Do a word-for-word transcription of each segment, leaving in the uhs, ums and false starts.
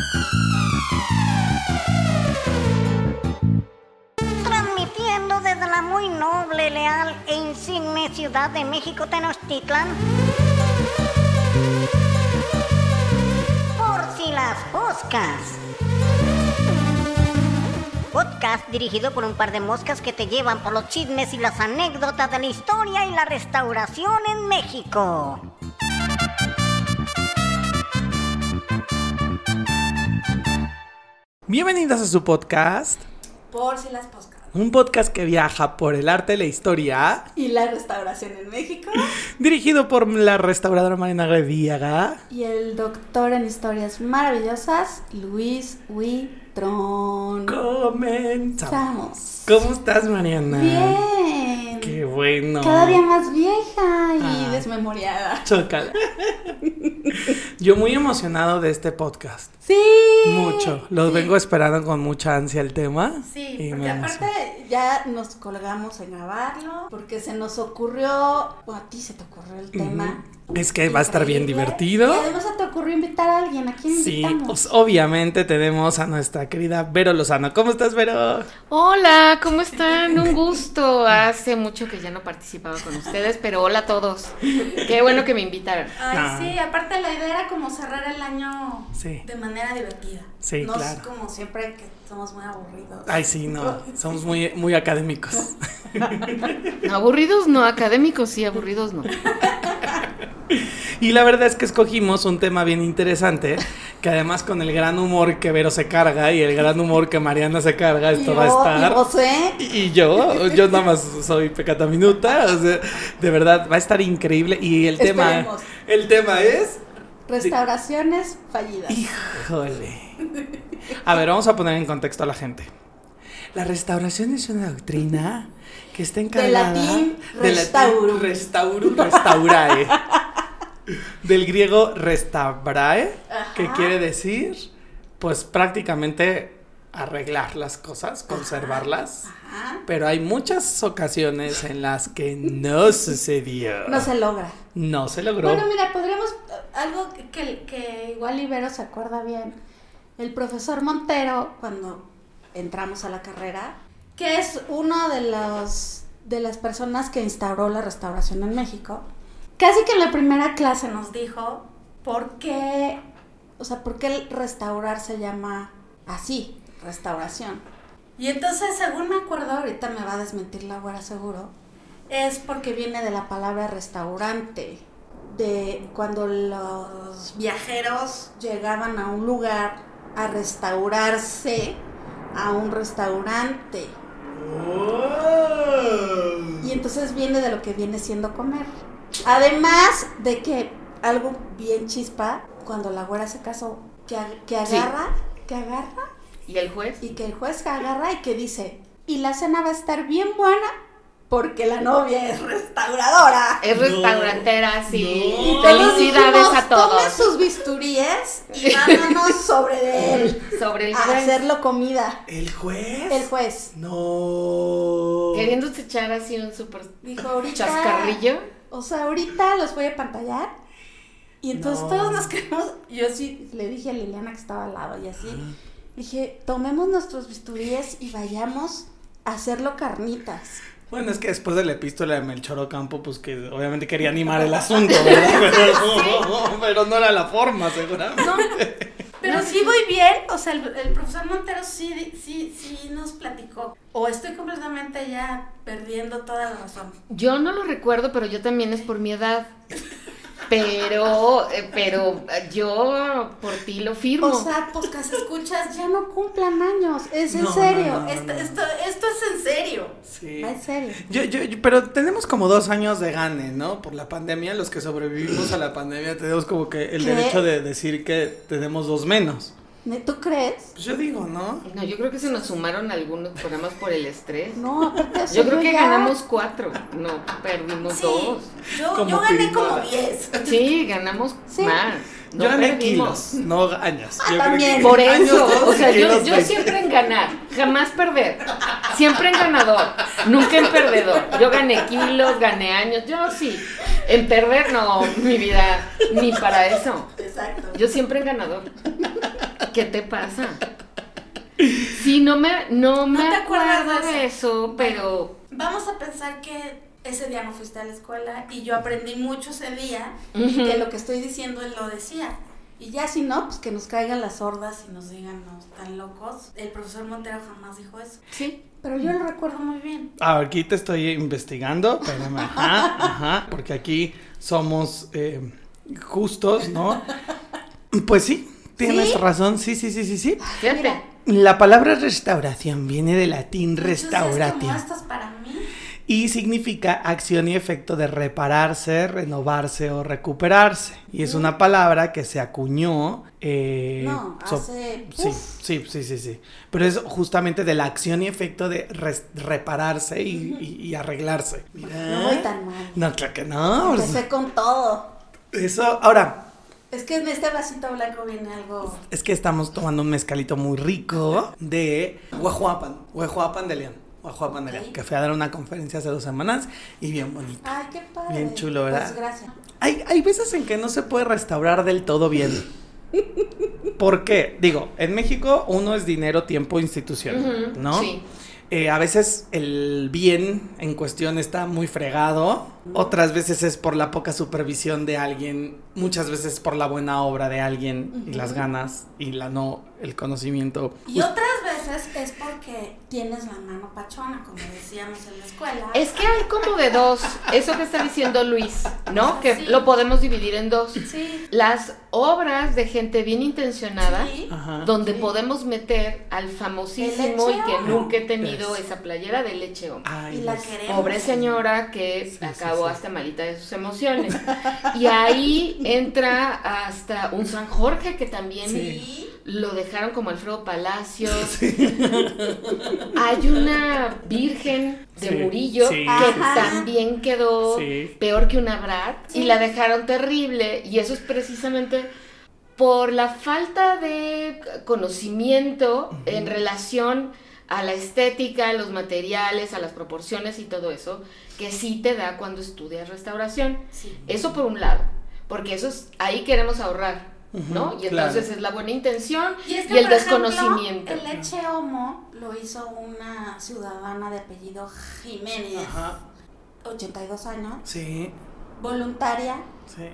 Transmitiendo desde la muy noble, leal e insigne ciudad de México, Tenochtitlan. Por si las Foscas. Podcast dirigido por un par de moscas que te llevan por los chismes y las anécdotas de la historia y la restauración en México. Bienvenidos a su podcast. Por si las Foscas. Un podcast que viaja por el arte, la historia y la restauración en México. Dirigido por la restauradora Mariana Guediaga y el doctor en historias maravillosas, Luis Huitrón. Comenzamos. ¿Cómo estás, Mariana? Bien. Qué bueno. Cada día más vieja y ah, desmemoriada. Chócala. Yo muy emocionado de este podcast. Sí. Mucho. Los sí. vengo esperando con mucha ansia el tema. Sí, porque aparte ya nos colgamos en grabarlo, porque se nos ocurrió, o a ti se te ocurrió el tema. Uh-huh. Es que va a estar bien divertido. Y además se te ocurrió invitar a alguien. ¿A quién sí, invitamos? pues obviamente tenemos a nuestra querida Vero Lozano. ¿Cómo estás, Vero? Hola, ¿cómo están? Un gusto. Hace mucho que ya no participaba con ustedes, pero hola a todos. Qué bueno que me invitaron. Ay, ah. sí, aparte la idea era como cerrar el año sí. de manera divertida. Sí, no claro. No como siempre que somos muy aburridos. Ay, sí, no, somos muy, muy académicos. Aburridos no, académicos sí, aburridos no. Y la verdad es que escogimos un tema bien interesante, que además con el gran humor que Vero se carga y el gran humor que Mariana se carga, esto yo, va a estar. ¿Y José? Y, y yo, yo nada más soy pecata minuta, o sea, de verdad va a estar increíble. Y el Esperemos. tema, el tema es restauraciones fallidas. Híjole. A ver, vamos a poner en contexto a la gente. La restauración es una doctrina que está encargada de latín de restaurum. latín restaurum, restaurae. Del griego restaurae, ajá, que quiere decir, pues prácticamente arreglar las cosas, conservarlas. Ajá, ajá. Pero hay muchas ocasiones en las que no sucedió. No se logra. No se logró. Bueno, mira, podríamos, algo que, que, que igual Ibero se acuerda bien, el profesor Montero, cuando entramos a la carrera, que es uno de los de las personas que instauró la restauración en México, casi que en la primera clase nos dijo por qué, o sea, por qué el restaurar se llama así, restauración. Y entonces, según me acuerdo, ahorita me va a desmentir la güera seguro, es porque viene de la palabra restaurante, de cuando los viajeros llegaban a un lugar a restaurarse a un restaurante. Oh. Y entonces viene de lo que viene siendo comer. Además de que algo bien chispa, cuando la güera se casó, que, que agarra, sí. que agarra. ¿Y el juez? Y que el juez agarra y que dice, y la cena va a estar bien buena porque la novia es restauradora. Es restaurantera, no, sí. No. Felicidades dijimos, a todos. Tome sus bisturíes y vámonos sobre de él. Sobre el juez. A hacerlo comida. ¿El juez? El juez. No. Queriéndose echar así un súper Dijo, ahorita, chascarrillo. O sea, ahorita los voy a pantallar. Y entonces no. todos nos quedamos. Yo sí le dije a Liliana que estaba al lado y así. Uh-huh. Dije, tomemos nuestros bisturíes y vayamos a hacerlo carnitas. Bueno, es que después de la epístola de Melchor Ocampo, pues que obviamente quería animar el asunto, ¿verdad? Pero, sí. pero no era la forma, seguramente. No, pero sí voy bien, o sea, el, el profesor Montero sí, sí, sí nos platicó. O estoy completamente ya perdiendo toda la razón. Yo no lo recuerdo, pero yo también es por mi edad. Pero, pero yo por ti lo firmo. O sea, pues que escuchas, ya no cumplan años. Es en no, serio. No, no, esto, no. Esto, esto es en serio. Sí. En serio. Yo, yo, yo, pero tenemos como dos años de gane, ¿no? Por la pandemia, los que sobrevivimos a la pandemia tenemos como que el ¿Qué? derecho de decir que tenemos dos menos. ¿Tú crees? Pues yo digo, ¿no? No, yo creo que se nos sumaron algunos programas por el estrés. No, aparte yo creo que ya... ganamos cuatro, no, perdimos sí, dos. Yo, yo gané como diez. Sí, ganamos sí. más. No yo gané kilos, no años. Ah, yo también. Por eso, o sea, yo, yo siempre en ganar, jamás perder. Siempre en ganador, nunca en perdedor. Yo gané kilos, gané años, yo sí. En perder, no, mi vida, ni para eso. Exacto. Yo siempre en ganador. ¿Qué te pasa? Sí, no me, no me ¿No te acuerdas acuerdo de de eso, pero... Vamos a pensar que ese día no fuiste a la escuela y yo aprendí mucho ese día, Ujú. y que lo que estoy diciendo él lo decía. Y ya si no, pues que nos caigan las hordas y nos digan, no, están locos. El profesor Montero jamás dijo eso. Sí. Pero yo lo recuerdo muy bien. Ah, aquí te estoy investigando, espérame, ajá, ajá, porque aquí somos eh, justos, ¿no? Pues sí, tienes ¿Sí? razón, sí, sí, sí, sí, sí. Fíjate. Mira, La palabra restauración viene del latín entonces, restauratio como estas para mí. y significa acción y efecto de repararse, renovarse o recuperarse. Y es una palabra que se acuñó. eh, No, so- hace... Sí, uf. sí, sí, sí, sí. Pero es justamente de la acción y efecto de res- repararse y, y- y arreglarse. Mira. No voy tan mal. No, claro que no. pues, Empecé con todo. Eso, ahora, Es que en este vasito blanco viene algo... es que estamos tomando un mezcalito muy rico de Huehuapan, Huehuapan de León. Huehuapan de León, Ok. que fui a dar una conferencia hace dos semanas y bien bonito. Ay, qué padre. Bien chulo, ¿verdad? Pues gracias. Hay, hay veces en que no se puede restaurar del todo bien. ¿Por qué? Digo, en México uno es dinero, tiempo, institución, Ujú, ¿no? Sí. Eh, a veces el bien en cuestión está muy fregado, otras veces es por la poca supervisión de alguien, muchas veces por la buena obra de alguien y las ganas y la no, el conocimiento. Y otras veces es porque tienes la mano pachona, como decíamos en la escuela. Es que hay como de dos, eso que está diciendo Luis, ¿no? Que Sí. lo podemos dividir en dos. Sí. Las obras de gente bien intencionada, Sí. Ajá. donde Sí. podemos meter al famosísimo El y que Leche nunca he tenido Es. esa playera de Leche Homo. Ay, Y la Dios. queremos. Pobre señora que Sí, sí, acabó sí. hasta malita de sus emociones. Y ahí entra hasta un San Jorge que también Sí. lo dejaron como Alfredo Palacios. Hay una Virgen de Sí, Murillo sí, que Ajá. también quedó Sí. peor que una Brat Sí. y la dejaron terrible. Y eso es precisamente por la falta de conocimiento en relación a la estética, a los materiales, a las proporciones y todo eso, que sí te da cuando estudias restauración. Sí. Eso por un lado, porque eso es, ahí queremos ahorrar, ¿no? Ujú, Y entonces claro. es la buena intención y, Y es que, el por ejemplo, desconocimiento. el Leche Homo lo hizo una ciudadana de apellido Jiménez, Ajá. ochenta y dos años, Sí, voluntaria, sí.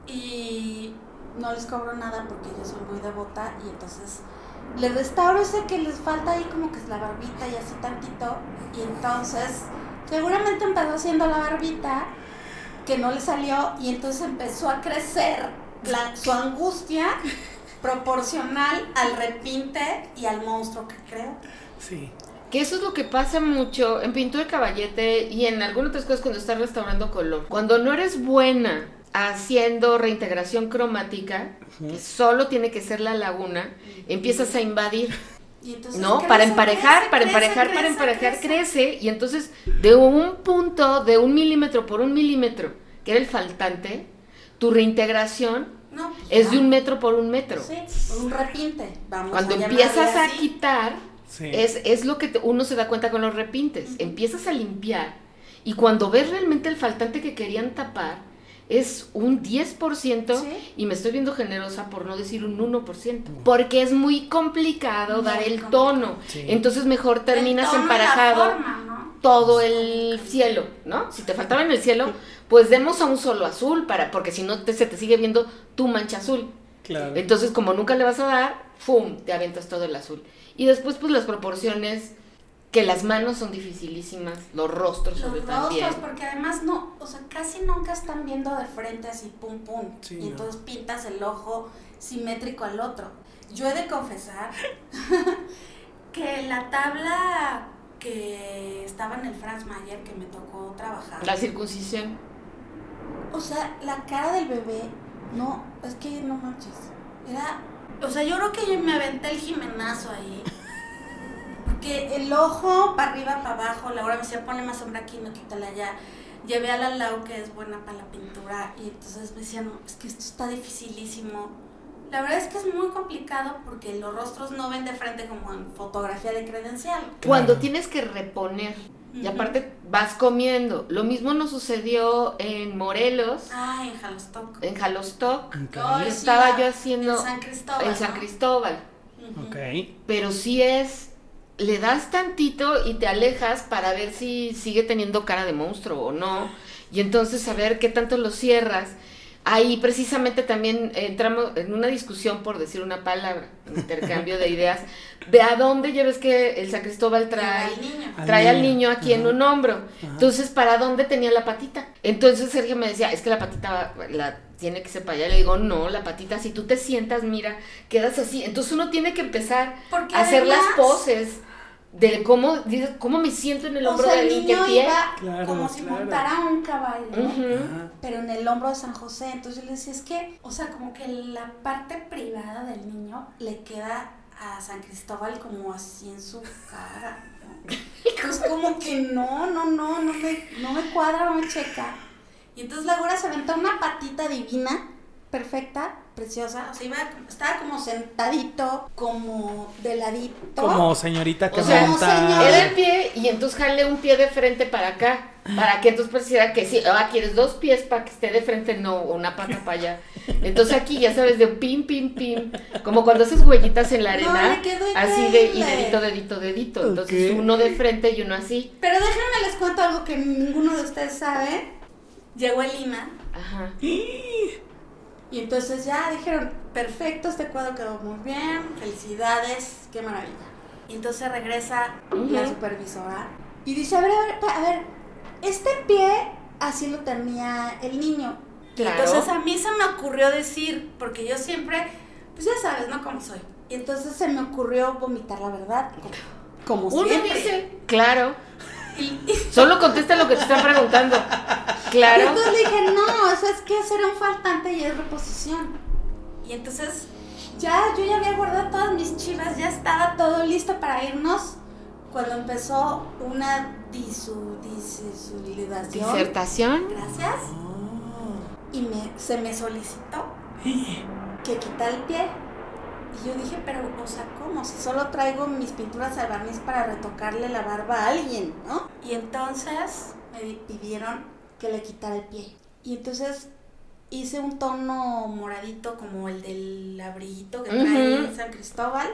y no les cobro nada porque yo soy muy devota, y entonces les restauro ese que les falta ahí como que es la barbita y así tantito, y entonces seguramente empezó haciendo la barbita que no le salió, y entonces empezó a crecer la, su angustia proporcional al repinte y al monstruo que creo. Sí. Que eso es lo que pasa mucho en pintura de caballete y en algunas otras cosas cuando estás restaurando color. Cuando no eres buena haciendo reintegración cromática, que solo tiene que ser la laguna, empiezas a invadir, Y entonces ¿no? crece, Para emparejar, crece, para crece, emparejar, para crece, emparejar, crece. crece, y entonces de un punto, de un milímetro por un milímetro, que era el faltante, tu reintegración No, pues es ya. de un metro por un metro. Sí, un repinte. Vamos Cuando a llamarle empiezas a así. quitar, Sí. es, es lo que te- uno se da cuenta con los repintes. Empiezas a limpiar y cuando ves realmente el faltante que querían tapar, es un diez por ciento Sí. y me estoy viendo generosa por no decir un uno por ciento. Porque es muy complicado Muy dar el complicado. tono. Sí. Entonces mejor terminas El tono y la emparejado forma, ¿no? todo el cielo, ¿no? Si te faltaba en el cielo, pues demos a un solo azul, para porque si no te, se te sigue viendo tu mancha azul. Claro. Entonces, como nunca le vas a dar, ¡fum!, te avientas todo el azul. Y después, pues, las proporciones, que las manos son dificilísimas, los rostros Los sobre rostros, también. porque además no, o sea, casi nunca están viendo de frente así pum pum. Sí, y no. entonces pintas el ojo simétrico al otro. Yo he de confesar que la tabla que estaba en el Franz Mayer que me tocó trabajar, La circuncisión. o sea, la cara del bebé, no, es que no manches. Era, o sea, yo creo que yo me aventé el jimenazo ahí. Porque el ojo para arriba, para abajo, Laura me decía, ponle más sombra aquí, no quítala allá. Llevé a la Lau, que es buena para la pintura, y entonces me decían, no, es que esto está dificilísimo. La verdad es que es muy complicado porque los rostros no ven de frente como en fotografía de credencial. Cuando Claro. tienes que reponer. Y Ujú. aparte vas comiendo. Lo mismo nos sucedió en Morelos, Ah, en Jalostoc. en Jalostoc. Ok. Ay, que sí, estaba la- yo haciendo en San Cristóbal. en San ¿no? Cristóbal. Uh-huh. Ok. Pero sí es, le das tantito y te alejas para ver si sigue teniendo cara de monstruo o no, y entonces saber qué tanto lo cierras. Ahí precisamente también entramos en una discusión, por decir una palabra, intercambio de ideas, de a dónde ya ves que el San Cristóbal trae al niño, trae al al niño, niño aquí ajá. en un hombro. Ajá. Entonces, ¿para dónde tenía la patita? Entonces Sergio me decía, es que la patita la tiene que ser para allá. Le digo, no, la patita, si tú te sientas, mira, quedas así. Entonces uno tiene que empezar Porque a hacer además, las poses de cómo, dices, cómo me siento en el o hombro sea, de el alguien que niño pie. iba Claro, como si claro. montara un caballo, ¿no? Ujú. Ajá. Pero en el hombro de San José. Entonces yo le decía, es que, o sea, como que la parte privada del niño le queda a San Cristóbal como así en su cara, ¿no? Pues como que no, no, no, no me, no me cuadra, no me checa. Y entonces la güera se aventó una patita divina, perfecta, preciosa. O sea, iba, estaba como sentadito, como de ladito. Como señorita que O sea, monta. señor. Era el pie y entonces jale un pie de frente para acá, para que entonces pareciera que sí, ah, quieres dos pies para que esté de frente, no, una pata para allá. Entonces aquí ya sabes, de pim, pim, pim, como cuando haces huellitas en la No, arena, le quedó así de, y increíble. dedito, dedito, dedito. Entonces Ok. uno de frente y uno así. Pero déjenme les cuento algo que ninguno de ustedes sabe. Llegó el I N A. Ajá. Y entonces ya dijeron, perfecto, este cuadro quedó muy bien, felicidades, qué maravilla. Y entonces regresa Ujú. la supervisora y dice, a ver, a ver, pa- a ver, este pie así lo tenía el niño. Y Claro. entonces a mí se me ocurrió decir, porque yo siempre, pues ya sabes, ¿no? Cómo soy. Y entonces se me ocurrió vomitar la verdad, como, como Uno siempre. dice, claro, Y, y- solo contesta lo que te están preguntando. Y Claro. entonces le dije, no, eso es que será un faltante y es reposición. Y entonces ya yo ya había guardado todas mis chivas, ya estaba todo listo para irnos cuando empezó una disu, disolidación. Disertación. Gracias. Y me, se me solicitó que quitara el pie. Y yo dije, pero, o sea, ¿cómo? Si solo traigo mis pinturas al barniz para retocarle la barba a alguien, ¿no? Y entonces me pidieron que le quitara el pie. Y entonces hice un tono moradito como el del abriguito que trae Ujú. San Cristóbal.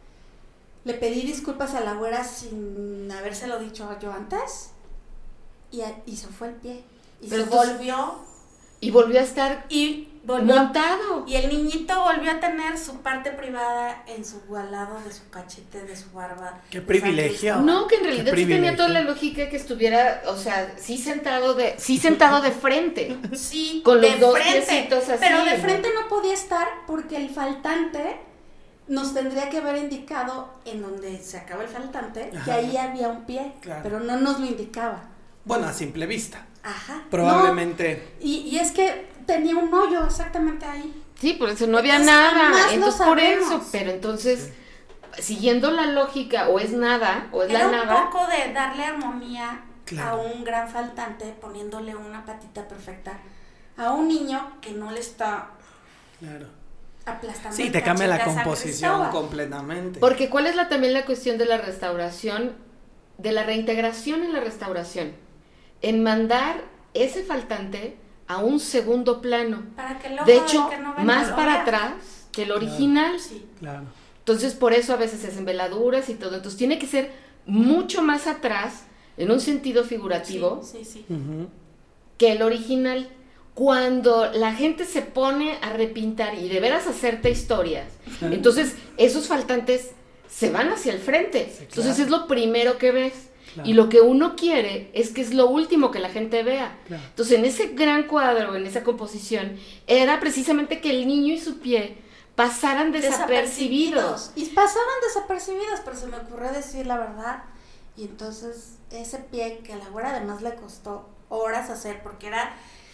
Le pedí disculpas a la güera sin habérselo dicho yo antes. Y, a- y se fue el pie. Y Pero se entonces- volvió. Y volvió a estar Y volvió a montado. y el niñito volvió a tener su parte privada en su al lado de su cachete, de su barba. Qué de privilegio. San Cristóbal. No, que en Qué realidad sí tenía privilegio. toda la lógica que estuviera, o sea, sí sentado de, sí sentado de frente. Sí, Con los de dos frente. piecitos así, Pero de ¿no? frente no podía estar porque el faltante nos tendría que haber indicado en donde se acaba el faltante que Ajá. ahí había un pie, Claro. pero no nos lo indicaba. Bueno, a simple vista. Ajá. Probablemente. No, y, y es que tenía un hoyo exactamente ahí. Sí, por eso no había Entonces, jamás nada. lo Entonces, por sabremos. eso, pero entonces, siguiendo la lógica, o es nada, o es Era la un nada. poco de darle armonía Claro. a un gran faltante poniéndole una patita perfecta a un niño que no le está Claro. aplastando. Sí, el te cambia la cachete a San composición Cristóbal. completamente. Porque ¿cuál es la, también la cuestión de la restauración, de la reintegración en la restauración? En mandar ese faltante a un segundo plano. Para que el ojo De del hecho, que no ve más no lo para vea. atrás que el original. Sí. Claro. Entonces, por eso a veces se hacen veladuras y todo. Entonces, tiene que ser mucho más atrás, en un sentido figurativo, Sí, sí, sí. Ujú. que el original. Cuando la gente se pone a repintar y de veras hacerte historias, entonces esos faltantes se van hacia el frente. Sí, claro. Entonces es lo primero que ves. Claro. Y lo que uno quiere es que es lo último que la gente vea. Claro. Entonces en ese gran cuadro, en esa composición, era precisamente que el niño y su pie pasaran desapercibidos. Y pasaban desapercibidos, pero se me ocurrió decir la verdad. Y entonces ese pie que a la güera además le costó horas hacer, porque era...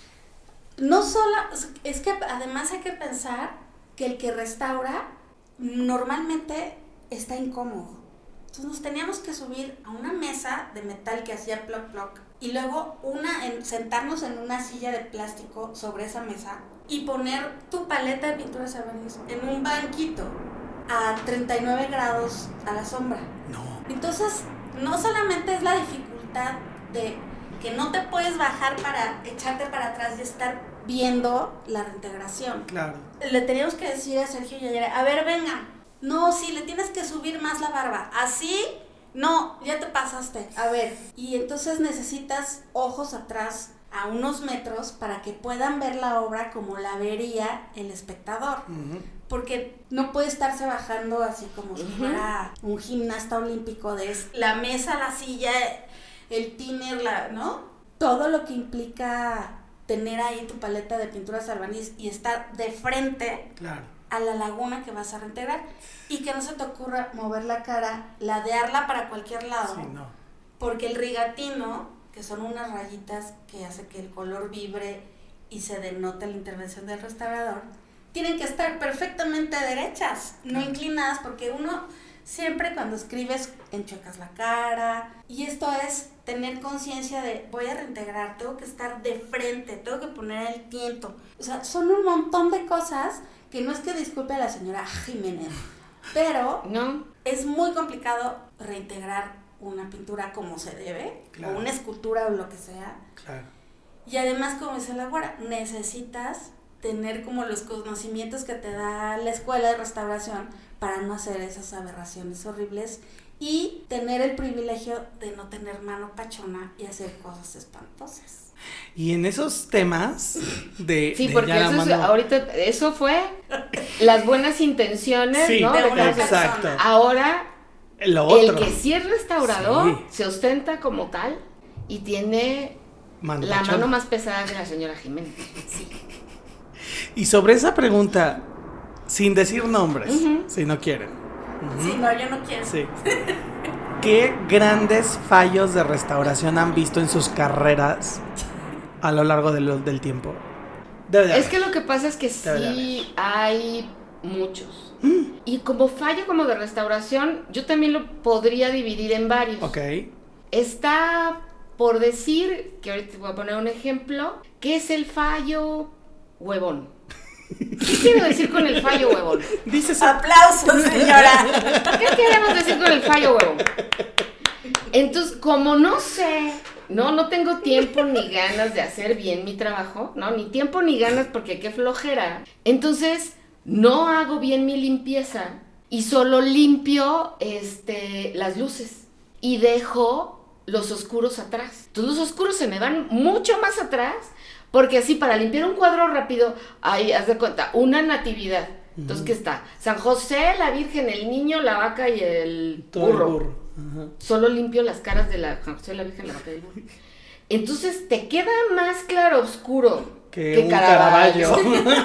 No solo... Es que además hay que pensar que el que restaura normalmente está incómodo. Entonces nos teníamos que subir a una mesa de metal que hacía ploc ploc y luego una en, sentarnos en una silla de plástico sobre esa mesa y poner tu paleta de pintura de barniz en un banquito a treinta y nueve grados a la sombra. No. Entonces, no solamente es la dificultad de que no te puedes bajar para echarte para atrás y estar viendo la reintegración. Claro. Le teníamos que decir a Sergio y a Yara, a ver, venga, No, sí, le tienes que subir más la barba. Así, no, ya te pasaste. A ver, y entonces necesitas ojos atrás a unos metros para que puedan ver la obra como la vería el espectador. Uh-huh. Porque no puede estarse bajando así como si uh-huh. fuera un gimnasta olímpico de la mesa, la silla, el tiner, la, ¿no? Todo lo que implica tener ahí tu paleta de pinturas albanís y estar de frente claro. a la laguna que vas a reintegrar y que no se te ocurra mover la cara, ladearla para cualquier lado, sí, no. porque el rigatino, que son unas rayitas que hace que el color vibre y se denote la intervención del restaurador, tienen que estar perfectamente derechas, no inclinadas, porque uno siempre cuando escribes enchuecas la cara, y esto es tener conciencia de voy a reintegrar, tengo que estar de frente, tengo que poner el tiento. O sea, son un montón de cosas que no es que disculpe a la señora Jiménez, pero no. es muy complicado reintegrar una pintura como se debe, claro. o una escultura o lo que sea. Claro. Y además, como dice la güera, necesitas tener como los conocimientos que te da la escuela de restauración para no hacer esas aberraciones horribles y tener el privilegio de no tener mano pachona y hacer cosas espantosas. Y en esos temas de... Sí, de porque eso mano... es, ahorita, eso fue las buenas intenciones, sí, ¿no? De de una exacto. Persona. Ahora, Lo otro. el que sí es restaurador sí. se ostenta como tal y tiene mano la pachona. Mano más pesada que la señora Jiménez. Sí. Y sobre esa pregunta, sin decir nombres, uh-huh. si no quieren. Uh-huh. Sí, no, yo no quiero. Sí. ¿Qué grandes fallos de restauración han visto en sus carreras a lo largo de lo, del tiempo? Debe de es que lo que pasa es que sí hay muchos. Mm. Y como fallo como de restauración, yo también lo podría dividir en varios. Ok. Está por decir, que ahorita te voy a poner un ejemplo, ¿qué es el fallo huevón? ¿Qué quiero decir con el fallo huevón? Dices aplausos, señora. ¿Qué queremos decir con el fallo huevón? Entonces, como no sé, no, no tengo tiempo ni ganas de hacer bien mi trabajo, ¿no? Ni tiempo ni ganas porque qué flojera. Entonces, no hago bien mi limpieza y solo limpio este, las luces y dejo los oscuros atrás. Entonces, los oscuros se me van mucho más atrás. Porque así, para limpiar un cuadro rápido, ahí, haz de cuenta, una natividad. Uh-huh. Entonces, ¿qué está? San José, la Virgen, el niño, la vaca y el Todo burro. El burro. Uh-huh. Solo limpio las caras de la San José, la Virgen, la vaca y el burro. Entonces, te queda más claro oscuro que, que un Caravaggio.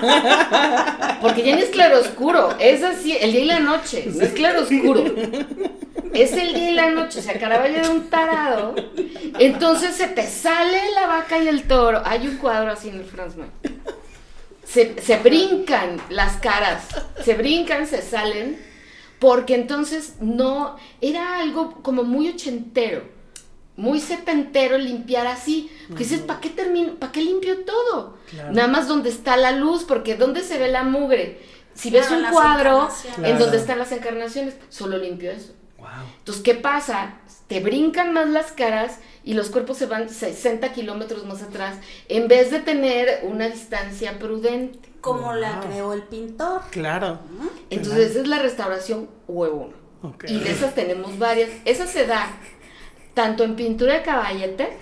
Porque ya no es claro oscuro, es así, el día y la noche, no es claro oscuro. Es el día y la noche, o sea, Caravaggio era un tarado. Entonces se te sale la vaca y el toro. Hay un cuadro así en el Franz Mayer. Se, se brincan las caras, se brincan, se salen, porque entonces no, era algo como muy ochentero, muy setentero limpiar así. Porque dices, ¿para qué termino, para qué limpio todo? Claro. Nada más donde está la luz, porque ¿dónde se ve la mugre? Si claro, ves un cuadro en claro. donde están las encarnaciones, solo limpio eso. Wow. Entonces, ¿qué pasa? Te brincan más las caras y los cuerpos se van sesenta kilómetros más atrás en vez de tener una distancia prudente. Como wow. la creó el pintor. Claro. Entonces, claro. esa es la restauración huevona. Okay. Y de esas tenemos varias. Esa se da tanto en pintura de caballete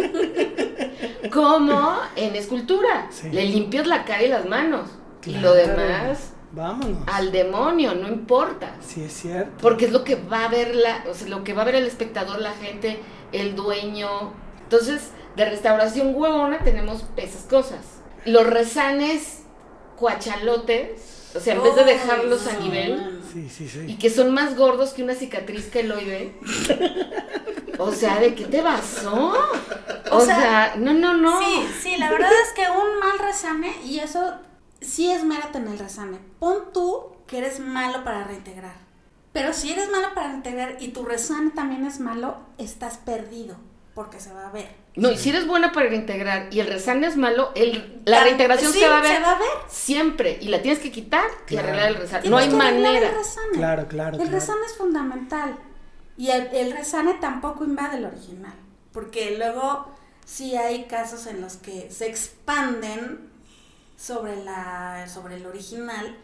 como en escultura. Sí. Le limpias la cara y las manos. Claro. Y lo demás... Vámonos. Al demonio, no importa. Sí, es cierto. Porque es lo que va a ver la, o sea, lo que va a ver el espectador, la gente, el dueño. Entonces, de restauración huevona tenemos esas cosas. Los rezanes cuachalotes, o sea, en vez de dejarlos a nivel, sí, sí, sí. y que son más gordos que una cicatriz queloide. O sea, ¿de qué te basó? O, o sea, sea, no, no, no. Sí, sí, la verdad es que un mal rezane, y eso... Sí es mérito en el rezane. Pon tú que eres malo para reintegrar. Pero si eres malo para reintegrar y tu rezane también es malo, estás perdido, porque se va a ver. No, sí. Y si eres buena para reintegrar y el rezane es malo, el, la reintegración sí, se, va a ver se va a ver siempre. Y la tienes que quitar claro. y arreglar el rezane. Tienes no hay que manera. El rezane. Claro, claro. El claro. rezane es fundamental. Y el, el rezane tampoco invade el original. Porque luego sí hay casos en los que se expanden sobre la sobre el original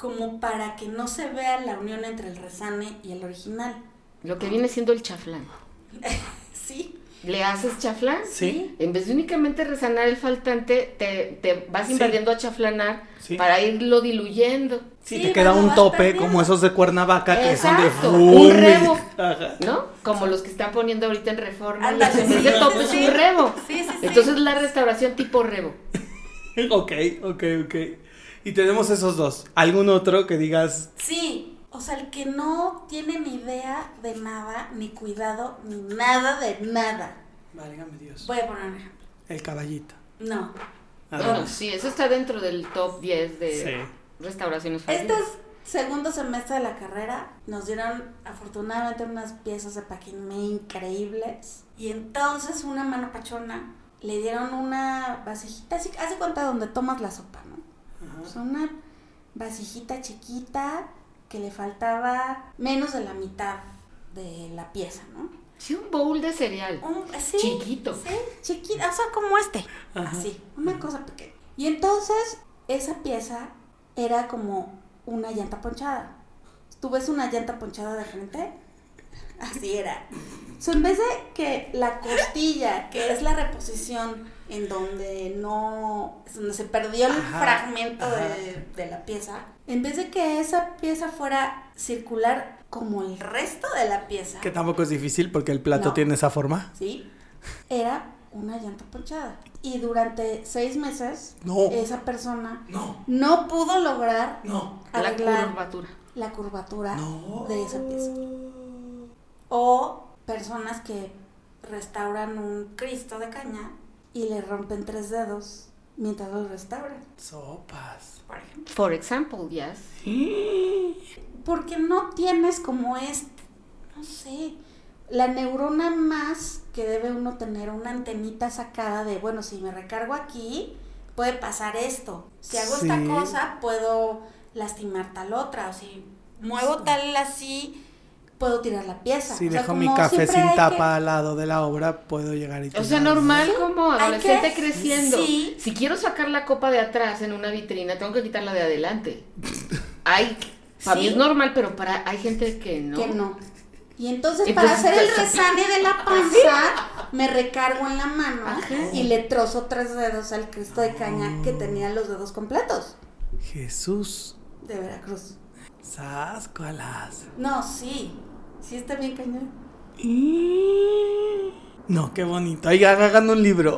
como para que no se vea la unión entre el resane y el original. Lo que viene siendo el chaflán. Sí. ¿Le haces chaflán? Sí. En vez de únicamente resanar el faltante, te, te vas Sí. invadiendo a chaflanar Sí. para irlo diluyendo. Sí, Sí, te queda pero un vas tope perdiendo. como esos de Cuernavaca que Exacto, son de un ¡fum! rebo. Ajá. ¿No? Como los que están poniendo ahorita en Reforma. Ándale, En vez de sí, tope es sí. un rebo. Sí, sí, sí. Entonces la restauración tipo rebo. Ok, ok, ok. Y tenemos esos dos. ¿Algún otro que digas? Sí, o sea, el que no tiene ni idea de nada, ni cuidado, ni nada de nada. Válgame Dios. Voy a poner un ejemplo. El caballito. No. A Bueno, ver. sí, eso está dentro del top diez de Sí. restauraciones Este fallidas. es segundo semestre de la carrera. Nos dieron afortunadamente unas piezas de paquimé increíbles. Y entonces una mano pachona le dieron una vasijita, así, hace cuenta donde tomas la sopa, ¿no? O sea, una vasijita chiquita que le faltaba menos de la mitad de la pieza, ¿no? Sí, un bowl de cereal. Un, sí, Chiquito. Sí, chiquito, o sea, como este. Ajá. Así, una cosa pequeña. Y entonces, esa pieza era como una llanta ponchada. ¿Tú ves una llanta ponchada de frente? Así era. O sea, en vez de que la costilla, que es la reposición en donde no, donde se perdió el Ajá, fragmento ajá. de, de la pieza, en vez de que esa pieza fuera circular como el resto de la pieza, Que tampoco es difícil porque el plato No. tiene esa forma. ¿sí? Era una llanta ponchada. Y durante seis meses, No. esa persona No. no pudo lograr No. La arreglar curvatura. la curvatura No. de esa pieza. O personas que restauran un Cristo de caña y le rompen tres dedos mientras lo restauran, Sopas. por ejemplo. For example, yes. Porque no tienes como este, no sé, la neurona más que debe uno tener, una antenita sacada de, bueno, si me recargo aquí, puede pasar esto. Si hago Sí. esta cosa, puedo lastimar tal otra. O si muevo tal así, puedo tirar la pieza. Si O sea, dejo mi como café siempre sin hay tapa que- al lado de la obra, puedo llegar y O sea, tirarlo. normal como hay adolescente que- creciendo. sí. Si quiero sacar la copa de atrás en una vitrina, tengo que quitarla de adelante. Hay, para mí Sí. es normal, pero para hay gente que no. Que no. Y entonces, Entonces, para hacer el te- resane de la panza, me recargo en la mano Ajá. y le trozo tres dedos al Cristo de caña que tenía los dedos completos Jesús. de Veracruz. Sascualas. No, sí. Sí está bien cañón. No, qué bonito. Ahí hagan un libro.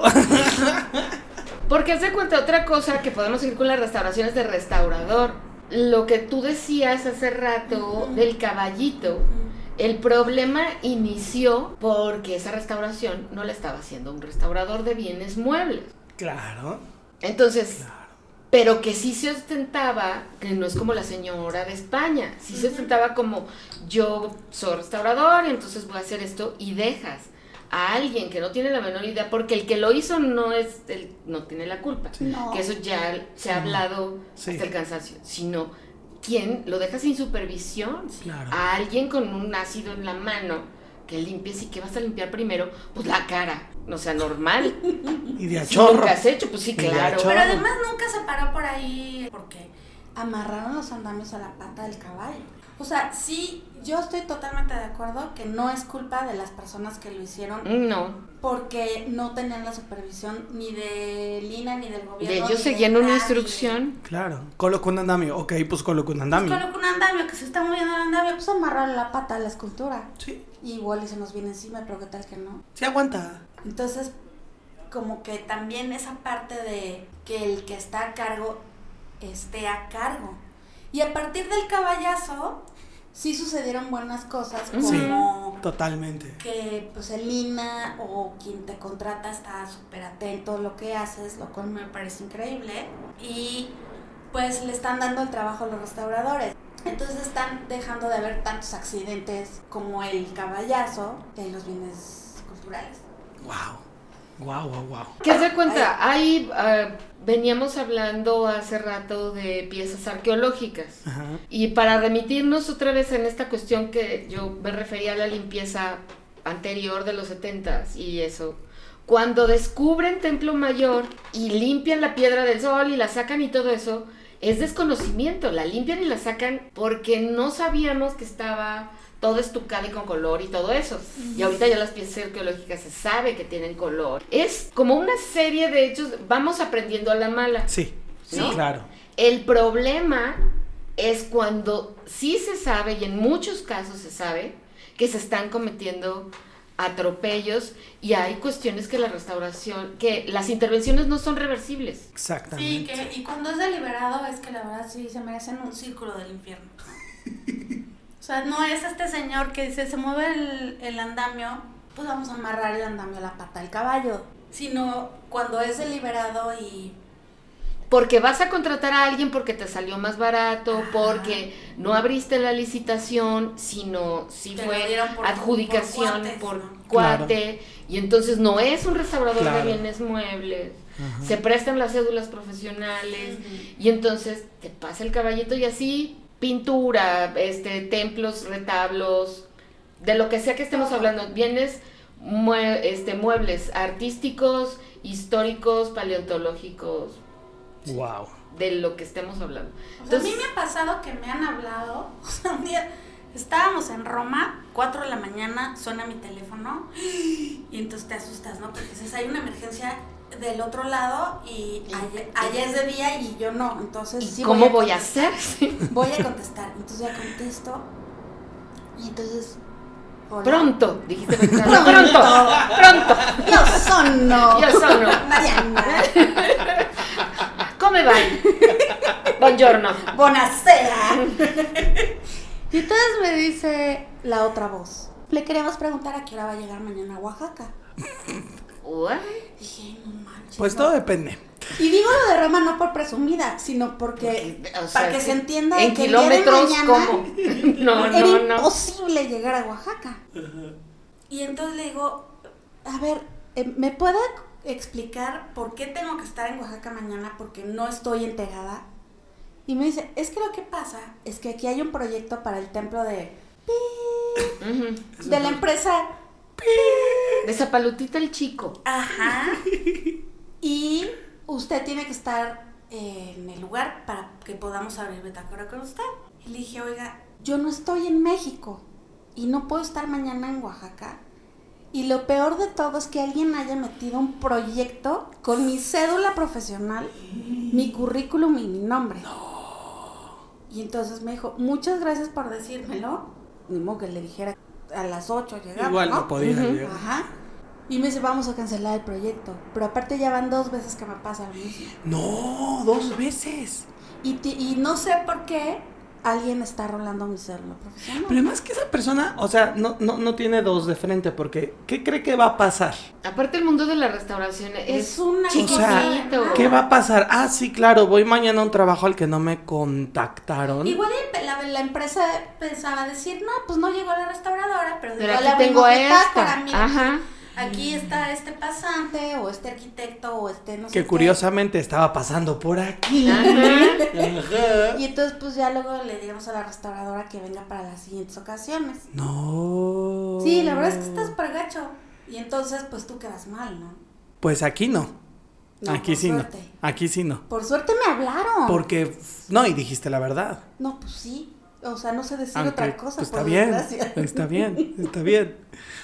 Porque hace cuenta otra cosa que podemos seguir con las restauraciones de restaurador. Lo que tú decías hace rato del caballito, el problema inició porque esa restauración no la estaba haciendo un restaurador de bienes muebles. Claro. Entonces, Claro. pero que sí se ostentaba, que no es como la señora de España, sí se ostentaba como yo soy restaurador y entonces voy a hacer esto y dejas a alguien que no tiene la menor idea, porque el que lo hizo no es el, no tiene la culpa, No. que eso ya se ha hablado Sí. hasta el cansancio, sino quien lo deja sin supervisión, Claro. a alguien con un ácido en la mano que limpies y que vas a limpiar primero, pues la cara, o sea, normal. Y de a Si chorro. nunca has hecho, pues sí, Y de a claro. chorro. Pero además nunca se paró por ahí porque amarraron los andamios a la pata del caballo. O sea, sí, yo estoy totalmente de acuerdo que no es culpa de las personas que lo hicieron No, porque no tenían la supervisión ni de Lina ni del gobierno. de ellos ni seguían una nadie. instrucción. Claro. Coloco un andamio. Ok, pues coloco un Pues andamio. coloca un andamio que se está moviendo el andamio, pues amarraron la pata a la escultura. Sí. Y igual y se nos viene encima, pero qué tal que no. Sí aguanta. Entonces, como que también esa parte de que el que está a cargo esté a cargo. Y a partir del caballazo, sí sucedieron buenas cosas, Sí. como Totalmente. que pues el Lina o quien te contrata está súper atento a lo que haces, lo cual me parece increíble. Y pues le están dando el trabajo a los restauradores. Entonces están dejando de haber tantos accidentes como el caballazo en los bienes culturales. Wow. Wow, wow, wow. ¿Qué se cuenta? Ahí ah, veníamos hablando hace rato de piezas arqueológicas. Ajá. Y para remitirnos otra vez en esta cuestión que yo me refería a la limpieza anterior de los setentas y eso, cuando descubren Templo Mayor y limpian la Piedra del Sol y la sacan y todo eso, es desconocimiento, la limpian y la sacan porque no sabíamos que estaba todo estucado y con color y todo eso. Uh-huh. Y ahorita ya las piezas arqueológicas se sabe que tienen color. Es como una serie de hechos, vamos aprendiendo a la mala. Sí, ¿no? sí, claro. El problema es cuando sí se sabe, y en muchos casos se sabe, que se están cometiendo atropellos y hay cuestiones que la restauración, que las intervenciones no son reversibles. Exactamente. Sí, que, y cuando es deliberado es que la verdad sí se merecen un círculo del infierno. O sea, no es este señor que dice, se mueve el, el andamio, pues vamos a amarrar el andamio a la pata del caballo, sino cuando es deliberado y... Porque vas a contratar a alguien porque te salió más barato, ajá, porque no abriste la licitación, sino si te fue por, adjudicación por, cuates, por ¿no? cuate, claro. Y entonces no es un restaurador claro. de bienes muebles, ajá, se prestan las cédulas profesionales, uh-huh, y entonces te pasa el caballito y así, pintura, este, templos, retablos, de lo que sea que estemos hablando, bienes, mue- este, muebles artísticos, históricos, paleontológicos, wow, de lo que estemos hablando. O sea, Entonces, a mí me ha pasado que me han hablado, o sea, un día estábamos en Roma, cuatro de la mañana, suena mi teléfono y entonces te asustas, ¿no? Porque dices, hay una emergencia del otro lado y allá, allá es de día y yo no, entonces sí ¿cómo voy voy a hacer? Voy a contestar, entonces ya contesto y entonces... Hola. Pronto, dijiste pronto, pronto, pronto. Yo sono. Yo sono. Mariana. Come va? Buongiorno. Buonasera. Y entonces me dice la otra voz, le queremos preguntar a qué hora va a llegar mañana a Oaxaca. What? Dije, no manches. Pues no. todo depende. Y digo lo de Roma no por presumida, sino porque, porque o sea, para que se entienda en que kilómetros, el día de mañana ¿cómo? No, era no, no. imposible llegar a Oaxaca. Uh-huh. Y entonces le digo, a ver, ¿me puede explicar por qué tengo que estar en Oaxaca mañana? Porque no estoy enterada. Y me dice, es que lo que pasa es que aquí hay un proyecto para el templo de... Uh-huh. De la empresa... De Zapalutita el Chico. Ajá. Y usted tiene que estar en el lugar para que podamos abrir Bitácora con usted. Y le dije, oiga, yo no estoy en México y no puedo estar mañana en Oaxaca. Y lo peor de todo es que alguien haya metido un proyecto con mi cédula profesional, mi currículum y mi nombre. No. Y entonces me dijo, muchas gracias por decírmelo. Ni modo que le dijera a las ocho llegamos, igual no, ¿no? podía uh-huh. llegar. Ajá. Y me dice, vamos a cancelar el proyecto. Pero aparte ya van dos veces que me pasa lo mismo. No, dos veces. Y, t- y no sé por qué alguien está rolando mi cédula profesional. Pero además que esa persona, o sea, no, no, no tiene dos de frente, porque ¿qué cree que va a pasar? Aparte el mundo de la restauración es, es una chiquitito. O sea, ¿qué va a pasar? Ah, sí, claro, voy mañana a un trabajo al que no me contactaron. Igual la, la empresa pensaba decir, no, pues no llegó la restauradora, pero, pero igual aquí tengo esta. esta. Ajá. Aquí está este pasante o este arquitecto o este no sé que qué. curiosamente estaba pasando por aquí. Ajá. Ajá. Y entonces pues ya luego le digamos a la restauradora que venga para las siguientes ocasiones. No. Sí, la verdad es que estás súper gacho. Y entonces pues tú quedas mal, ¿no? Pues aquí no. No, aquí por sí suerte. no. Aquí sí no. Por suerte me hablaron. Porque, no, y dijiste la verdad. No, pues sí. O sea, no sé decir Aunque, otra cosa. pues, por está bien, desgracia. está bien, está bien.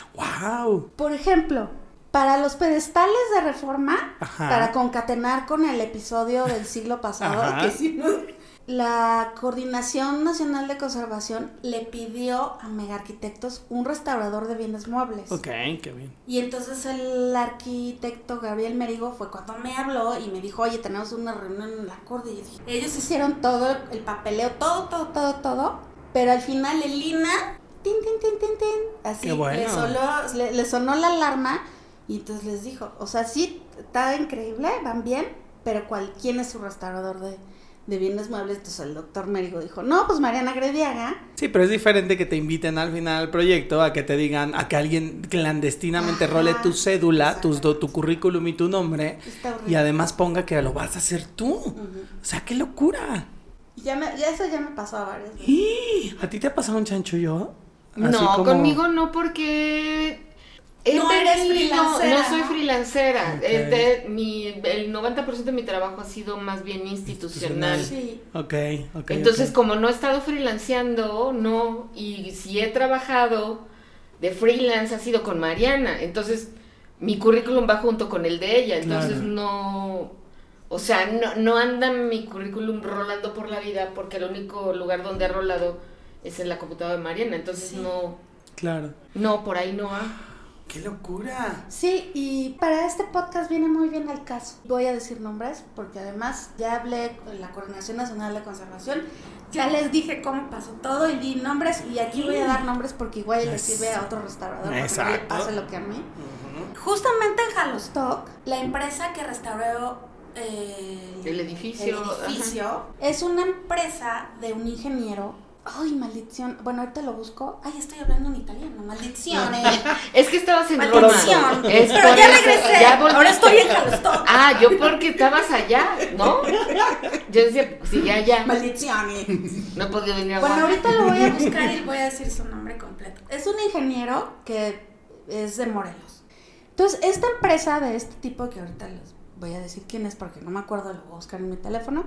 ¡Wow! Por ejemplo, para los pedestales de Reforma, Ajá. para concatenar con el episodio del siglo pasado, Ajá. que hicimos, la Coordinación Nacional de Conservación le pidió a Mega Arquitectos un restaurador de bienes muebles. Ok, qué bien. Y entonces el arquitecto Gabriel Merigo fue cuando me habló y me dijo, oye, tenemos una reunión en la Corte. Y yo dije, ellos hicieron todo el papeleo, todo, todo, todo, todo. Pero al final el I N A, tin, tin, tin, tin, tin, así, Qué bueno. le, sonó, le, le sonó la alarma. Y entonces les dijo, o sea, sí, está increíble, van bien, pero ¿cuál, quién es su restaurador de, de bienes muebles? Entonces el doctor Merigo dijo, no, pues Mariana Grediaga. Sí, pero es diferente que te inviten al final al proyecto a que te digan, a que alguien clandestinamente Ajá. role tu cédula, tus, tu, tu currículum y tu nombre, Está horrible. y además ponga que lo vas a hacer tú. Uh-huh. O sea, qué locura. Y ya, me, ya eso ya me pasó a varias veces. ¡Y! ¿A ti te ha pasado un chanchullo? Así No, como- conmigo no, porque He No eres tenido- freelancera, No soy ¿no? freelancera. Ok. Eh, de- mi, el noventa por ciento de mi trabajo ha sido más bien institucional. Sí. Ok, ok. Entonces, ok. como no he estado freelanceando, no, y si he trabajado de freelance ha sido con Mariana, entonces mi currículum va junto con el de ella, entonces Claro. no, o sea, no, no anda mi currículum rolando por la vida porque el único lugar donde ha rolado es en la computadora de Mariana, entonces Sí. no, Claro. no, por ahí no va. ¡Qué locura! Sí, y para este podcast viene muy bien al caso. Voy a decir nombres porque además ya hablé con la Coordinación Nacional de Conservación, ya les dije cómo pasó todo y di nombres y aquí voy a dar nombres porque igual les sirve a otro restaurador porque no le Exacto. pase lo que a mí. Justamente en Halostock, la empresa que restauró eh, El edificio, el edificio es una empresa de un ingeniero. Ay, maldición. Bueno, ahorita lo busco. Ay, estoy hablando en italiano. Maldición. Es que estabas en Maldición. Roma. Es Pero por ya eso, regresé. ya volviste. Ahora estoy en Halostock. Ah, yo porque estabas allá, ¿no? Yo decía, sí, ya, ya. Maldición. No he podido venir a Bueno, Oaxaca. ahorita lo voy a buscar y voy a decir su nombre completo. Es un ingeniero que es de Morelos. Entonces, esta empresa de este tipo, que ahorita les voy a decir quién es porque no me acuerdo, lo voy a buscar en mi teléfono,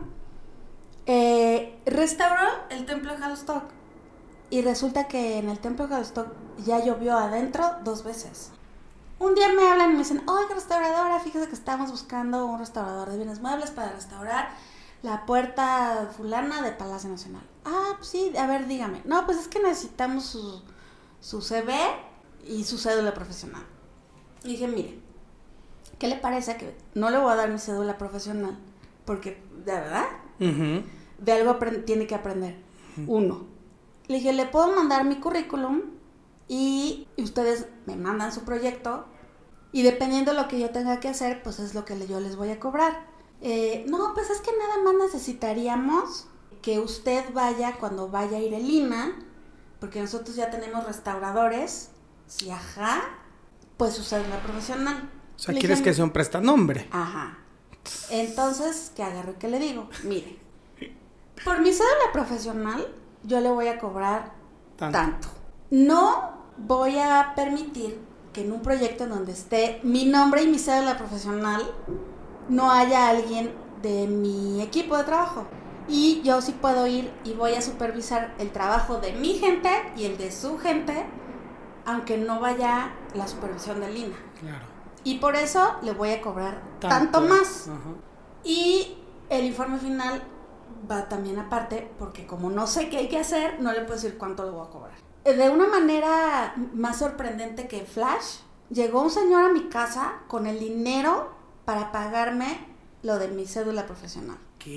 eh, restauró el templo de Halostock. Y resulta que en el templo de Halostock ya llovió adentro dos veces. Un día me hablan y me dicen, oiga, restauradora, fíjese que estamos buscando un restaurador de bienes muebles para restaurar la puerta fulana de Palacio Nacional. Ah, pues sí, a ver, dígame. No, pues es que necesitamos su, su C V y su cédula profesional. Y dije, mire, ¿qué le parece que no le voy a dar mi cédula profesional? Porque, de verdad, Ujú. de algo aprend- tiene que aprender. Uno. Le dije, le puedo mandar mi currículum y ustedes me mandan su proyecto y dependiendo de lo que yo tenga que hacer, pues es lo que le- yo les voy a cobrar. Eh, no, pues es que nada más necesitaríamos que usted vaya cuando vaya a ir el I N A, porque nosotros ya tenemos restauradores, sí, ajá, pues su cédula profesional. O sea, Le ¿quieres dije, que sea un prestanombre? Ajá. Entonces, ¿qué agarro y qué le digo? Mire, por mi cédula profesional, yo le voy a cobrar Tanto. tanto. No voy a permitir que en un proyecto en donde esté mi nombre y mi cédula profesional, no haya alguien de mi equipo de trabajo. Y yo sí puedo ir y voy a supervisar el trabajo de mi gente y el de su gente, aunque no vaya la supervisión del I N A. Claro. Y por eso le voy a cobrar tanto, Tanto. más. Ajá. Y el informe final va también aparte, porque como no sé qué hay que hacer, no le puedo decir cuánto le voy a cobrar. De una manera más sorprendente que Flash, llegó un señor a mi casa con el dinero para pagarme lo de mi cédula profesional.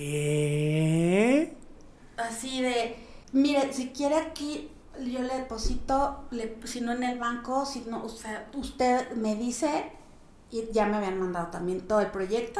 ¿Qué? Así de, mire, si quiere aquí, yo le deposito, le, si no en el banco, si no, o sea, usted me dice, y ya me habían mandado también todo el proyecto,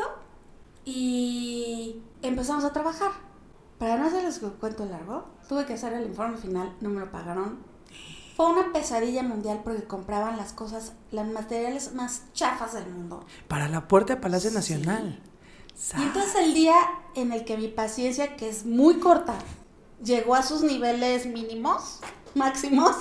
y empezamos a trabajar. Para no hacerles el cuento largo, tuve que hacer el informe final, no me lo pagaron. Fue una pesadilla mundial porque compraban las cosas, los materiales más chafas del mundo. Para la puerta de Palacio Sí. Nacional. Y entonces el día en el que mi paciencia, que es muy corta, llegó a sus niveles mínimos, máximos,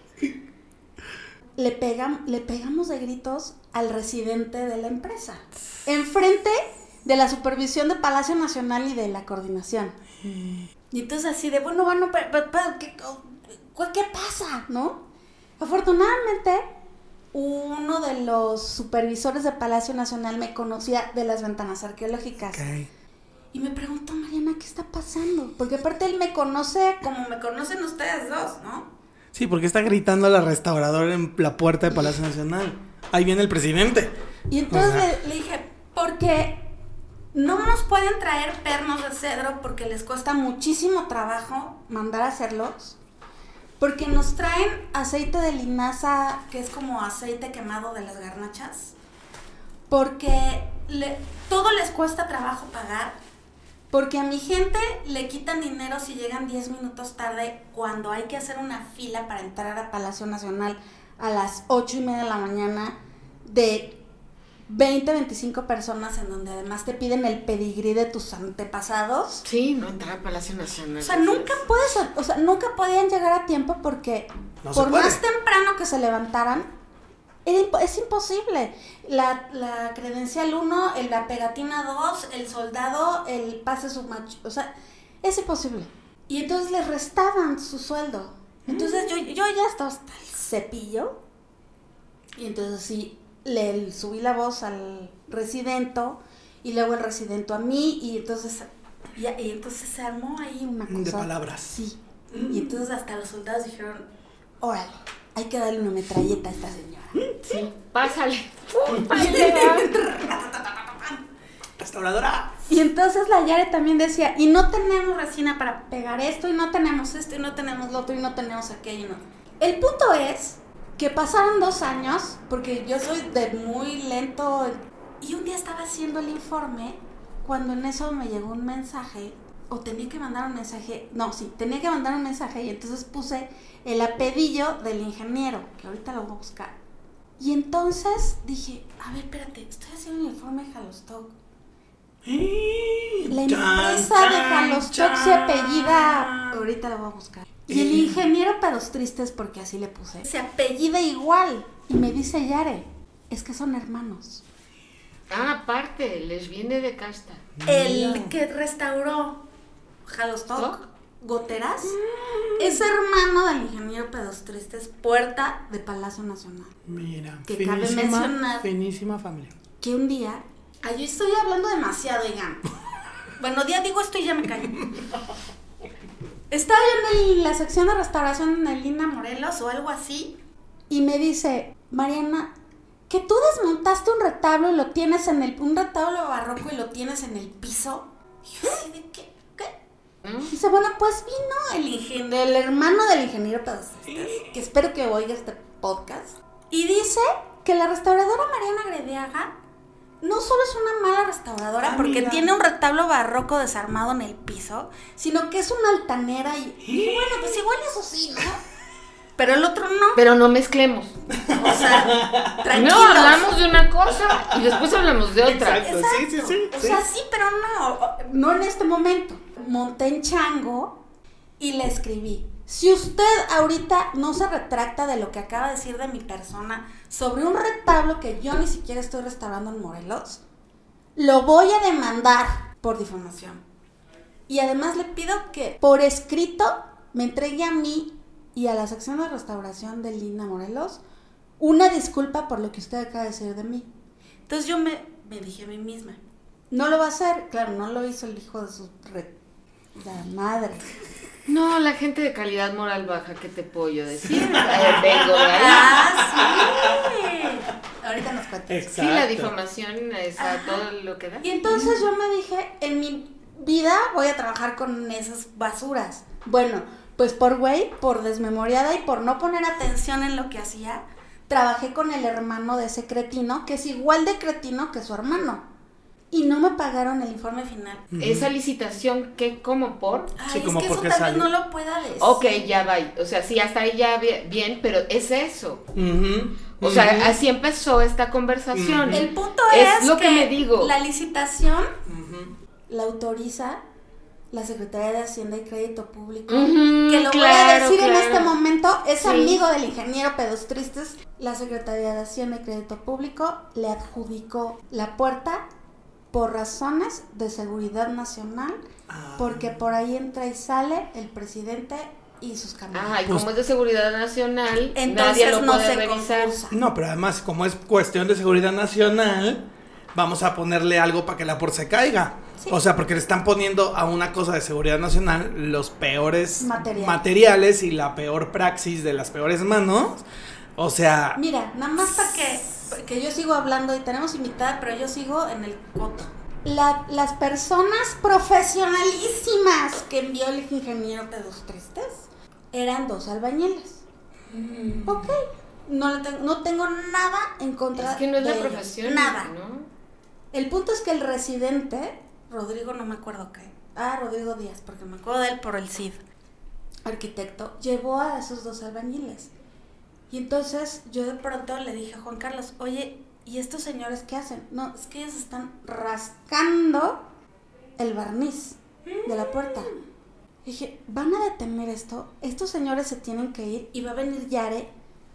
le, pegam, le pegamos de gritos al residente de la empresa, enfrente de la supervisión de Palacio Nacional y de la coordinación. Y entonces así de, bueno, bueno, pero, pero, pero, ¿qué, ¿qué pasa? ¿No? Afortunadamente, uno de los supervisores de Palacio Nacional me conocía de las ventanas arqueológicas. Ok. Y me preguntó, Mariana, ¿qué está pasando? Porque aparte él me conoce como me conocen ustedes dos, ¿no? Sí, porque está gritando a la restauradora en la puerta de Palacio Nacional. Ahí viene el presidente. Y entonces O sea. le, le dije, porque no nos pueden traer pernos de cedro porque les cuesta muchísimo trabajo mandar a hacerlos. Porque nos traen aceite de linaza, que es como aceite quemado de las garnachas. Porque le, todo les cuesta trabajo pagar. Porque a mi gente le quitan dinero si llegan diez minutos tarde cuando hay que hacer una fila para entrar a Palacio Nacional a las ocho y media de la mañana de veinte, veinticinco personas, en donde además te piden el pedigrí de tus antepasados. Sí, no entrar a Palacio Nacional. O sea, nunca puedes, o sea, nunca podían llegar a tiempo porque No se por puede. más temprano que se levantaran, Era impo- es imposible. La, la credencial uno, la pegatina dos, el soldado, el pase submacho, o sea, es imposible. Y entonces les restaban su sueldo. Entonces yo, yo ya estaba hasta el cepillo. Y entonces sí, le subí la voz al residento y luego el residento a mí y entonces, y, y entonces se armó ahí una cosa. De palabras. Sí. Y entonces hasta los soldados dijeron, órale, hay que darle una metralleta a esta señora. Sí, pásale. Restauradora. Y entonces la Yare también decía, y no tenemos resina para pegar esto, y no tenemos esto, y no tenemos lo otro, y no tenemos aquello. No. El punto es que pasaron dos años, porque yo soy de muy lento, y un día estaba haciendo el informe, cuando en eso me llegó un mensaje, o tenía que mandar un mensaje, no, sí, tenía que mandar un mensaje, y entonces puse el apellido del ingeniero, que ahorita lo voy a buscar. Y entonces dije, a ver, espérate, estoy haciendo un informe de Halostock. La empresa de Halostock se apellida, ahorita la voy a buscar. Y el ingeniero Pedos Tristes, porque así le puse, se apellida igual. Y me dice Yare, es que son hermanos. Ah, aparte, les viene de casta. El que restauró Halostock, Goteras, es hermano del ingeniero Pedos Tristes, puerta de Palacio Nacional. Mira, que cabe finísima, mencionar finísima familia. que un día, ay, yo estoy hablando demasiado, oigan. Bueno, día digo esto y ya me callo. Estaba yo en el- la sección de restauración en el Lina Morelos o algo así, y me dice, Mariana, que tú desmontaste un retablo y lo tienes en el, un retablo barroco y lo tienes en el piso. Y yo así de, ¿qué? ¿Qué? ¿Mm? Dice, bueno, pues vino el, ingen- el hermano del ingeniero Pedos Tristes, que espero que oiga este podcast, y dice que la restauradora Mariana Grediaga no solo es una mala restauradora Ah, porque mira. tiene un retablo barroco desarmado en el piso, sino que es una altanera y, y bueno, pues igual eso sí, ¿no? Pero el otro no. Pero no mezclemos. O sea, tranquilos. No, hablamos de una cosa y después hablamos de otra. Exacto, sí, sí, sí. O sí. sea, sí, pero no. No en este momento. Monté en chango y le escribí. Si usted ahorita no se retracta de lo que acaba de decir de mi persona sobre un retablo que yo ni siquiera estoy restaurando en Morelos, lo voy a demandar por difamación. Y además le pido que por escrito me entregue a mí y a la sección de restauración de Lina Morelos una disculpa por lo que usted acaba de decir de mí. Entonces yo me, me dije a mí misma, no lo va a hacer. Claro, no lo hizo el hijo de su re... la madre. No, la gente de calidad moral baja, ¿qué te puedo yo decir? Eh, vengo de ahí. Ah, sí. Ahorita nos cuentas. Exacto. Sí, la difamación es a todo lo que da. Y entonces yo me dije, en mi vida voy a trabajar con esas basuras. Bueno, pues por güey, por desmemoriada y por no poner atención en lo que hacía, trabajé con el hermano de ese cretino, que es igual de cretino que su hermano. Y no me pagaron el informe final. Esa licitación, ¿qué? ¿Cómo por? Ay, Sí, es como que eso porque también salió. no lo pueda decir. Ok, ya va. O sea, sí, hasta ahí ya vi- bien, pero es eso. Ujú, O sea, ujú, así empezó esta conversación. El punto Es es, lo que me digo. la licitación ujú. la autoriza la Secretaría de Hacienda y Crédito Público, Ujú, que lo voy a claro, decir en claro. este momento, es Sí. amigo del ingeniero Pedos Tristes. La Secretaría de Hacienda y Crédito Público le adjudicó la puerta por razones de seguridad nacional, Ah. porque por ahí entra y sale el presidente y sus camaradas. Ajá, y Pues- como es de seguridad nacional, nadie Entonces lo no puede se revisar. concursa. No, pero además, como es cuestión de seguridad nacional, vamos a ponerle algo para que la puerta se caiga. Sí. O sea, porque le están poniendo a una cosa de seguridad nacional los peores Materiales. materiales y la peor praxis de las peores manos. O sea, Mira, nada más para que, que yo sigo hablando y tenemos invitada, pero yo sigo en el coto. La- las personas profesionalísimas que envió el ingeniero Pedos Tristes eran dos albañiles. Ok, no, le tengo, no tengo nada en contra Es que no es de la ellos. profesión. Nada. ¿No? El punto es que el residente, Rodrigo, no me acuerdo qué. Ah, Rodrigo Díaz, porque me acuerdo de él por el C I D. Arquitecto, llevó a esos dos albañiles. Y entonces yo de pronto le dije a Juan Carlos, oye, ¿y estos señores qué hacen? No, es que ellos están rascando el barniz de la puerta. Dije, ¿van a detener esto? Estos señores se tienen que ir y va a venir Yare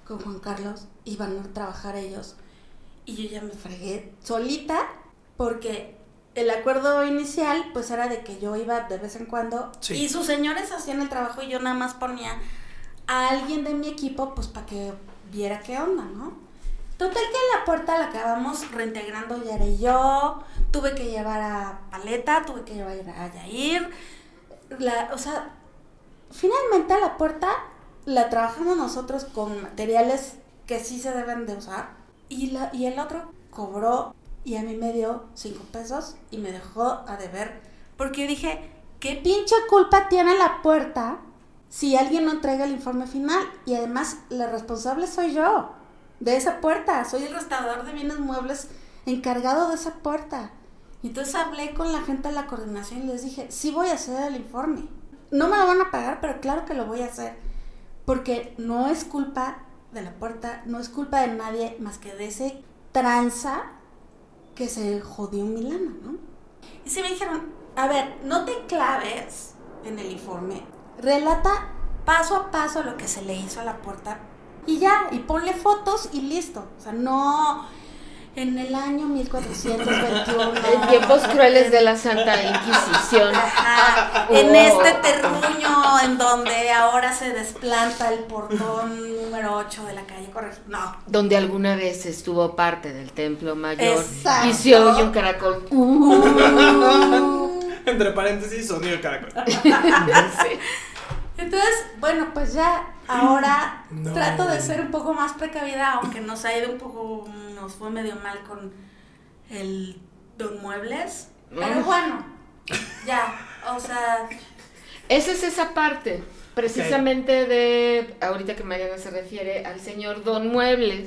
con Juan Carlos, iban a trabajar ellos. Y yo ya me fregué solita, porque el acuerdo inicial pues era de que yo iba de vez en cuando, sí. Y sus señores hacían el trabajo y yo nada más ponía a alguien de mi equipo pues para que viera qué onda, ¿no? Total que en la puerta la acabamos reintegrando Yara y yo, tuve que llevar a Paleta, tuve que llevar a Yair, la, o sea, finalmente la puerta la trabajamos nosotros con materiales que sí se deben de usar, y, la, y el otro cobró y a mí me dio cinco pesos y me dejó a deber, porque yo dije, ¿qué pinche culpa tiene la puerta si alguien no entrega el informe final? Y además la responsable soy yo de esa puerta, soy el restaurador de bienes muebles encargado de esa puerta. Y entonces hablé con la gente de la coordinación y les dije, sí voy a hacer el informe, no me lo van a pagar, pero claro que lo voy a hacer, porque no es culpa de la puerta, no es culpa de nadie más que de ese tranza que se jodió mi lana, ¿no? Y sí me dijeron, a ver, no te claves en el informe, relata paso a paso lo que se le hizo a la puerta y ya, y ponle fotos y listo. O sea, no en el año mil cuatrocientos veintiuno. En tiempos crueles de la Santa Inquisición. Ajá, oh. En este terruño en donde ahora se desplanta el portón número ocho de la calle Corregidora. No. Donde alguna vez estuvo parte del Templo Mayor. Exacto. Y se oye un caracol. Uh. Entre paréntesis, sonido de caracol. Sí. Entonces, bueno, pues ya ahora no. trato de ser un poco más precavida, aunque nos ha ido un poco, nos fue medio mal con el Don Muebles, pero bueno, ya, o sea... Esa es esa parte, precisamente okay. de, ahorita que Mariana se refiere al señor Don Muebles,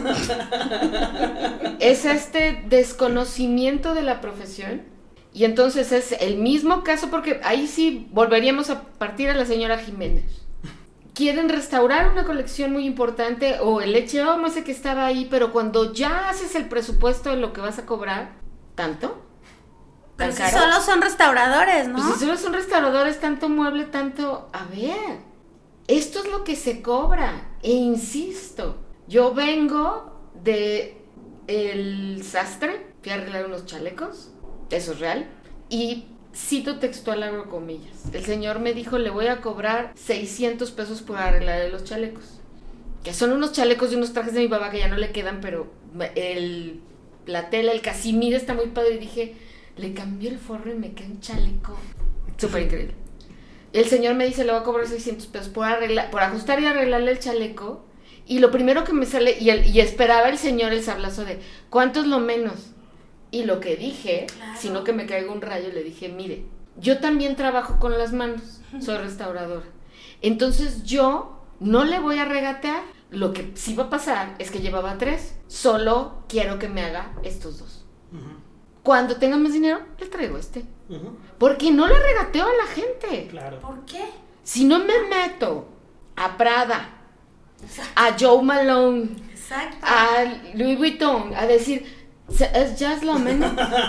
es este desconocimiento de la profesión. Y entonces es el mismo caso, porque ahí sí volveríamos a partir a la señora Jiménez. Quieren restaurar una colección muy importante, o el Leche Homo ese que estaba ahí, pero cuando ya haces el presupuesto de lo que vas a cobrar, ¿tanto? Pero si solo son restauradores, ¿no? Pues si solo son restauradores, tanto mueble, tanto... A ver, esto es lo que se cobra, e insisto, yo vengo de el sastre, fui a arreglar unos chalecos, eso es real, y cito textual, abro comillas, el señor me dijo, le voy a cobrar seiscientos pesos por arreglar los chalecos, que son unos chalecos de unos trajes de mi papá que ya no le quedan, pero el, la tela, el casimir está muy padre, y dije, le cambié el forro y me queda un chaleco súper increíble. El señor me dice, le voy a cobrar seiscientos pesos por arreglar, por ajustar y arreglarle el chaleco, y lo primero que me sale, y, el, y esperaba el señor el sablazo de, ¿cuánto es lo menos? Y lo que dije, claro. Sino que me caiga un rayo, le dije, mire, yo también trabajo con las manos, soy restauradora. Entonces yo no le voy a regatear. Lo que sí va a pasar es que llevaba tres. Solo quiero que me haga estos dos. Uh-huh. Cuando tenga más dinero, le traigo este. Uh-huh. Porque no le regateo a la gente. Claro. ¿Por qué? Si no me meto a Prada, exacto, a Joe Malone, exacto, a Louis Vuitton, a decir... es ya es lo menos.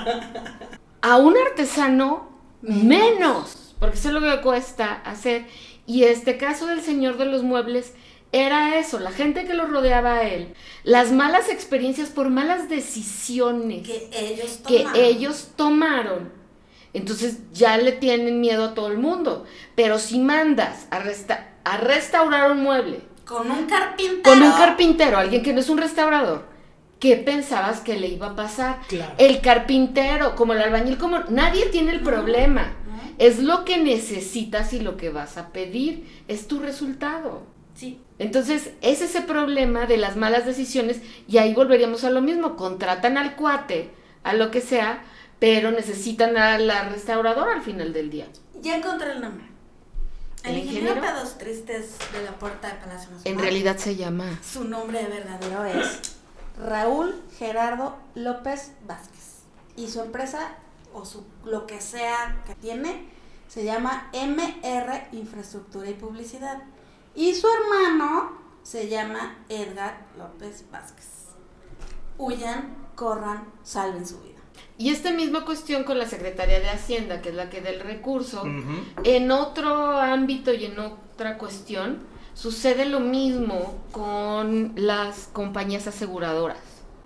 A un artesano menos, porque eso es lo que cuesta hacer. Y este caso del señor de los muebles era eso, la gente que lo rodeaba a él, las malas experiencias por malas decisiones que ellos tomaron, que ellos tomaron. Entonces ya le tienen miedo a todo el mundo. Pero si mandas a, resta- a restaurar un mueble con un carpintero, con un carpintero, alguien que no es un restaurador, ¿qué pensabas que le iba a pasar? Claro. El carpintero, como el albañil, como nadie tiene el problema. Uh-huh. Es lo que necesitas y lo que vas a pedir. Es tu resultado. Sí. Entonces, es ese problema de las malas decisiones, y ahí volveríamos a lo mismo. Contratan al cuate, a lo que sea, pero necesitan a la restauradora al final del día. Ya encontré el nombre. El, ¿El ingeniero ingeniero? Pedos Tristes de la Puerta de Palacio Nacional. En realidad se llama... Su nombre verdadero es Raúl Gerardo López Vázquez. Y su empresa, o su lo que sea que tiene, se llama M R Infraestructura y Publicidad. Y su hermano se llama Edgar López Vázquez. Huyan, corran, salven su vida. Y esta misma cuestión con la Secretaría de Hacienda, que es la que da el recurso, uh-huh, en otro ámbito y en otra cuestión, sucede lo mismo con las compañías aseguradoras.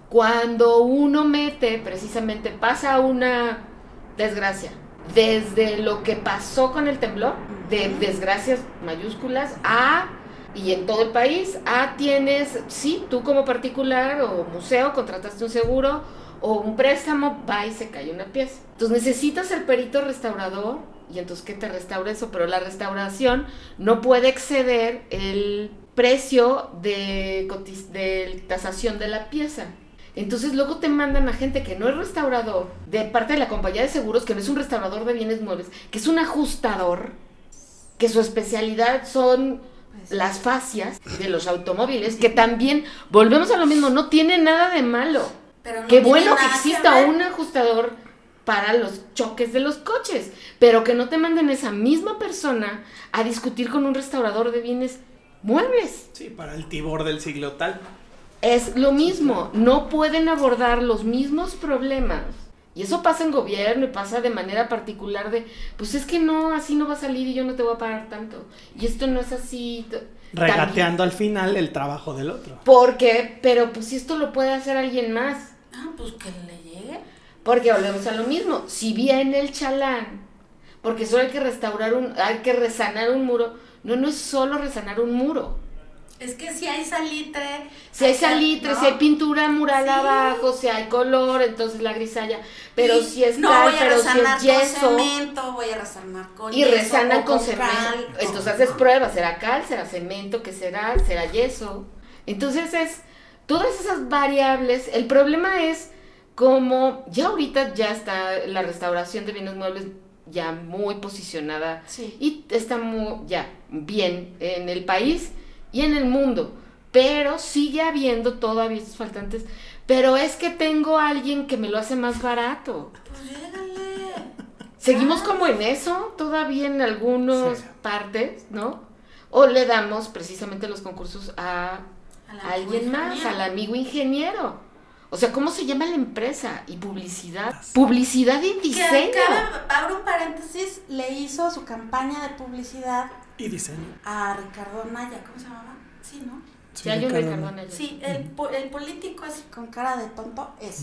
Cuando uno mete, precisamente pasa una desgracia, desde lo que pasó con el temblor, de desgracias mayúsculas, a, y en todo el país, a tienes, sí, tú como particular o museo contrataste un seguro o un préstamo, va y se cae una pieza. Entonces necesitas el perito restaurador, y entonces que te restaure eso, pero la restauración no puede exceder el precio de, cotiz- de tasación de la pieza. Entonces luego te mandan a gente que no es restaurador, de parte de la compañía de seguros, que no es un restaurador de bienes muebles, que es un ajustador, que su especialidad son las fascias de los automóviles, que también, volvemos a lo mismo, no tiene nada de malo. Pero no Qué tiene bueno que nada exista ver. un ajustador para los choques de los coches, pero que no te manden esa misma persona a discutir con un restaurador de bienes muebles. Sí, para el Tibor del siglo tal. Es lo mismo, no pueden abordar los mismos problemas. Y eso pasa en gobierno y pasa de manera particular de, pues es que no, así no va a salir y yo no te voy a pagar tanto. Y esto no es así. Regateando al final el trabajo del otro. ¿Por qué? Pero pues si esto lo puede hacer alguien más. Ah, pues que le llegue. Porque volvemos a lo mismo. Si viene el chalán, porque solo hay que restaurar un, hay que resanar un muro. No, no es solo resanar un muro. Es que si hay salitre. Si hay salitre, ¿no? si hay pintura mural Sí. abajo, si hay color, entonces la grisalla. Pero Y si es no cal, voy a pero si resanar es yeso. con cemento, voy a resanar con Y yeso resanan o con cal. cemento. Entonces haces pruebas, será cal, será cemento, ¿qué será? Será yeso. Entonces es todas esas variables. El problema es como ya ahorita ya está la restauración de bienes muebles ya muy posicionada. Sí. Y está muy, ya bien en el país y en el mundo. Pero sigue habiendo todavía estos faltantes. Pero es que tengo a alguien que me lo hace más barato. Pues llégale. Seguimos como en eso, todavía en algunas Sí. partes, ¿no? O le damos precisamente los concursos a, Al a alguien amigo más, ingeniero. al amigo ingeniero. O sea, ¿cómo se llama la empresa? Y publicidad. Publicidad y Que diseño. cabe- abro un paréntesis, le hizo su campaña de publicidad Y diseño. a Ricardo Anaya, ¿cómo se llamaba? Sí, ¿no? Sí, hay un Ricardo. Ricardo Anaya. Sí, el, po- el político así con cara de tonto es.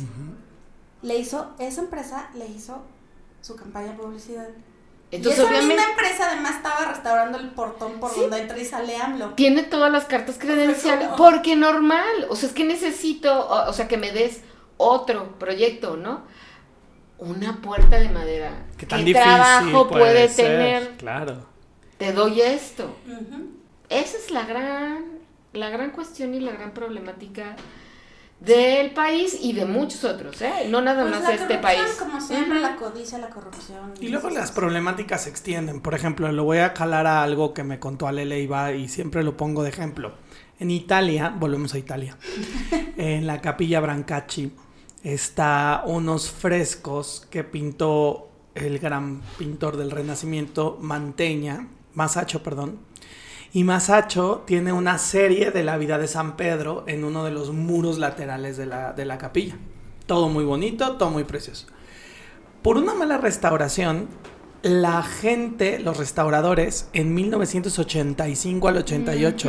Le hizo, esa empresa le hizo su campaña de publicidad. Entonces, y esa obviamente, misma empresa además estaba restaurando el portón por Sí. donde entra y sale AMLO. tiene todas las cartas credenciales, ¿cómo? porque normal, o sea, es que necesito, o, o sea, que me des otro proyecto, ¿no? Una puerta de madera. Que tan ¿Qué difícil trabajo puede, puede ser, tener? Claro. Te doy esto. Ujú. Esa es la gran, la gran cuestión y la gran problemática del país y de muchos otros, ¿eh? No nada Pues más la este corrupción, país. como siempre, Ujú. la codicia, la corrupción. Y luego esas las cosas. problemáticas se extienden. Por ejemplo, lo voy a calar a algo que me contó Ale Leiva y siempre lo pongo de ejemplo. En Italia, volvemos a Italia, en la Capilla Brancacci está unos frescos que pintó el gran pintor del Renacimiento, Mantegna, Masaccio, perdón. Y Masaccio tiene una serie de la vida de San Pedro en uno de los muros laterales de la, de la capilla. Todo muy bonito, todo muy precioso. Por una mala restauración, la gente, los restauradores, en mil novecientos ochenta y cinco al ochenta y ocho,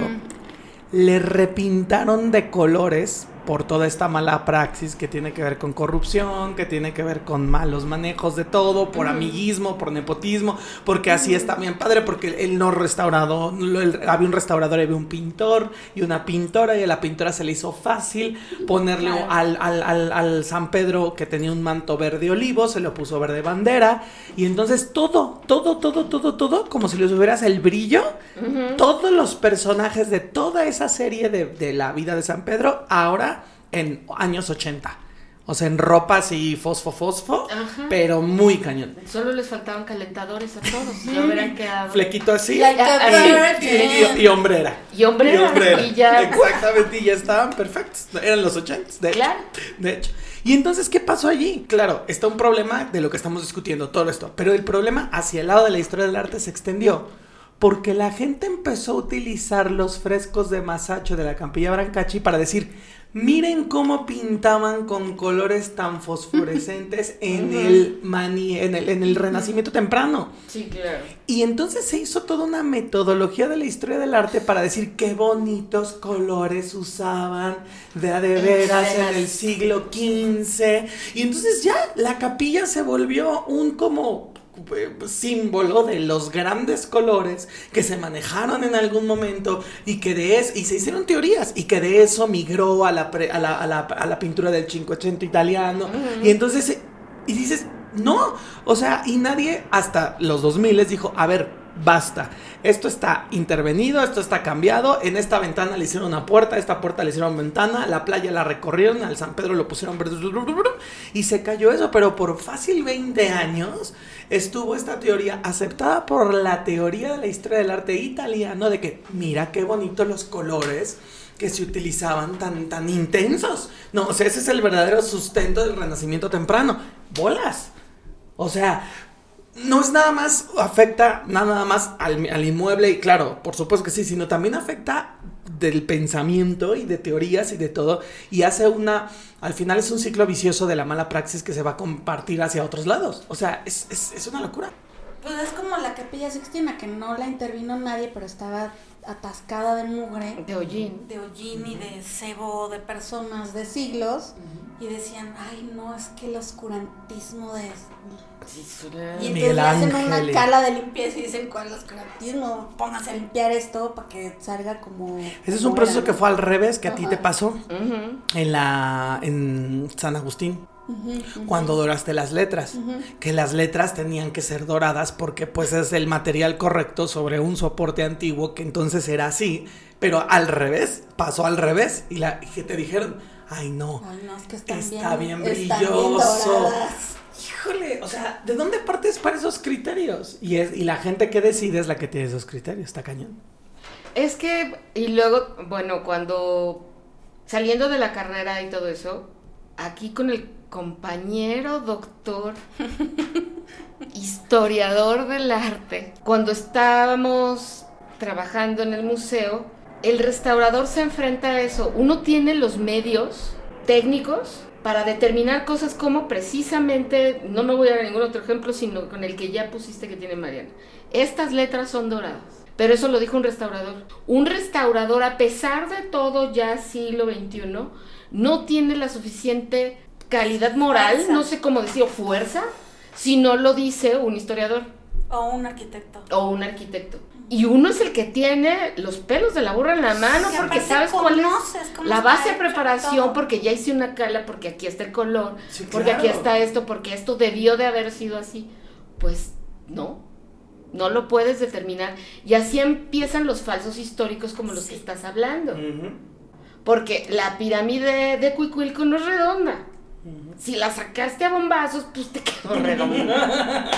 le repintaron de colores por toda esta mala praxis que tiene que ver con corrupción, que tiene que ver con malos manejos de todo, por amiguismo, por nepotismo, porque así está bien padre, porque él no restaurado, no, él- había un restaurador y había un pintor y una pintora, y a la pintora se le hizo fácil ponerle Claro. al, al, al, al San Pedro que tenía un manto verde olivo, se lo puso verde bandera, y entonces todo, todo, todo, todo, todo, como si les hubieras el brillo, todos los personajes de toda esa serie de, de la vida de San Pedro, ahora en años ochenta. O sea, en ropa así fosfo, fosfo, Ajá. pero muy cañón. Solo les faltaban calentadores a todos. Ya hubieran quedado. Flequito así. Like a Ah, sí. virgin. Y, y hombrera. Y hombrera. Y hombrera. Y ya. Exactamente, y ya estaban perfectos. Eran los ochentas, de hecho. Claro. De hecho. Y entonces, ¿qué pasó allí? Claro, está un problema de lo que estamos discutiendo, todo esto. Pero el problema hacia el lado de la historia del arte se extendió. porque la gente empezó a utilizar los frescos de Masaccio de la Capilla Brancacci para decir, miren cómo pintaban con colores tan fosforescentes en, uh-huh. el mani, en, el, en el Renacimiento temprano. Sí, claro. Y entonces se hizo toda una metodología de la historia del arte para decir qué bonitos colores usaban de a de veras en el siglo quince. Y entonces ya la capilla se volvió un como símbolo de los grandes colores que se manejaron en algún momento y que de eso, y se hicieron teorías, y que de eso migró a la, pre, a la, a la, a la pintura del Cinquecento italiano. Uh-huh. Y entonces, y dices, no, o sea, y nadie hasta los dos mil les dijo, a ver, basta, esto está intervenido, esto está cambiado, en esta ventana le hicieron una puerta, esta puerta le hicieron ventana, la playa la recorrieron, al San Pedro lo pusieron y se cayó eso, pero por fácil veinte años estuvo esta teoría aceptada por la teoría de la historia del arte italiano de que mira qué bonitos los colores que se utilizaban tan, tan intensos. No, o sea, ese es el verdadero sustento del Renacimiento temprano. ¡Bolas! O sea, no es nada más, afecta nada más al, al inmueble, y claro, por supuesto que sí, sino también afecta del pensamiento y de teorías y de todo, y hace una, al final es un ciclo vicioso de la mala praxis que se va a compartir hacia otros lados. O sea, es, es, es una locura. Pues es como la Capilla Sixtina, que no la intervino nadie, pero estaba atascada de mugre. De hollín. De hollín uh-huh. y de cebo de personas de siglos. Uh-huh. Y decían, ay, no, es que el oscurantismo de... Sí, y entonces le hacen una cala de limpieza y dicen, ¿cuál es el oscurantismo? Pónganse a limpiar esto para que salga como... Ese es un proceso que fue al revés, que uh-huh. a ti te pasó uh-huh. en la en San Agustín. Uh-huh, uh-huh. Cuando doraste las letras, uh-huh. que las letras tenían que ser doradas porque pues es el material correcto sobre un soporte antiguo, que entonces era así, pero al revés, pasó al revés, y, la, y que te dijeron, ay no, ay, no es que están está bien, bien brilloso. Híjole, o sea, ¿de dónde partes para esos criterios? Y, es, y la gente que decide es la que tiene esos criterios, está cañón. Es que, y luego, bueno, cuando saliendo de la carrera y todo eso, aquí con el compañero doctor historiador del arte, cuando estábamos trabajando en el museo, el restaurador se enfrenta a eso. Uno tiene los medios técnicos para determinar cosas como precisamente, no me voy a dar ningún otro ejemplo, sino con el que ya pusiste que tiene Mariana. Estas letras son doradas. Pero eso lo dijo un restaurador. Un restaurador, a pesar de todo ya siglo veintiuno, no tiene la suficiente calidad moral, fuerza. No sé cómo decir, o fuerza, si no lo dice un historiador. O un arquitecto. O un arquitecto. Y uno es el que tiene los pelos de la burra en la mano, sí, porque sabes cuál es la base de preparación, porque ya hice una cala, porque aquí está el color, sí, claro. porque aquí está esto, porque esto debió de haber sido así. Pues no, no lo puedes determinar. Y así empiezan los falsos históricos como los sí. que estás hablando. Uh-huh. Porque la pirámide de Cuicuilco no es redonda. Uh-huh. Si la sacaste a bombazos, pues te quedó redonda.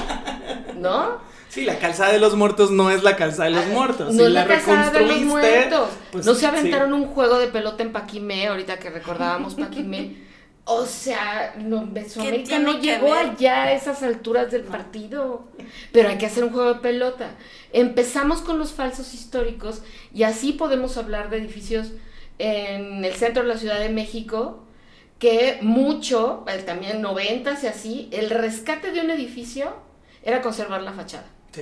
¿No? Sí, la calzada de los muertos no es la calzada de los muertos. No si es la, la calzada de los muertos. Pues, no se aventaron sí. un juego de pelota en Paquimé, ahorita que recordábamos Paquimé. O sea, no, Mesoamérica no llegó allá a esas alturas del partido. Pero hay que hacer un juego de pelota. Empezamos con los falsos históricos y así podemos hablar de edificios en el centro de la Ciudad de México, que mucho, también noventas y así, el rescate de un edificio era conservar la fachada. Sí.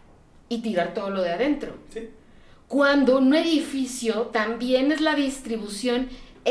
Y tirar todo lo de adentro. Sí. Cuando un edificio también es la distribución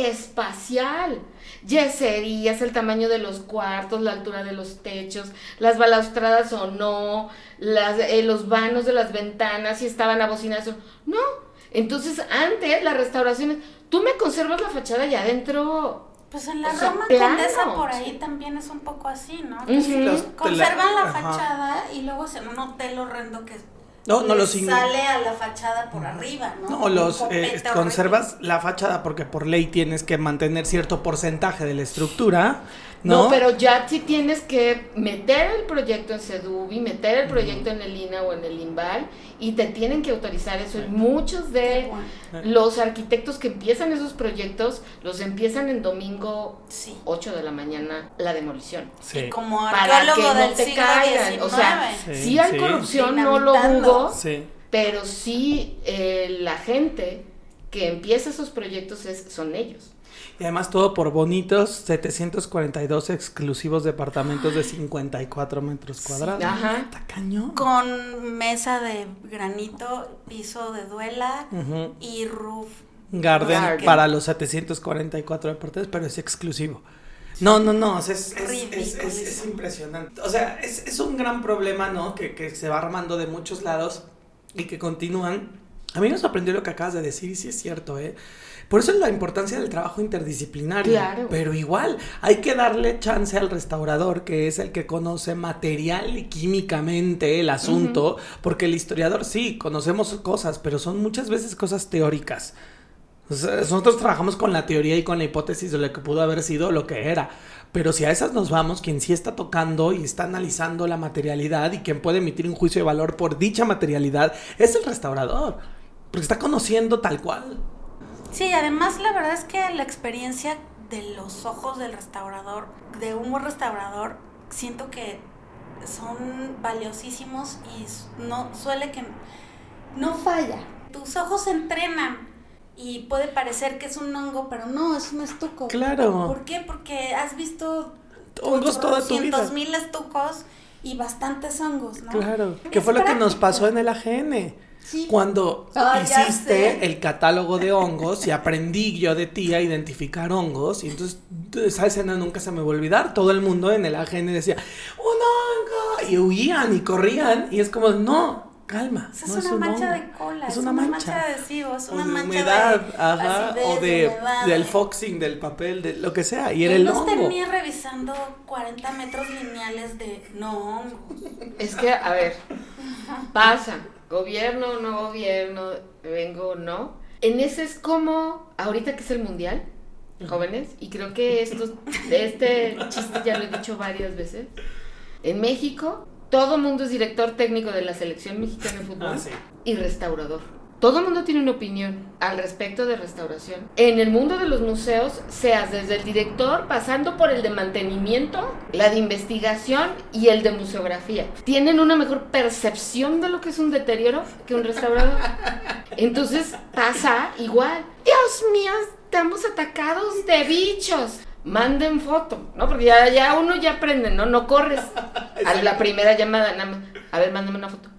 espacial. Yeserías, el tamaño de los cuartos, la altura de los techos, las balaustradas o no, las, eh, los vanos de las ventanas, si estaban abocinadas o no. Entonces, antes, las restauraciones, tú me conservas la fachada y adentro... Pues en la Roma Condesa por ahí sí. también es un poco así, ¿no? Que uh-huh. los, conservan la, la fachada y luego hacen un hotel horrendo que no, no los sale a la fachada por arriba, ¿no? No, los eh, conservas la fachada porque por ley tienes que mantener cierto porcentaje de la estructura, ¿no? No, pero ya sí tienes que meter el proyecto en SEDUBI, meter el proyecto uh-huh. en el I N A o en el INVAL y te tienen que autorizar eso. Y muchos de bueno. los arquitectos que empiezan esos proyectos los empiezan en domingo sí. ocho de la mañana la demolición. Sí. Y como para que no del te caigan. O sea, sí, sí hay sí. corrupción, no lo dudo. Sí. pero sí eh, la gente que empieza esos proyectos es, son ellos. Y además todo por bonitos setecientos cuarenta y dos exclusivos departamentos de cincuenta y cuatro metros cuadrados. Ajá. Está cañón. Con mesa de granito, piso de duela uh-huh. y roof. Garden, Garden para los setecientos cuarenta y cuatro departamentos, pero es exclusivo. No, no, no, o sea, es, es, es, es, es impresionante. O sea, es, es un gran problema, ¿no? Que, que se va armando de muchos lados y que continúan. A mí me sorprendió lo que acabas de decir y sí es cierto, ¿eh? Por eso es la importancia del trabajo interdisciplinario. Claro. Pero igual, hay que darle chance al restaurador, que es el que conoce material y químicamente el asunto, uh-huh. porque el historiador sí, conocemos cosas, pero son muchas veces cosas teóricas. O sea, nosotros trabajamos con la teoría y con la hipótesis de lo que pudo haber sido lo que era. Pero si a esas nos vamos, quien sí está tocando y está analizando la materialidad y quien puede emitir un juicio de valor por dicha materialidad es el restaurador. Porque está conociendo tal cual. Sí, además la verdad es que la experiencia de los ojos del restaurador, de un buen restaurador, siento que son valiosísimos y no suele que no falla. Tus ojos se entrenan y puede parecer que es un hongo, pero no, es un estuco. Claro. ¿Por qué? Porque has visto hongos toda tu vida. cientos mil estucos y bastantes hongos, ¿no? Claro. Es Que fue lo que práctico. nos pasó en el A G N. Sí. Cuando oh, hiciste el catálogo de hongos y aprendí yo de ti a identificar hongos y entonces esa escena nunca se me va a olvidar. Todo el mundo en el A G N decía ¡un hongo! Y huían y corrían y es como no, calma, Esa no es es una un mancha hongo. de cola, es es una una mancha, mancha de adhesivo, es una o de mancha humedad, de ajá, acidez, o de, de humedad, del de... foxing, del papel, de lo que sea, y Yo era el los hongo. tenía revisando cuarenta metros lineales de no hongos. Es que, a ver, pasa, gobierno o no gobierno, vengo o no. En ese es como, ahorita que es el mundial, jóvenes, y creo que esto, este chiste ya lo he dicho varias veces. En México, todo mundo es director técnico de la selección mexicana de fútbol Ah, sí. y restaurador. Todo el mundo tiene una opinión al respecto de restauración. En el mundo de los museos, seas desde el director, pasando por el de mantenimiento, la de investigación y el de museografía, tienen una mejor percepción de lo que es un deterioro que un restaurador. Entonces pasa igual. Dios mío, estamos atacados de bichos. Manden foto, ¿no? Porque ya, ya uno ya aprende, ¿no? No corres a la primera llamada, nada más. A ver, mándame una foto.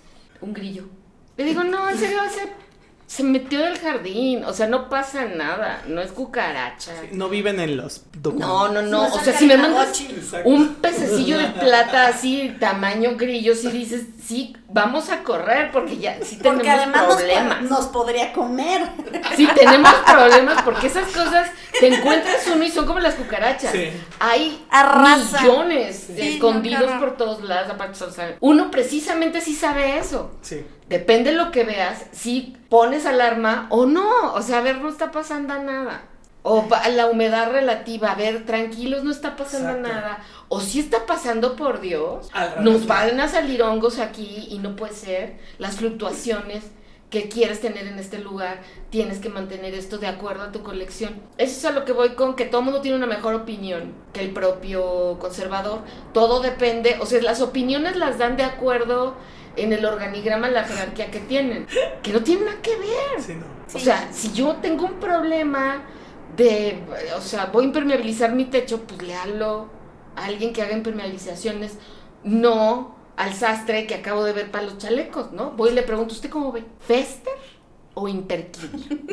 Un grillo. Le digo, no, en serio, se, se metió del jardín. O sea, no pasa nada. No es cucaracha. Sí, no viven en los documentos. No, no, no. No O sea, si me sacan la mandas bochi. un pececillo de plata así, tamaño grillo, si dices, sí, vamos a correr porque ya sí tenemos Porque además nos, problemas. nos podría comer. Sí, tenemos problemas porque esas cosas te encuentras uno y son como las cucarachas. Sí. Hay Arrasa. millones Sí, escondidos no, qué horror. por todos lados. Aparte, o sea, uno precisamente sí sabe eso. Sí. Depende de lo que veas, si pones alarma o no. O sea, a ver, no está pasando nada. O va- la humedad relativa, a ver, tranquilos, no está pasando Exacto. nada. O sí está pasando, por Dios. Al Nos revés. van a salir hongos aquí y no puede ser. Las fluctuaciones que quieres tener en este lugar, tienes que mantener esto de acuerdo a tu colección. Eso es a lo que voy con que todo el mundo tiene una mejor opinión que el propio conservador. Todo depende, o sea, las opiniones las dan de acuerdo en el organigrama, la jerarquía que tienen, que no tiene nada que ver. Sí, no. O sea, si yo tengo un problema de, o sea, voy a impermeabilizar mi techo, pues le hablo a alguien que haga impermeabilizaciones, no al sastre que acabo de ver para los chalecos, ¿no? Voy y le pregunto, ¿usted cómo ve? ¿Fester o Interkin?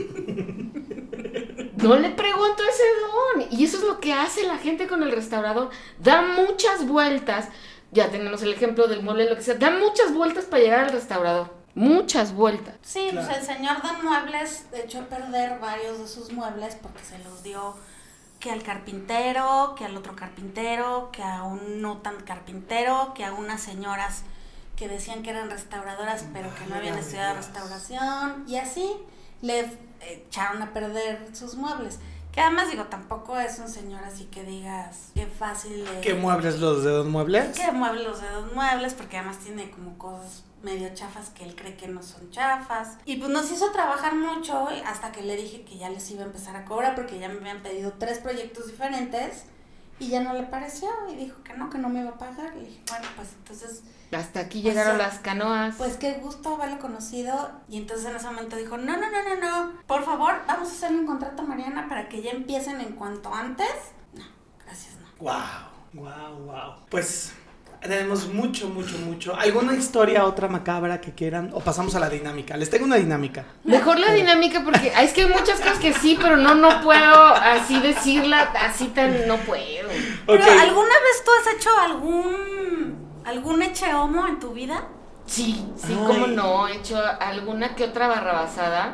No le pregunto ese don. Y eso es lo que hace la gente con el restaurador. Da muchas vueltas. Ya tenemos el ejemplo del mueble, lo que sea. Da muchas vueltas para llegar al restaurador. Muchas vueltas. Sí, Claro. pues el señor de muebles echó a perder varios de sus muebles porque se los dio que al carpintero, que al otro carpintero, que a un no tan carpintero, que a unas señoras que decían que eran restauradoras pero que no habían Válgame estudiado Dios. restauración y así le echaron a perder sus muebles. Que además digo, tampoco es un señor así que digas qué fácil de... ¿Qué muebles los de dos muebles? Que mueve los dedos muebles, porque además tiene como cosas medio chafas que él cree que no son chafas. Y pues nos hizo trabajar mucho hasta que le dije que ya les iba a empezar a cobrar, porque ya me habían pedido tres proyectos diferentes Y ya no le pareció y dijo que no, que no me iba a pagar. Le dije, bueno, pues entonces... Hasta aquí pues, llegaron eh, las canoas. Pues qué gusto haberlo conocido. Y entonces en ese momento dijo, no, no, no, no, no, por favor, vamos a hacerle un contrato a Mariana para que ya empiecen en cuanto antes. No, gracias, no. Wow, wow, wow. Pues tenemos mucho, mucho, mucho. ¿Alguna historia, otra macabra que quieran? O pasamos a la dinámica. Les tengo una dinámica. Mejor la dinámica porque es que hay muchas cosas que sí, pero no, no puedo así decirla, así tan, no puedo. Pero Ok. ¿alguna vez tú has hecho algún, algún echeomo en tu vida? Sí, sí, Ay. cómo no, he hecho alguna que otra barrabasada.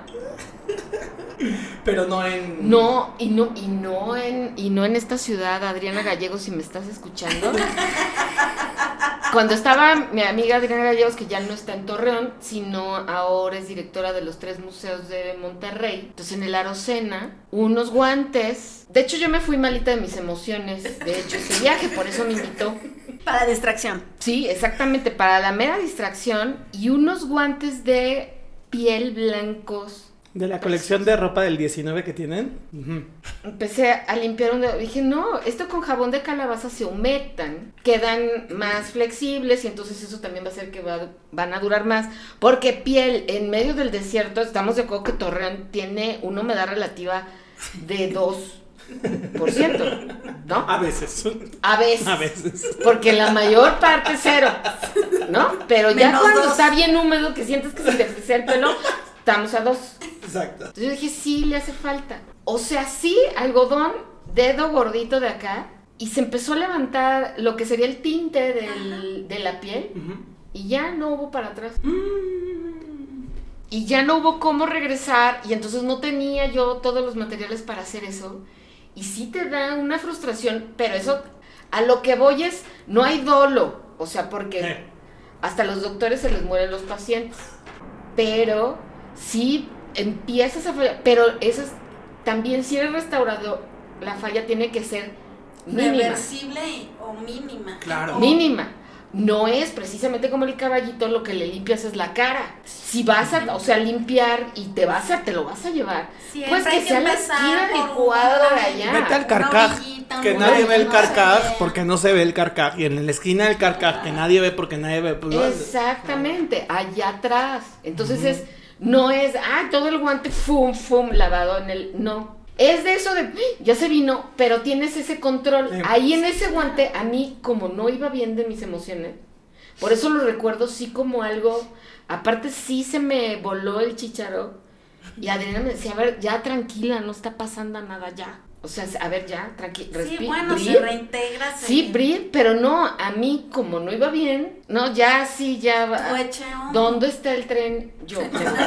Pero no en... No, y no, y no en, y no en esta ciudad, Adriana Gallegos, si me estás escuchando. Cuando estaba mi amiga Adriana Gallegos, que ya no está en Torreón, sino ahora es directora de los tres museos de Monterrey. Entonces en el Arocena, unos guantes. De hecho, yo me fui malita de mis emociones, de hecho, ese viaje, por eso me invitó. Para distracción. Sí, exactamente, para la mera distracción. Y unos guantes de piel blancos. ¿De la colección de ropa del diecinueve que tienen? Ujú. Empecé a limpiar un dedo. Dije, no, esto con jabón de calabaza se humectan, quedan más flexibles y entonces eso también va a hacer que va- van a durar más. Porque piel en medio del desierto, estamos de acuerdo que Torreón tiene una humedad relativa de dos por ciento, ¿no? A veces. A veces. A veces. Porque la mayor parte cero, ¿no? Pero ya Menos cuando dos. está bien húmedo, que sientes que se te frisea el pelo, estamos a dos. Exacto. Entonces yo dije, sí, le hace falta. O sea, sí, algodón, dedo gordito de acá, y se empezó a levantar lo que sería el tinte del, de la piel, Ujú. y ya no hubo para atrás. Y ya no hubo cómo regresar, y entonces no tenía yo todos los materiales para hacer eso. Y sí te da una frustración, pero eso, a lo que voy es, no hay dolo. O sea, porque Eh. hasta los doctores se les mueren los pacientes. Pero sí empiezas a fallar. Pero eso es, también si eres restaurador, la falla tiene que ser mínima. Reversible o mínima. Claro. O- Mínima. No es precisamente como el caballito, lo que le limpias es la cara. Si vas a, o sea, limpiar y te vas a, te lo vas a llevar, Siempre pues que hay que sea la empezar esquina del por cuadro de una- allá. Vete al Una carcaj, orillita, que un nadie lugar ve el que no se carcaj vea. porque no se ve el carcaj. Y en la esquina del carcaj que nadie ve porque nadie ve. Pues, Exactamente, allá atrás. Entonces es, no es, ah, todo el guante, fum, fum, lavado en el, no. Es de eso de, "Ay, ya se vino", pero tienes ese control. Sí. Ahí en ese guante, a mí, como no iba bien de mis emociones, por eso lo recuerdo sí como algo, aparte sí se me voló el chícharo. Y Adriana me decía, a ver, ya tranquila, no está pasando nada ya. O sea, a ver, ya, tranquila, Sí, respira. bueno, se reintegra. se- Sí, breathe, pero no, a mí como no iba bien, no, ya sí, ya va. Tu echeomo. ¿Dónde está el tren? Yo.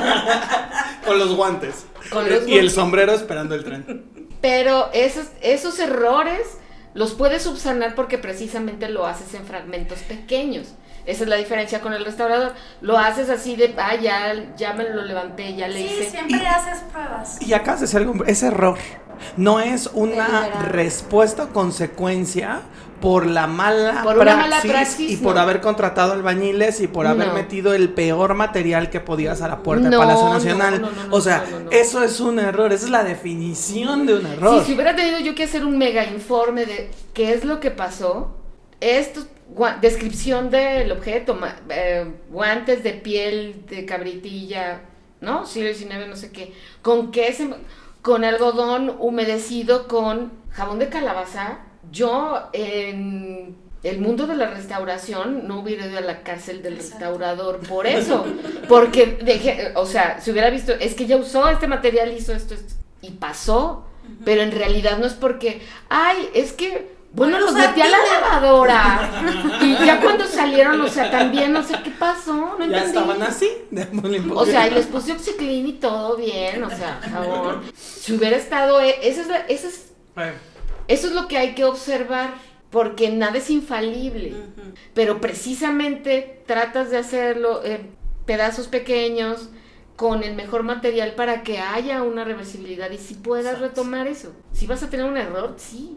Con los guantes. Con los Y el guantes. sombrero esperando el tren. Pero esos, esos errores los puedes subsanar porque precisamente lo haces en fragmentos pequeños. Esa es la diferencia con el restaurador. Lo haces así de, ah, ya, ya me lo levanté, ya le Sí, hice. siempre haces pruebas. Y acá se algo, es error. No es una Deliberado. respuesta o consecuencia por la mala, Por una praxis, mala praxis, y por no. haber contratado albañiles y por haber No. metido el peor material que podías a la puerta del No, Palacio no, Nacional. no, no, no, o sea, no, no, no. eso es un error, esa es la definición de un error. Sí, si hubiera tenido yo que hacer un mega informe de qué es lo que pasó, esto, gua- descripción del objeto, ma- eh, guantes de piel de cabritilla, ¿no? Siglo diecinueve, no sé qué. ¿Con qué se, con algodón humedecido con jabón de calabaza? Yo en el mundo de la restauración no hubiera ido a la cárcel del Exacto. restaurador por eso, porque dejé, o sea, si hubiera visto, es que ya usó este material, hizo esto, esto y pasó, pero en realidad no es porque, ay, es que, bueno, Bueno, los metí a la sartén. lavadora y ya cuando salieron, o sea, también no sé qué pasó, no Ya entendí. estaban así. démosle un O sea, y poquito. les puse oxiclin y todo bien, o sea, jabón. Si hubiera estado, eh, esa es la, esa es, Eh, eso es lo que hay que observar, porque nada es infalible, Ujú. pero precisamente tratas de hacerlo en pedazos pequeños, con el mejor material para que haya una reversibilidad y si puedas Exacto. retomar eso. Si vas a tener un error, sí.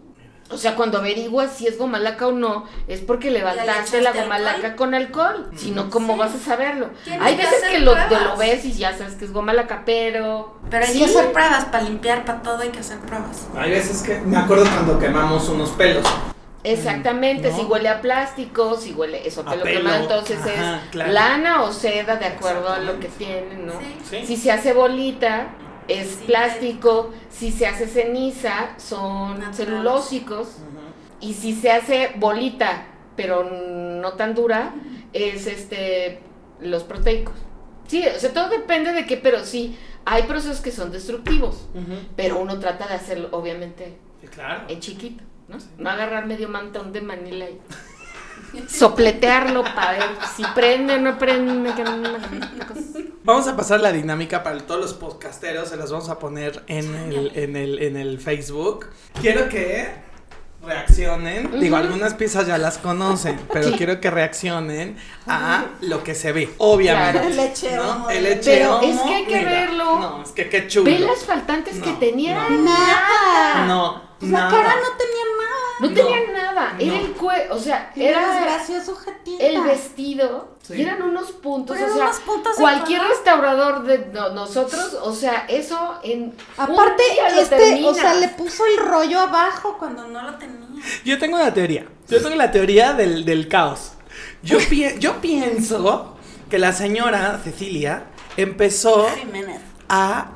O sea, cuando averiguas si es goma laca o no, es porque levantaste la goma laca con alcohol. Mm. Si no, ¿cómo sí. vas a saberlo? Hay veces que, que lo, lo ves y ya sabes que es goma laca, pero... Pero hay sí. que hacer pruebas para limpiar, para todo hay que hacer pruebas. Hay veces que... Me acuerdo cuando quemamos unos pelos. Exactamente, ¿no? Si huele a plástico, si huele eso, pelo quemado, entonces Ajá, es claro. lana o seda de acuerdo a lo que tienen, ¿no? Sí. Sí. Si se hace bolita... es sí, plástico, sí. Si se hace ceniza son Natural. celulósicos uh-huh. y si se hace bolita pero no tan dura es este los proteicos. Sí, o sea, todo depende de qué, pero sí hay procesos que son destructivos, uh-huh. pero uno trata de hacerlo obviamente sí, claro. en chiquito, ¿no? Sí. No agarrar medio mantón de Manila y sopletearlo para ver si prende o no prende. Vamos a pasar la dinámica para todos los podcasteros, se las vamos a poner en el, en el, en el Facebook. Quiero que reaccionen, uh-huh. digo, algunas piezas ya las conocen, pero sí. quiero que reaccionen a lo que se ve, obviamente. Claro. El leche ¿no? El leche Pero homo, es que hay que mira, verlo. No, es que qué chulo. Ve las faltantes no, que tenían. No, nada. No, la nada. cara no tenía nada. No, no tenían nada, era no. el cuello, o sea, era gracioso jetita. El vestido, sí. y eran unos puntos, Pero o sea, puntos cualquier restaurador de no, nosotros, o sea, eso en aparte un día lo este, terminas. O sea, le puso el rollo abajo cuando no lo tenía. Yo tengo una teoría, yo tengo la teoría del, del caos. Yo, pi- yo pienso que la señora Cecilia empezó Jiménez. a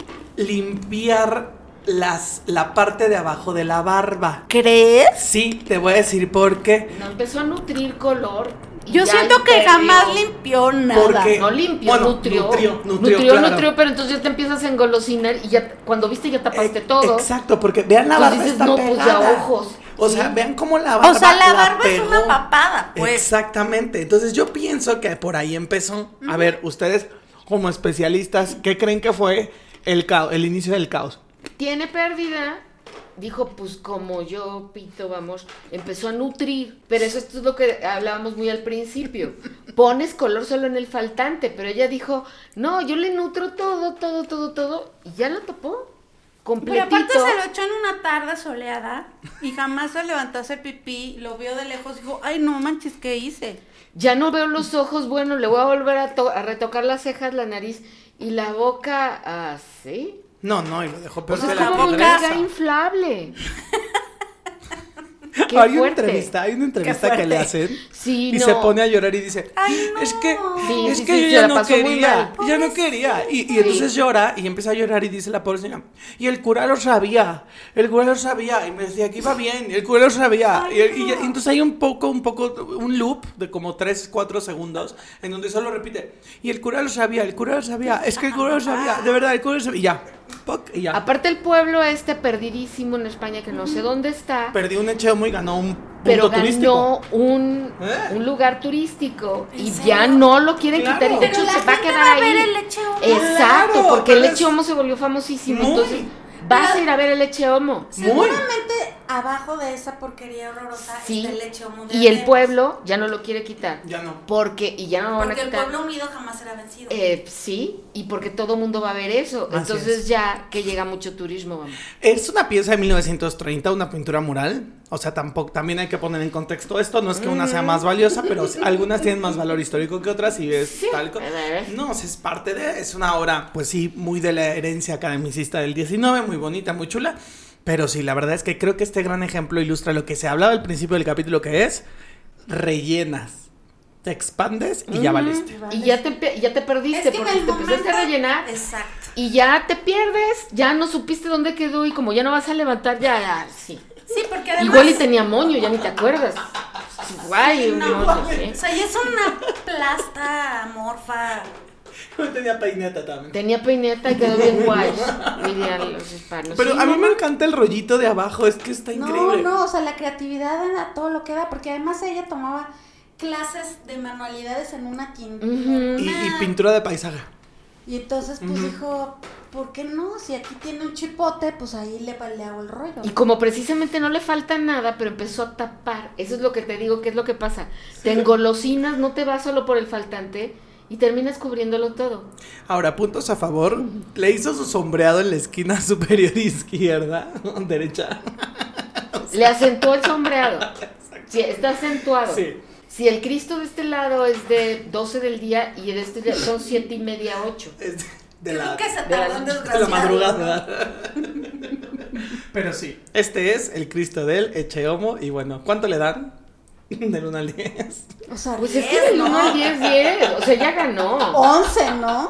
limpiar las la parte de abajo de la barba. ¿Crees? Sí, te voy a decir por qué. No, empezó a nutrir color. Yo siento que jamás limpió nada. Porque, no limpió, bueno, nutrió. Nutrió, nutrió, nutrió, claro. nutrió, pero entonces ya te empiezas a engolosinar y ya cuando viste ya tapaste eh, todo. Exacto, porque vean la barba dices, está no, pegada. pues ya ojos. O ¿sí? sea, vean cómo la barba O sea, la barba la es una papada, pues. Exactamente. Entonces yo pienso que por ahí empezó. Uh-huh. A ver, ustedes como especialistas, ¿qué creen que fue el caos, el inicio del caos? Tiene pérdida. Dijo, pues como yo, Pito, vamos, empezó a nutrir, pero eso esto es lo que hablábamos muy al principio, pones color solo en el faltante, pero ella dijo, no, yo le nutro todo, todo, todo, todo, y ya lo tapó, completito. Pero aparte se lo echó en una tarde soleada, y jamás se levantó a hacer pipí, lo vio de lejos, y dijo, ay, no manches, ¿qué hice? Ya no veo los ojos, bueno, le voy a volver a, to- a retocar las cejas, la nariz, y la boca así. No, no, y lo dejó peor o sea, que es la como tigresa. muñeca inflable. Qué hay una entrevista, hay una entrevista que le hacen sí, y no. se pone a llorar y dice, ay, no. es que, sí, es sí, que sí, yo se ya la no pasó muy quería, mal. ya no quería, y, y entonces llora y empieza a llorar y dice la pobre señora, y el cura lo sabía, el cura lo sabía, y me decía que iba bien, y el cura lo sabía, ay, y, y, no. y entonces hay un poco, un poco, un loop de como tres, cuatro segundos, en donde solo repite, y el cura lo sabía, el cura lo sabía, es que el cura lo sabía, de verdad, el cura lo sabía, y ya, poc, y ya. Aparte el pueblo este perdidísimo en España, que no sé dónde está. Perdió un Echemo y ganó un punto pero ganó turístico. Un, ¿Eh? un lugar turístico y serio? ya no lo quieren Claro. quitar y de Pero hecho la se va a gente quedar va a ahí. ver el Leche Homo. Exacto, Claro, porque el pero Leche es- Homo se volvió famosísimo, Muy. entonces vas a ir a ver el Leche Homo. Seguramente abajo de esa porquería horrorosa Sí, está el Leche Homo de y el veras. pueblo ya no lo quiere quitar. Ya no. Porque, y ya no lo van Porque a el quitar. pueblo unido jamás será vencido. Eh, sí, y porque todo mundo va a ver eso. Así Entonces es. ya que llega mucho turismo, vamos. Es una pieza de mil novecientos treinta, una pintura mural. O sea, tampoco, también hay que poner en contexto esto. No es que una sea más valiosa, pero algunas tienen más valor histórico que otras y es Sí, tal co- ¿verdad? No, o sea, es parte de, es una obra, pues sí, muy de la herencia academicista del diecinueve, muy bonita, muy chula. Pero sí, la verdad es que creo que este gran ejemplo ilustra lo que se hablaba al principio del capítulo, que es rellenas. Te expandes y ya Ujú. valiste. Y ya te, pe- ya te perdiste Es que en porque el te empezaste momento- a rellenar. Exacto. Y ya te pierdes, ya no supiste dónde quedó y como ya no vas a levantar, ya, ya sí. Sí, porque además... Igual y tenía moño, ya ni te acuerdas. Guay, un No, moño, sí. o sea, ya es una plasta amorfa. Tenía peineta también. Tenía peineta y quedó bien guay, dirían los hispanos. Pero Sí, a mí ¿no? me encanta el rollito de abajo, es que está No, increíble. no, o sea, la creatividad era todo lo que da, porque además ella tomaba clases de manualidades en una tienda. Ujú. Y, y pintura de paisaje. Y entonces, pues Ujú. dijo, ¿por qué no? Si aquí tiene un chipote, pues ahí le, le hago el rollo. Y como precisamente no le falta nada, pero empezó a tapar. Eso es lo que te digo, que es lo que pasa. Te engolosinas, no te vas solo por el faltante y terminas cubriéndolo todo. Ahora, puntos a favor. Le hizo su sombreado en la esquina superior izquierda, derecha. O Le acentuó el sombreado. Sí, está acentuado. Sí. Si el Cristo de este lado es de doce del día y de este día son siete y media, ocho. Es de, de Creo la, que se de la tardó en noche, de la desgraciado. madrugada. Pero sí, este es el Cristo del Echeomo. Y bueno, ¿cuánto le dan? Del uno al diez. O sea, Pues es que diez, del ¿no? uno al diez, diez. O sea, ya ganó. once, ¿no?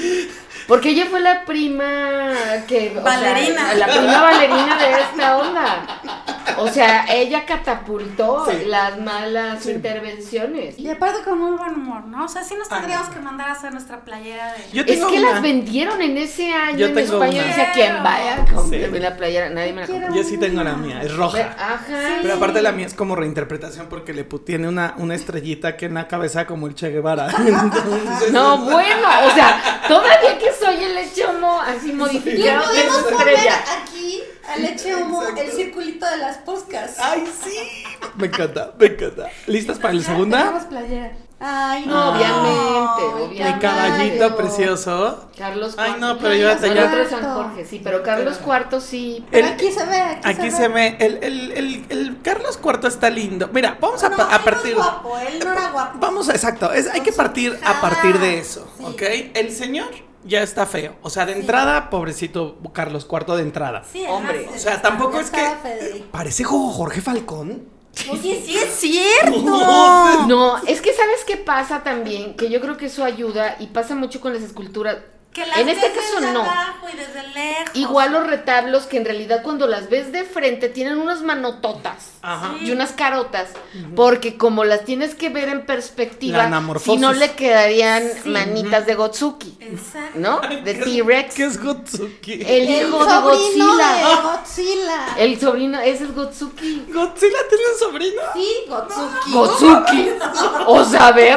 Porque ella fue la prima que... o Bailarina. sea, la prima bailarina de esta onda. O sea, ella catapultó Sí. las malas Sí. intervenciones. Y aparte con muy buen humor, ¿no? O sea, sí nos Ay, tendríamos no. que mandar a hacer nuestra playera de... Yo Es tengo que una. las vendieron en ese año Yo en tengo España. una. Dice, quien vaya, Sí. cómprame la playera. Nadie me la compró. Yo sí tengo la mía, es roja. Ajá. Pero aparte la mía es como reinterpretación porque le pu- tiene una, una estrellita que en la cabeza como el Che Guevara. Entonces, No, bueno, o sea, todavía que soy el Echeomo así Le modificado de podemos su poner estrella. aquí al Echeomo Exacto. el circulito de las poscas. ¡Ay, sí! Me encanta, me encanta. ¿Listas para la segunda? Tenemos playera. Ay, No, obviamente, Ay, obviamente. Mi caballito Claro. precioso. Carlos Ay, cuarto. no, pero yo Carlos ya- El ya- otro es San Cuarto. Jorge, sí, pero Carlos cuarto sí. Pero El- aquí se ve, aquí, Aquí se, se ve. ve, el, el, el, el Carlos cuarto está lindo. Mira, vamos a, No, pa- a él partir. no es guapo, él no era guapo. Vamos, exacto. Es, hay Con que su partir a cara. partir de eso, Sí. ¿ok? El señor ya está feo. O sea, de Sí. entrada, pobrecito Carlos cuarto de entrada. Sí, Hombre, además, O sea, tampoco ya es que. estaba Federico. Parece como Jorge Falcón. Oye, sí es cierto. No, No, es que ¿sabes qué pasa también? Que yo creo que eso ayuda y pasa mucho con las esculturas. Que las En este ves caso desde no. abajo y desde lejos. Igual los retablos que en realidad cuando las ves de frente tienen unas manototas Ajá. y unas carotas, porque como las tienes que ver en La perspectiva, anamorfosis. si no le quedarían Sí. manitas de Gotsuki, Exacto. ¿no? De T-Rex. ¿Qué es Gotsuki? El El hijo de sobrino Godzilla. de Godzilla. El sobrino, ese es Gotsuki. ¿Godzilla tiene un sobrino? Sí, Gotsuki. Gotsuki. O saber,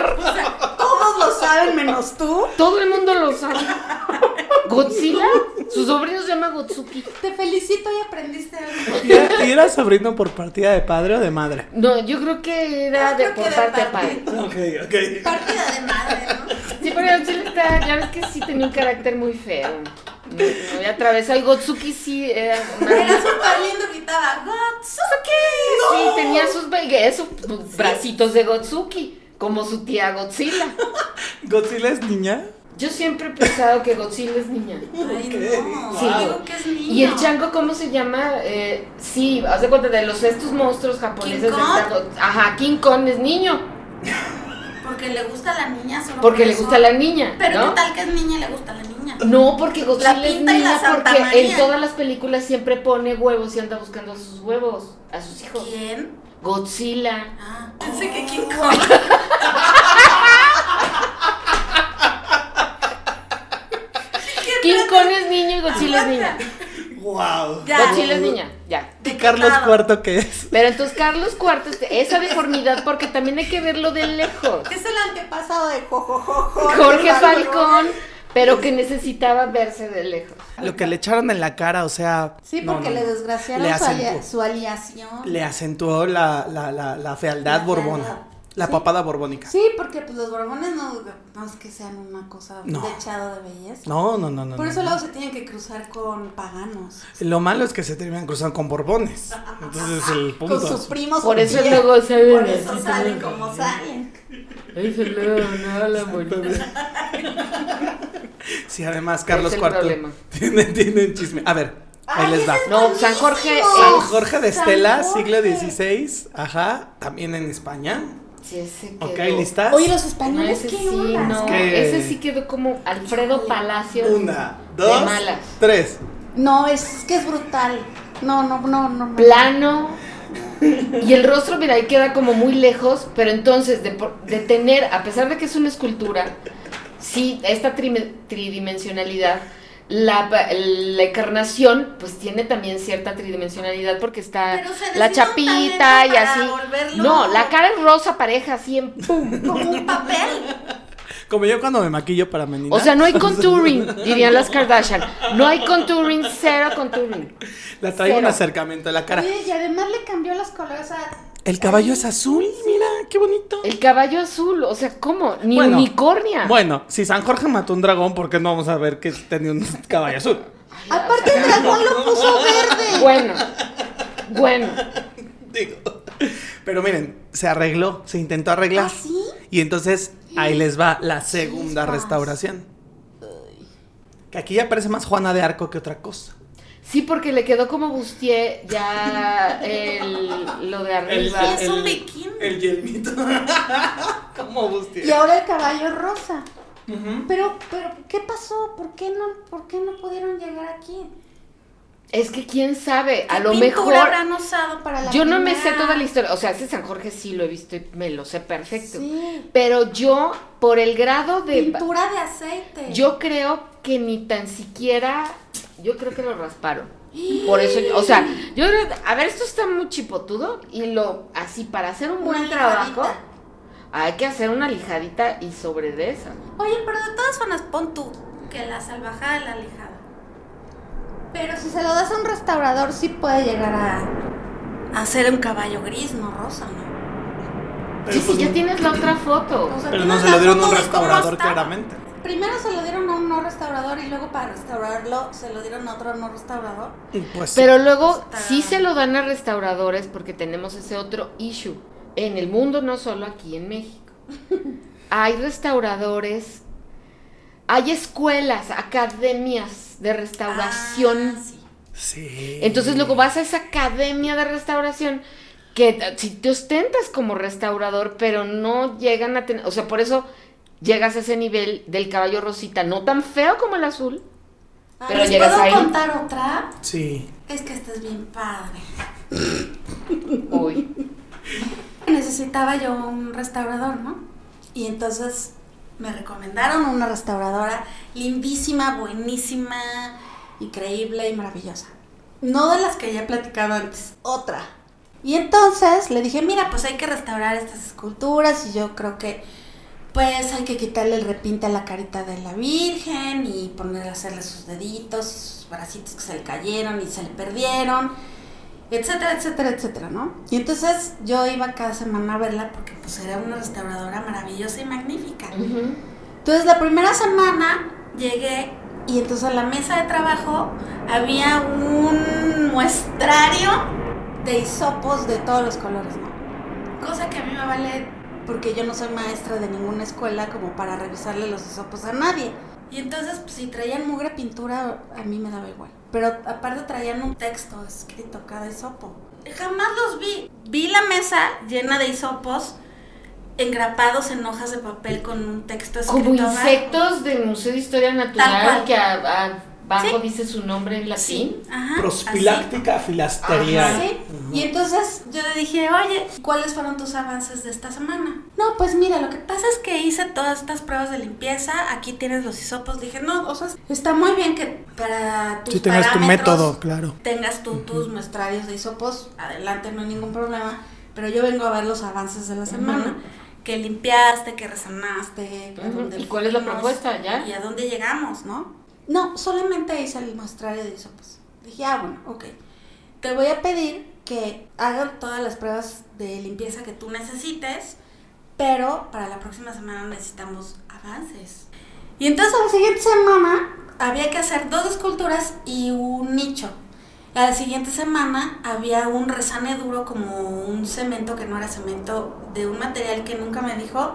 Todos lo saben menos tú. todo el mundo lo sabe. Godzilla, su sobrino se llama Gotsuki. Te felicito y aprendiste algo. ¿Y era, y era sobrino por partida de padre o de madre? No, yo creo que era Yo de creo que por de parte a parte. padre. Ok, ok. Partida de madre, ¿no? Sí, pero Godzilla está, ya ves que sí tenía un carácter muy feo. No, no había atravesado. Y Gotsuki sí era una- Era súper lindo, gritaba Gotsuki. Sí, tenía sus esos pues, bracitos de Gotsuki, como su tía Godzilla. ¿Godzilla es niña? Yo siempre he pensado que Godzilla es niña. Ay, no. Sí. Digo que es niño. ¿Y el chango cómo se llama? Eh, sí, haz de cuenta de los estos monstruos japoneses. King de Kong. esta go- Ajá, King Kong es niño. Porque le gusta a la niña solo Porque por le eso. gusta a la niña. Pero ¿no? qué tal que es niña y le gusta a la niña. No, porque Godzilla La es Pinta y la niña Santa porque María. en todas las películas siempre pone huevos y anda buscando a sus huevos, a sus hijos. ¿Quién? Godzilla. Ah, pensé que King Kong. King Kong es niño y Godzilla es niña. Wow. Ya. Godzilla es niña, ya. ¿Y Carlos cuarto qué es? Pero entonces Carlos cuarto, este, esa deformidad, porque también hay que verlo de lejos. Es el antepasado de Jojojojo. Jorge Falcón, pero que necesitaba verse de lejos. Lo que le echaron en la cara, o sea. Sí, no, porque no, le no. desgraciaron Le su, alia- acentuó. su aliación. Le acentuó la, la, la, la fealdad La borbona. fealdad. La Sí. papada borbónica. Sí, porque pues los borbones no, no es que sean una cosa No. dechada de belleza. No, no, no, no. Por no, eso no. luego se tienen que cruzar con paganos. Lo malo es que se terminan cruzando con borbones. Entonces el punto Con su es- primo. Por su eso tía. luego se Por ven eso así salen como- como salen. Eso luego no la bonita. Sí, además Carlos Es el cuarto problema. tiene, tiene un chisme. A ver, ahí Ay, les ese va. es No, San Jorge buenísimo. San es- Jorge de San Estela, Jorge. siglo dieciséis, ajá, también en España. Sí, ese quedó. Ok, ¿listas? Oye, los No, españoles, ese ¿qué sí, onda? no. que- Ese sí quedó como Alfredo Palacios. Una, De dos, malas. tres. No, es que es brutal. No, no, no, no. no. Plano. Y el rostro, mira, ahí queda como muy lejos, pero entonces de, por- de tener, a pesar de que es una escultura, sí, esta tri- tridimensionalidad, la, pa- la encarnación, pues tiene también cierta tridimensionalidad porque está Pero se la necesita un chapita talento y para así. volverlo- No, la cara es rosa pareja, así en pum. Como un papel. Como yo cuando me maquillo para menina. O sea, no hay contouring, dirían las Kardashian. No hay contouring, cero contouring. La traigo un cero. acercamiento a la cara. Oye, y además le cambió las colores. O sea, El caballo es azul, mira, qué bonito. El caballo azul, o sea, ¿cómo? Ni Bueno, unicornia. Bueno, si San Jorge mató un dragón, ¿por qué no vamos a ver que tenía un caballo azul? aparte el dragón lo puso verde. Bueno, bueno, contigo. Pero miren, se arregló, se intentó arreglar. ¿Ah, sí? Y entonces ahí les va la segunda Chispas. restauración. Que aquí ya parece más Juana de Arco que otra cosa. Sí, porque le quedó como bustier ya el, lo de arriba. el- es un bikini. El yelmito. ¿Cómo Bustier? Y ahora el caballo rosa. Ujú. Pero, pero, ¿qué pasó? ¿Por qué no, por qué no pudieron llegar aquí? Es que quién sabe, a ¿Qué lo pintura mejor... habrán usado para la Yo no me primera? sé toda la historia, o sea, ese San Jorge sí lo he visto y me lo sé perfecto. Sí. Pero yo, por el grado de... Pintura de aceite. Yo creo que ni tan siquiera... Yo creo que lo rasparon. Por eso, o sea, yo creo... A ver, esto está muy chipotudo y lo... Así, para hacer un buen Una trabajo, lijadita. hay que hacer una lijadita y sobre de esa. Oye, pero de todas formas, pon tú que la salvajada de la lijada. Pero si se lo das a un restaurador, sí puede llegar a, a hacer un caballo gris, no rosa, ¿no? Pero Sí, sí, pues, ya tienes la otra foto. O sea, Pero no tienes se lo la dieron a un foto de cómo restaurador, estaba. claramente. Primero se lo dieron a un no restaurador y luego para restaurarlo se lo dieron a otro no restaurador. Pues sí. Pero luego Está- sí se lo dan a restauradores porque tenemos ese otro issue. En el mundo, no solo aquí en México. Hay restauradores, hay escuelas, academias de restauración. Ah, sí. Sí. Entonces luego vas a esa academia de restauración que eh, si te ostentas como restaurador, pero no llegan a tener, o sea, por eso llegas a ese nivel del caballo rosita, no tan feo como el azul. Ah, Pero ¿les llegas puedo ahí. contar otra? Sí. Es que esta es bien padre. Uy. Necesitaba yo un restaurador, ¿no? Y entonces me recomendaron una restauradora lindísima, buenísima, increíble y maravillosa. No de las que ya he platicado antes, otra. Y entonces le dije, mira, pues hay que restaurar estas esculturas y yo creo que pues hay que quitarle el repinte a la carita de la Virgen y ponerle a hacerle sus deditos y sus bracitos que se le cayeron y se le perdieron, etcétera, etcétera, etcétera, ¿no? Y entonces yo iba cada semana a verla porque pues era una restauradora maravillosa y magnífica. Ujú. Entonces la primera semana llegué y entonces en la mesa de trabajo había un muestrario de hisopos de todos los colores, ¿no? Cosa que a mí me vale porque yo no soy maestra de ninguna escuela como para revisarle los hisopos a nadie. Y entonces pues, si traían mugre pintura a mí me daba igual. Pero aparte traían un texto escrito cada hisopo. Jamás los vi. Vi la mesa llena de hisopos engrapados en hojas de papel con un texto escrito Como abajo. insectos del Museo de Historia Tal Natural cual. que a- a- abajo Sí. dice su nombre en latín. Sí, ajá, Prospiláctica filasteria. así. Sí, y entonces yo le dije, oye, ¿cuáles fueron tus avances de esta semana? No, pues mira, lo que pasa es que hice todas estas pruebas de limpieza, aquí tienes los hisopos. Dije, no, o sea, está muy bien que para tus Si tengas tu parámetros método, claro. tengas tú tus muestrarios de hisopos, adelante, no hay ningún problema, pero yo vengo a ver los avances de la semana. Que limpiaste, que resanaste, a Ujú. dónde ¿Y cuál es la fuimos, propuesta, ya? y a dónde llegamos, ¿no? No, solamente hice el muestrario de hisopos. Dije, ah, bueno, ok. Te voy a pedir que hagan todas las pruebas de limpieza que tú necesites, pero para la próxima semana necesitamos avances. Y entonces a la siguiente semana había que hacer dos esculturas y un nicho. A la siguiente semana había un resane duro como un cemento que no era cemento, de un material que nunca me dijo.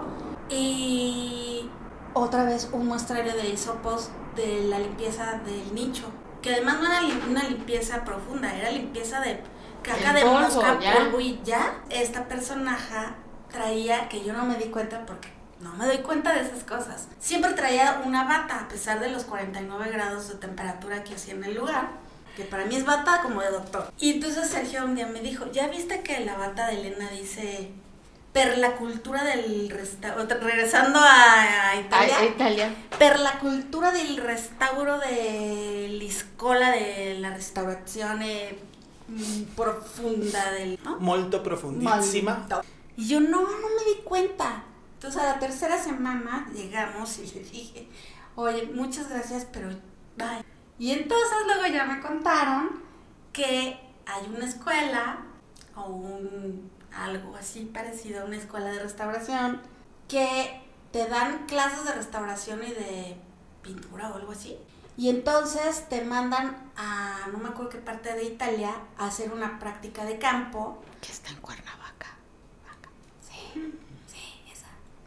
Y otra vez un muestrario de hisopos de la limpieza del nicho. Que además no era lim- una limpieza profunda, era limpieza de caca El de polvo, mosca, ya. polvo y ya. Esta personaje traía, que yo no me di cuenta porque no me doy cuenta de esas cosas. Siempre traía una bata, a pesar de los cuarenta y nueve grados de temperatura que hacía en el lugar. Que para mí es bata como de doctor. Y entonces Sergio un día me dijo, ¿ya viste que la bata de Elena dice perlacultura del restauro? Regresando a, a Italia. A- a Italia. Perlacultura del restauro de l'Iscola de la restaurazione mm, profunda del... ¿no? Molto profundísima. Molto. Y yo no, no me di cuenta. Entonces a la tercera semana llegamos y le dije, oye, muchas gracias, pero bye. Y entonces luego ya me contaron que hay una escuela o un algo así parecido a una escuela de restauración que te dan clases de restauración y de pintura o algo así. Y entonces te mandan a, no me acuerdo qué parte de Italia, a hacer una práctica de campo. Que está en Cuernavaca. Sí, sí, esa.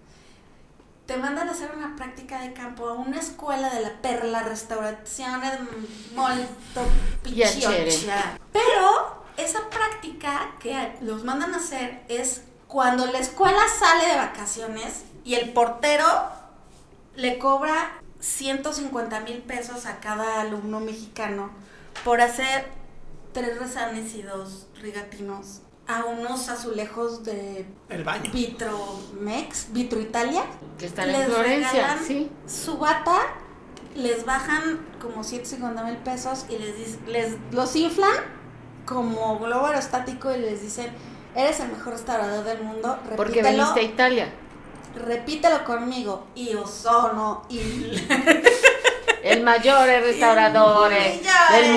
Te mandan a hacer una práctica de campo a una escuela de la per la restaurazione molto picciola. Pero esa práctica que los mandan a hacer es cuando la escuela sale de vacaciones y el portero le cobra ciento cincuenta mil pesos a cada alumno mexicano por hacer tres rezanes y dos rigatinos a unos azulejos de El baño. Vitromex, Vitro Italia, que están en Florencia, sí. Su bata, les bajan como ciento cincuenta mil pesos y les, dic- les los inflan como globo aerostático y les dicen, eres el mejor restaurador del mundo, repítelo. Porque veniste a Italia. Repítelo conmigo. Y yo sono il El mayor restaurador del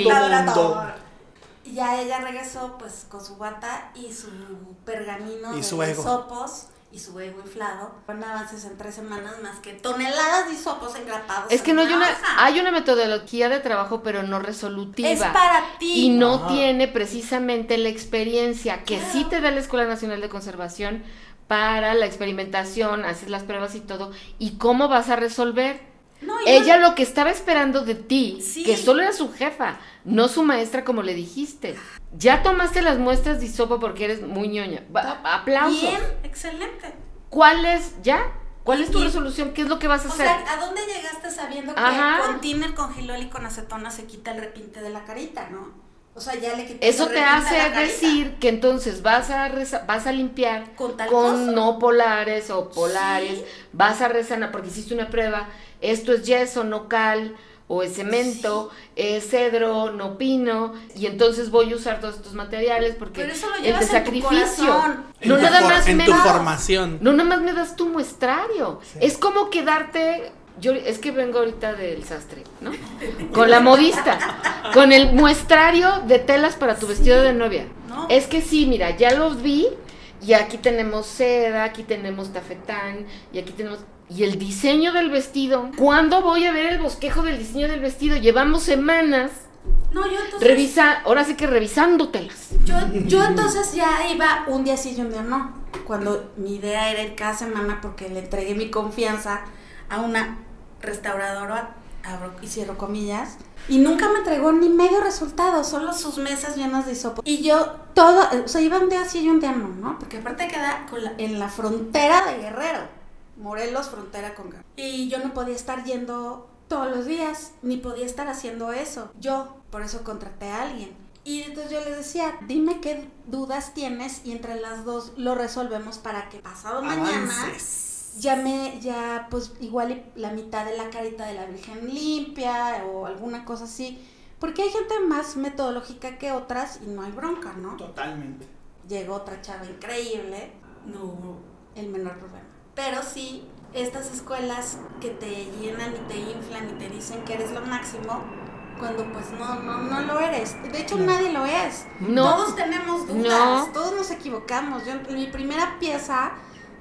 mundo. Y ya ella regresó pues con su bata y su pergamino Y de su ego. hisopos y su ego inflado. Con avances en tres semanas más que toneladas de hisopos engrapados. Es que en no hay una, hoja. hay una metodología de trabajo, pero no resolutiva. Es para ti. Y no Ajá. tiene precisamente la experiencia que sí te da la Escuela Nacional de Conservación para la experimentación, haces las pruebas y todo. ¿Y cómo vas a resolver? No, yo- Ella lo que estaba esperando de ti, Sí. que solo era su jefa, no su maestra como le dijiste. Ya tomaste las muestras de hisopo porque eres muy ñoña. Ba- aplausos. Bien, excelente. ¿Cuál es ya? ¿Cuál es tu Y- resolución? ¿Qué es lo que vas a O hacer? sea, ¿a dónde llegaste sabiendo Ajá. que con tiner, con gilol y con acetona se quita el repinte de la carita, no? O sea, ya le quitaste Eso el te repinte hace a la carita. decir que entonces vas a reza- vas a limpiar ¿Con tal con cosa? no polares o polares, Sí. vas a resanar porque hiciste una prueba, esto es yeso, no cal, o es cemento, es cedro, no pino, y entonces voy a usar todos estos materiales porque Pero eso lo el llevas de en tu sacrificio. corazón. No en nada tu, for- más en me tu das- formación. No nada más me das tu muestrario. Sí. Es como quedarte. Yo es que vengo ahorita del sastre, ¿no? Con la modista, con el muestrario de telas para tu vestido de novia. No. Es que sí, mira, ya los vi y aquí tenemos seda, aquí tenemos tafetán y aquí tenemos y el diseño del vestido. ¿Cuándo voy a ver el bosquejo del diseño del vestido? Llevamos semanas No, yo entonces... revisa, ahora sí que revisándotelas. Yo, yo entonces ya iba un día sí y un día no. Cuando mi idea era ir cada semana porque le entregué mi confianza a una restauradora, abro y cierro comillas, y nunca me entregó ni medio resultado, solo sus mesas llenas de hisopo. Y yo todo, o sea, iba un día sí y un día no, ¿no? Porque aparte queda con la- en la frontera de Guerrero, Morelos, frontera con Guerrero. Y yo no podía estar yendo todos los días, ni podía estar haciendo eso. Yo, por eso contraté a alguien. Y entonces yo les decía, dime qué dudas tienes y entre las dos lo resolvemos para que pasado mañana Avances. ya me, ya pues igual y la mitad de la carita de la Virgen limpia o alguna cosa así. Porque hay gente más metodológica que otras y no hay bronca, ¿no? Totalmente. Llegó otra chava increíble, no hubo el menor problema. Pero sí, estas escuelas que te llenan y te inflan y te dicen que eres lo máximo, cuando pues no, no, no lo eres. De hecho, No. nadie lo es. No. Todos tenemos dudas, No. todos nos equivocamos. Yo, mi primera pieza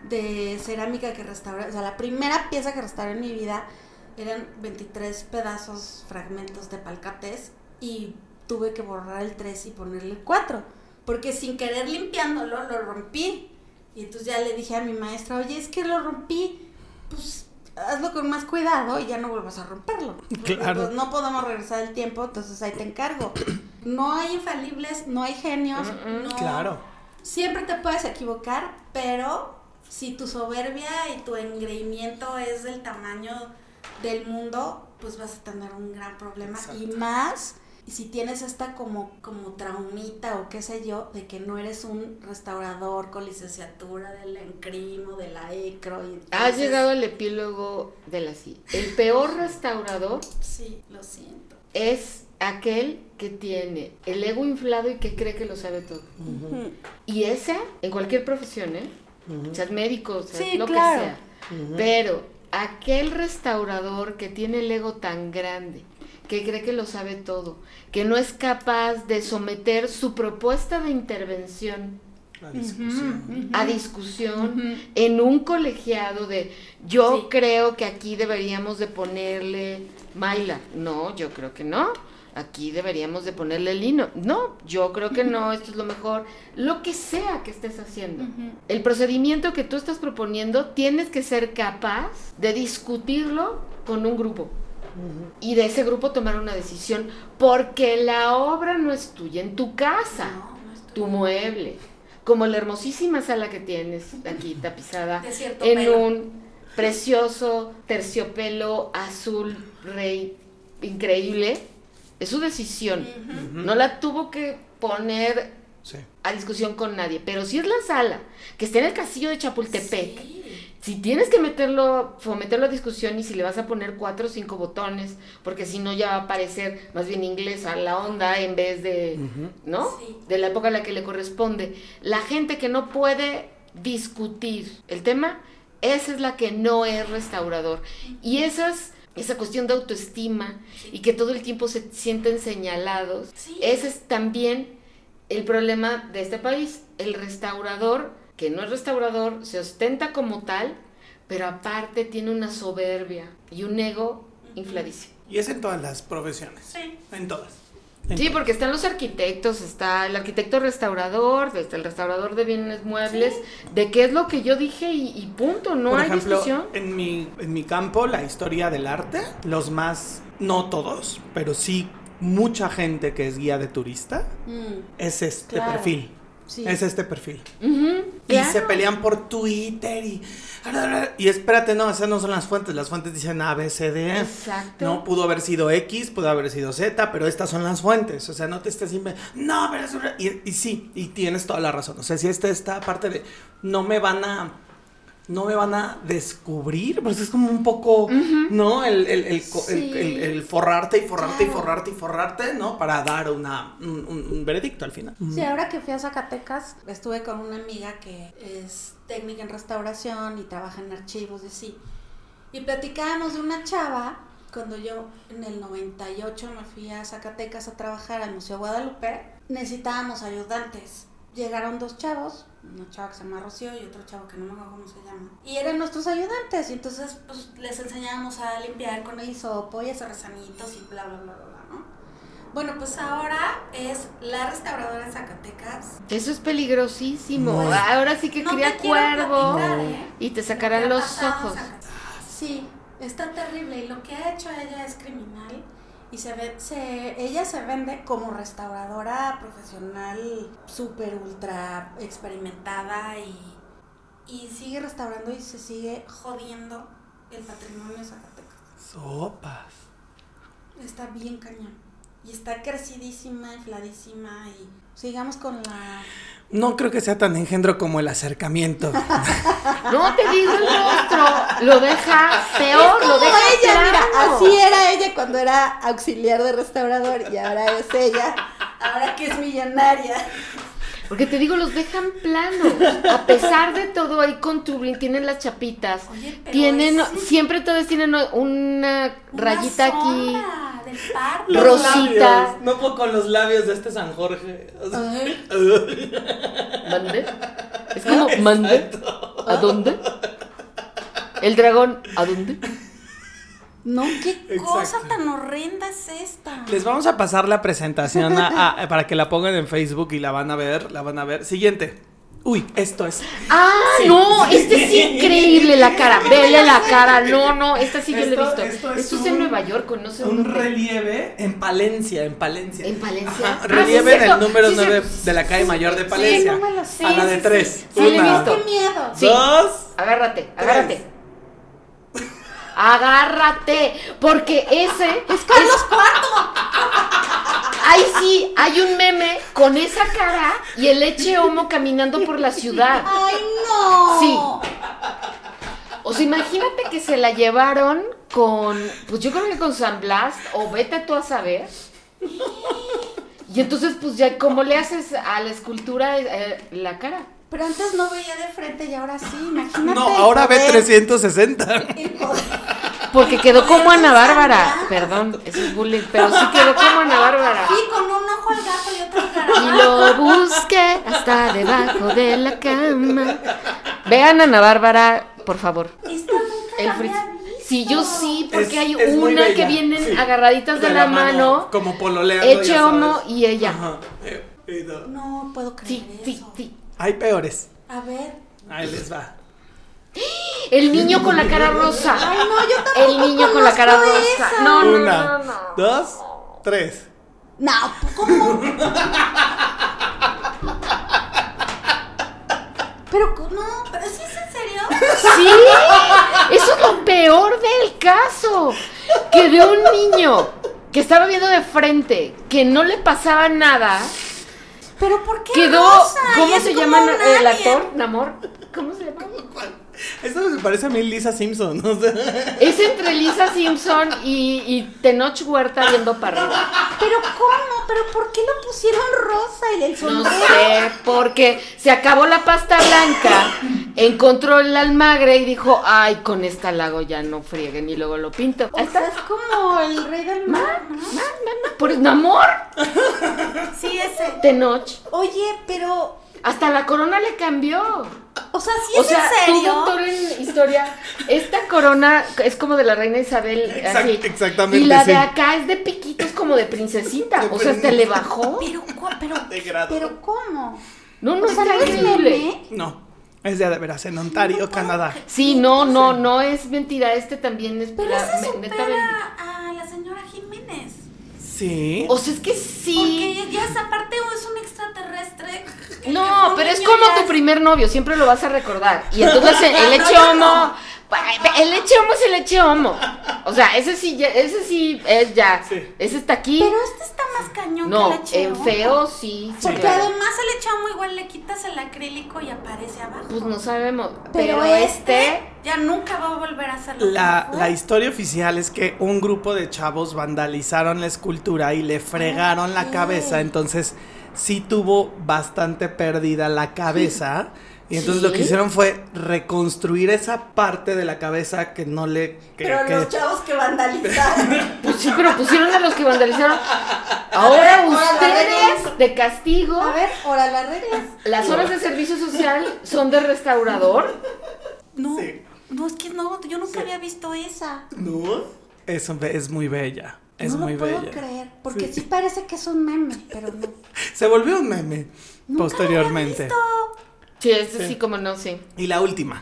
de cerámica que restauré, o sea, la primera pieza que restauré en mi vida eran veintitrés pedazos, fragmentos de palcates y tuve que borrar el tres y ponerle el cuatro, porque sin querer limpiándolo lo rompí. Y entonces ya le dije a mi maestra, oye, es que lo rompí, pues hazlo con más cuidado y ya no vuelvas a romperlo. Claro. Pues, no podemos regresar el tiempo, entonces ahí te encargo. No hay infalibles, no hay genios, Mm-mm. no, Claro. siempre te puedes equivocar, pero si tu soberbia y tu engreimiento es del tamaño del mundo, pues vas a tener un gran problema. Exacto. Y más si tienes esta como, como traumita o qué sé yo, de que no eres un restaurador con licenciatura de la ENCRIM o de la ECRO. Y Has entonces- llegado al epílogo de la C I. El peor restaurador Sí, lo siento. es aquel que tiene el ego inflado y que cree que lo sabe todo. Ujú. Y ese, en cualquier profesión, ¿eh? Ujú. Seas médico, seas Sí, lo claro. que sea. Ujú. Pero aquel restaurador que tiene el ego tan grande, que cree que lo sabe todo, que no es capaz de someter su propuesta de intervención A discusión. Ujú, ujú. a discusión Ujú. en un colegiado de yo Sí. creo que aquí deberíamos de ponerle Mayla. No, yo creo que no. Aquí deberíamos de ponerle Lino. No, yo creo que no, esto es lo mejor. Lo que sea que estés haciendo. Ujú. El procedimiento que tú estás proponiendo tienes que ser capaz de discutirlo con un grupo. Y de ese grupo tomar una decisión, porque la obra no es tuya, en tu casa, No, no estoy- tu mueble, como la hermosísima sala que tienes aquí tapizada De cierto en pelo. un precioso terciopelo azul rey increíble, es su decisión, Ujú. no la tuvo que poner Sí. a discusión con nadie, pero si es la sala que está en el castillo de Chapultepec, Sí. si tienes que meterlo, fomentarlo a discusión y si le vas a poner cuatro o cinco botones, porque si no ya va a parecer más bien inglesa la onda en vez de, Ujú. ¿no? Sí. De la época a la que le corresponde. La gente que no puede discutir el tema, esa es la que no es restaurador. Y esas, esa cuestión de autoestima y que todo el tiempo se sienten señalados, Sí. ese es también el problema de este país. El restaurador, que no es restaurador, se ostenta como tal, pero aparte tiene una soberbia y un ego infladísimo. Y es en todas las profesiones. Sí. En todas. En Sí, todas. porque están los arquitectos, está el arquitecto restaurador, está el restaurador de bienes muebles, de qué es lo que yo dije y, y punto, no Por hay ejemplo, discusión. en mi, en mi campo, la historia del arte, los más, no todos, pero sí mucha gente que es guía de turista, Mm, es este Claro. perfil. sí. Es este perfil. Ujú, Y claro. se pelean por Twitter y... Y espérate, no, esas no son las fuentes. Las fuentes dicen A, B, C, D. Exacto. No, pudo haber sido X, pudo haber sido Z, pero estas son las fuentes. O sea, no te estés inventando. No, pero eso... Y, y sí, y tienes toda la razón. O sea, si esta esta parte de... No me van a... No me van a descubrir, pues es como un poco, ¿no? El, el, el, co- el- Sí. el- el forrarte y forrarte y Claro. forrarte y forrarte, ¿no? Para dar una, un, un- un veredicto al final. Sí, ahora que fui a Zacatecas, estuve con una amiga que es técnica en restauración y trabaja en archivos y así. Y platicábamos de una chava, cuando yo en el noventa y ocho me fui a Zacatecas a trabajar al Museo Guadalupe, necesitábamos ayudantes. Llegaron dos chavos, una chava que se llama Rocío y otro chavo que no me acuerdo cómo se llama. Y eran nuestros ayudantes y entonces pues les enseñábamos a limpiar con el hisopo y a hacer resanitos y bla, bla, bla, bla, bla, ¿no? Bueno, pues ahora es la restauradora de Zacatecas. Eso es peligrosísimo. Muy. Ahora sí que No te cría quiero cuervo platicar, ¿eh? y te Lo sacarán que ha los pasado en ojos. Zacatecas. Sí, está terrible y lo que ha hecho ella es criminal y se ve, se, ella se vende como restauradora profesional súper ultra experimentada y, y sigue restaurando y se sigue jodiendo el patrimonio de Zacatecas. Sopas. Está bien cañón y está crecidísima, infladísima y sigamos con la... No creo que sea tan engendro como el acercamiento. No te digo el rostro, lo deja peor, lo Como deja ella, mira, plano. así era ella cuando era auxiliar de restaurador y ahora es ella, ahora que es millonaria. Porque te digo, los dejan planos. A pesar de todo, ahí contribuyen, tienen las chapitas. Oye, pero Tienen, es- siempre todos tienen una Una rayita aquí. sombra del pardo. Los Rosita. labios, no puedo con los labios de este San Jorge. O sea, Ay, ¿Mande? Es como, ¿mande? ¿A dónde? El dragón, ¿a dónde? no, qué cosa Exacto. tan horrenda es esta. les vamos a pasar la presentación a- a- para que la pongan en Facebook y la van a ver, la van a ver. Siguiente. Uy, esto es. ¡Ah, no! Este es increíble la cara. Vele la cara. No, no, esta sí yo la he Esto- visto. esto Esto es es en un- Nueva York, o no sé Un dónde. relieve en Palencia, en Palencia. ¿En Palencia? Ajá, Ah, relieve sí, en el cierto. número Sí, nueve cierto. de la calle mayor de Palencia. no me lo sé. a la de Sí, sí, tres. sí. Sí, la he Una, visto. Qué miedo. Sí. dos. Agárrate, agárrate. Agárrate, porque ese es Carlos Cuarto. Ahí sí, hay un meme con esa cara y el leche homo caminando por la ciudad. Ay, no. Sí. O sea, imagínate que se la llevaron con, pues yo creo que con San Blas, o vete tú a saber. Y entonces, pues ya, ¿cómo le haces a la escultura eh, la cara? Pero antes no veía de frente y ahora sí, imagínate. No, el ahora ve poder, trescientos sesenta. el poder. Porque quedó como Ana Bárbara. Sandra. Perdón, eso es bullying, pero sí quedó como Ana Bárbara. Sí, con un ojo al gato y otro al Y carajo. lo busqué hasta debajo de la cama. Vean a Ana Bárbara, por favor. Esta nunca El la fris- había visto. Sí, yo sí, porque Es- hay es muy una bella, que vienen sí. agarraditas de, la, mano, como pololeando, Eche ya Homo sabes. y ella. Ajá. Eh, eh, no. No puedo creer Sí, sí, eso. sí. Hay peores. A ver. Ahí les va. El niño con la cara rosa. Ay, no, yo tampoco El niño con la cara conozco rosa. esa. No, no, Una, no, no. dos, tres. No, ¿cómo? Pero, no, pero sí es en serio. Sí, eso es lo peor del caso. Que de un niño que estaba viendo de frente, que no le pasaba nada, Pero ¿por qué quedó. rosa? Y ¿Cómo es se como llama un el alien. actor? ¿Namor? ¿Cómo se llama? Esto me parece a mí Lisa Simpson. O sea, Es entre Lisa Simpson y, y Tenoch Huerta viendo para arriba. Pero ¿cómo? ¿Pero por qué lo pusieron rosa y el No sombrero? sé, porque se acabó la pasta blanca, encontró el almagre y dijo, ay, con esta lago ya no frieguen, y luego lo pinto. O sea, es como el rey del mar, ¿no? Por Namor, Sí, ese. Tenoch. Oye, pero, Hasta la corona le cambió. o sea, ¿sí O es sea, en tú, serio? doctor en historia, esta corona es como de la reina Isabel, Exact- así. exactamente, Y la sí. de acá es de piquitos como de princesita. O sea, te le bajó. Pero, cu- pero, De grado. pero ¿cómo? No, no O sea, está ¿no es increíble. meme? no, es de, de veras en Ontario, Canadá. Sí, no, no, no es mentira. Este también es Pero la- ese me- neta bendita. supera a la señora Jiménez. Sí. O sea, es que sí. Porque ya esa parte es un extraterrestre. que- que No, fue un pero es niño como ya tu primer novio, siempre lo vas a recordar. Y entonces el, el leche homo, el leche homo es el leche homo. O sea, ese sí, ya- ese sí es ya. Sí. Ese está aquí. Pero este está más cañón No, que el leche en homo. feo sí. sí, Porque claro. además el leche homo igual le quitas el acrílico y aparece abajo. Pues no sabemos. Pero, Pero, este, este. ya nunca va a volver a hacerlo. La, la historia oficial es que un grupo de chavos vandalizaron la escultura y le fregaron la Ok. cabeza, entonces sí tuvo bastante pérdida la cabeza. Y entonces lo que Sí. hicieron fue reconstruir esa parte de la cabeza que no le... que- Pero que- los chavos que vandalizaron. Pues sí, pero pusieron a los que vandalizaron. Ahora ver, ahora la ustedes, regla. de castigo, A ver, ahora las reglas. las horas de servicio social son de restaurador. No, Sí. no, es que no, yo nunca Sí. había visto esa. ¿No? Es, es muy bella, es no muy lo puedo bella. creer, porque Sí. sí. parece que es un meme, pero no. Se volvió un meme Nunca posteriormente. lo había visto. Sí, este Sí. sí, como no, sí. Y la última.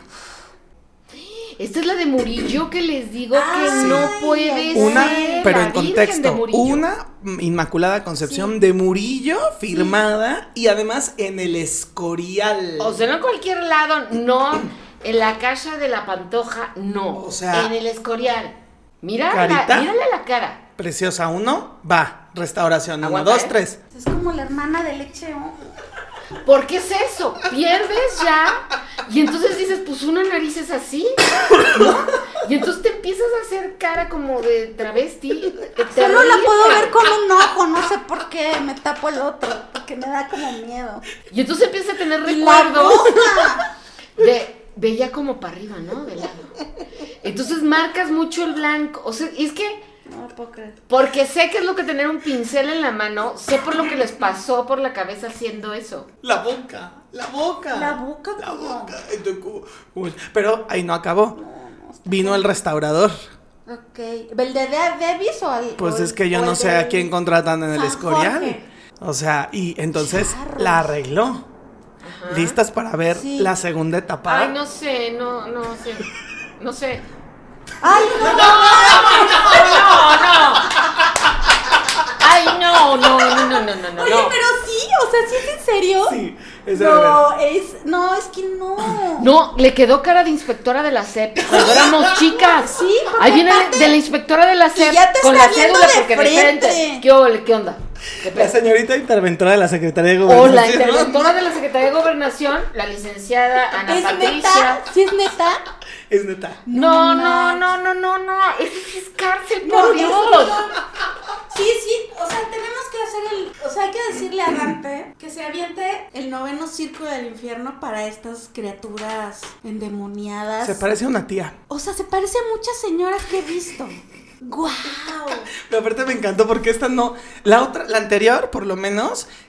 Esta es la de Murillo que les digo Ay, que no puede Una, ser. pero la en Virgen de contexto, Murillo. una Inmaculada Concepción de Murillo firmada y además en el Escorial. O sea, no en cualquier lado, no. En la casa de la Pantoja, no. O sea, en el Escorial. Mira, ¿carita? la, mírale la cara. Preciosa uno, va, restauración, uno, Aguanta, dos, ¿eh? tres. Es como la hermana de leche homo. ¿Por qué es eso? Pierdes ya. Y entonces dices, pues una nariz es así, ¿no? Y entonces te empiezas a hacer cara como de travesti. Solo la terrible. puedo ver con un ojo, no sé por qué me tapo el otro, porque me da como miedo. Y entonces empiezas a tener Y la recuerdos boca. de, de ella como para arriba, ¿no? De lado. Entonces marcas mucho el blanco. O sea, es que No lo puedo creer. porque sé que es lo que tener un pincel en la mano, sé por lo que les pasó por la cabeza haciendo eso. La boca, la boca. La boca, La ¿cómo? boca. Entonces, como- como- Pero ahí no acabó. Vino el restaurador. Ok. ¿El de Davis o el? Pues o es que yo o no el sé de a quién contratan en el San Escorial. Jorge? O sea, y entonces Charros. la arregló. ¿Listas para ver Sí. la segunda etapa? Ay, no sé, no, no sé. No sé. Ay, no, no. Ay, no, no, no, no, no, no, no. Oye, no. pero sí, o sea, ¿sí es en serio? Sí, es de verdad. No, es, no, es que no. No, le quedó cara de inspectora de la S E P cuando éramos chicas. Sí, porque Ahí viene aparte- de la inspectora de la S E P Y ya te con está la viendo cédula de porque de frente. frente. ¿Qué ole? ¿Qué onda? ¿Qué La pedo? señorita interventora de la Secretaría de O la Gobernación. interventora de la Secretaría de Gobernación, la licenciada Ana ¿Es Patricia. neta? ¿Sí es neta? Es neta. No, no, manches. no, no, no, no. Eso sí es cárcel, No, por no, Dios. no, no. Sí, sí, o sea, tenemos que hacer el, o sea, hay que decirle a Dante que se aviente el noveno círculo del infierno para estas criaturas endemoniadas. Se parece a una tía. O sea, se parece a muchas señoras que he visto. ¡Guau! Pero aparte me encantó porque esta no. La otra, la anterior, por lo menos,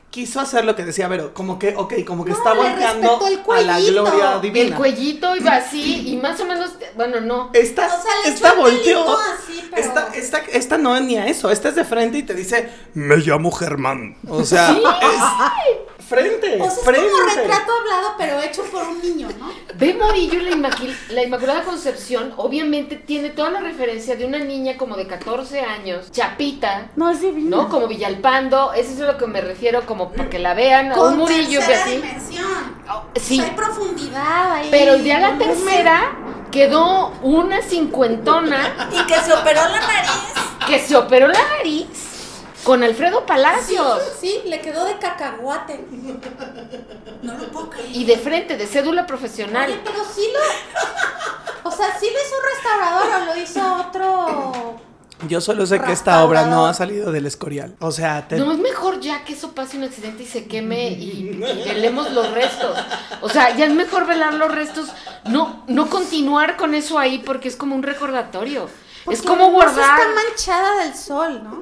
quiso hacer lo que decía Vero, como que, ok, como que No, está le volcando respetó el a la cuellito. gloria divina. El cuellito iba así y más o menos, bueno, no. Esta, O sea, le esta echó el volteó. pelito así, pero- Esta, esta, esta no es ni a eso. Esta es de frente y te dice, me llamo Germán. O sea, Sí. es frente, O sea, frente. es como retrato hablado, pero hecho por un niño, ¿no? Ve Murillo y la, Inmaqui- la Inmaculada Concepción, obviamente tiene toda la referencia de una niña como de catorce años, chapita, No, es divino. ¿no? Como Villalpando, eso es a lo que me refiero, como para que la vean, a un Murillo que tercera así. dimensión. Sí, Hay profundidad ahí. pero ya la Un tercera quedó una cincuentona Y que se operó la nariz. que se operó la nariz con Alfredo Palacios. Sí, le quedó de cacahuate. No lo puedo creer. Y de frente, de cédula profesional. Oye, pero sí lo... O sea, ¿sí lo hizo un restaurador o lo hizo otro...? Yo solo sé que esta obra no ha salido del Escorial. O sea, te... No, es mejor ya que eso pase un accidente y se queme y, y velemos los restos. O sea, ya es mejor velar los restos, no, no continuar con eso ahí porque es como un recordatorio. Porque es como además guardar. está manchada del sol, ¿no?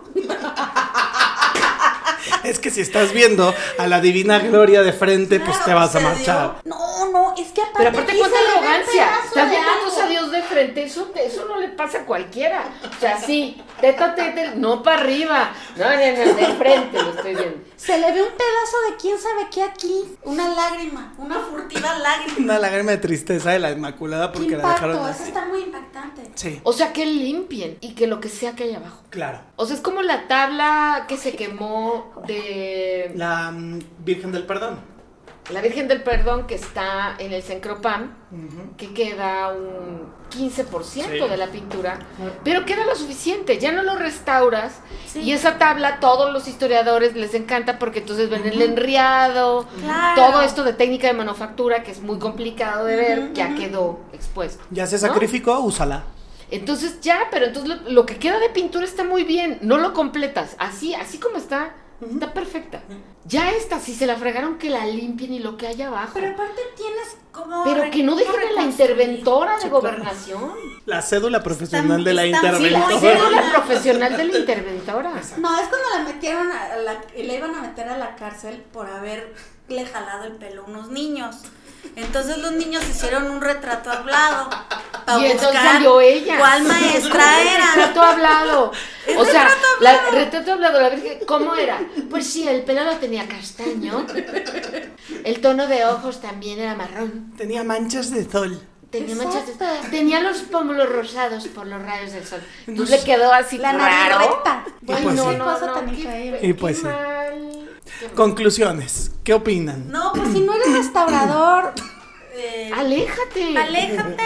es que si estás viendo a la divina gloria de frente, pues te vas a se marchar. dio- No, no, es que aparte Pero aparte aquí cuánta se le ve un arrogancia. pedazo Estás de viendo algo. tus a Dios de frente, eso, eso no le pasa a cualquiera. O sea, sí, teta, teta, no para arriba. No, no, no, de frente lo estoy viendo. Se le ve un pedazo de quién sabe qué aquí. Una lágrima, una furtiva lágrima. Una lágrima de tristeza de la Inmaculada Qué porque la dejaron impacto, eso así. está muy impactante. Sí, O sea, que limpien y que lo que sea que hay abajo. claro. O sea, es como la tabla que se quemó de La mm, Virgen del Perdón. la Virgen del Perdón que está en el Cencropam, Ujú. que queda un quince por ciento Sí. de la pintura, pero queda lo suficiente, ya no lo restauras Sí. y esa tabla todos los historiadores les encanta porque entonces ven el enriado, Claro. todo esto de técnica de manufactura que es muy complicado de ver, Ujú, ya ujú. quedó expuesto. Ya se ¿no? sacrificó, úsala. Entonces ya, pero entonces lo, lo que queda de pintura está muy bien, no lo completas, así, así como está, está perfecta. Ya esta, si se la fregaron, que la limpien y lo que hay abajo. Pero aparte tienes como... Pero que no dejen a la interventora de Sí, claro. gobernación. La cédula profesional de la están- Sí, la interventora. cédula profesional de la interventora. No, es cuando la metieron a la... Le iban a meter a la cárcel por haberle jalado el pelo a unos niños. Entonces los niños hicieron un retrato hablado. pa' Y entonces buscar salió ella. ¿Cuál maestra era? Retrato hablado. Es O sea, retrato la, hablado. retrato hablado, la Virgen, ¿cómo era? Pues sí, el pelo lo tenía castaño. El tono de ojos también era marrón. Tenía manchas de sol. Tenía Exacto. manchas de- tenía los pómulos rosados por los rayos del sol. No Entonces sé. le quedó así La nariz raro. recta. Y Bueno, pues no, sí. qué cosa tan qué- increíble. Y pues qué sí. mal. Qué mal. Conclusiones. ¿Qué opinan? No, pues si no eres restaurador, eh, Aléjate. aléjate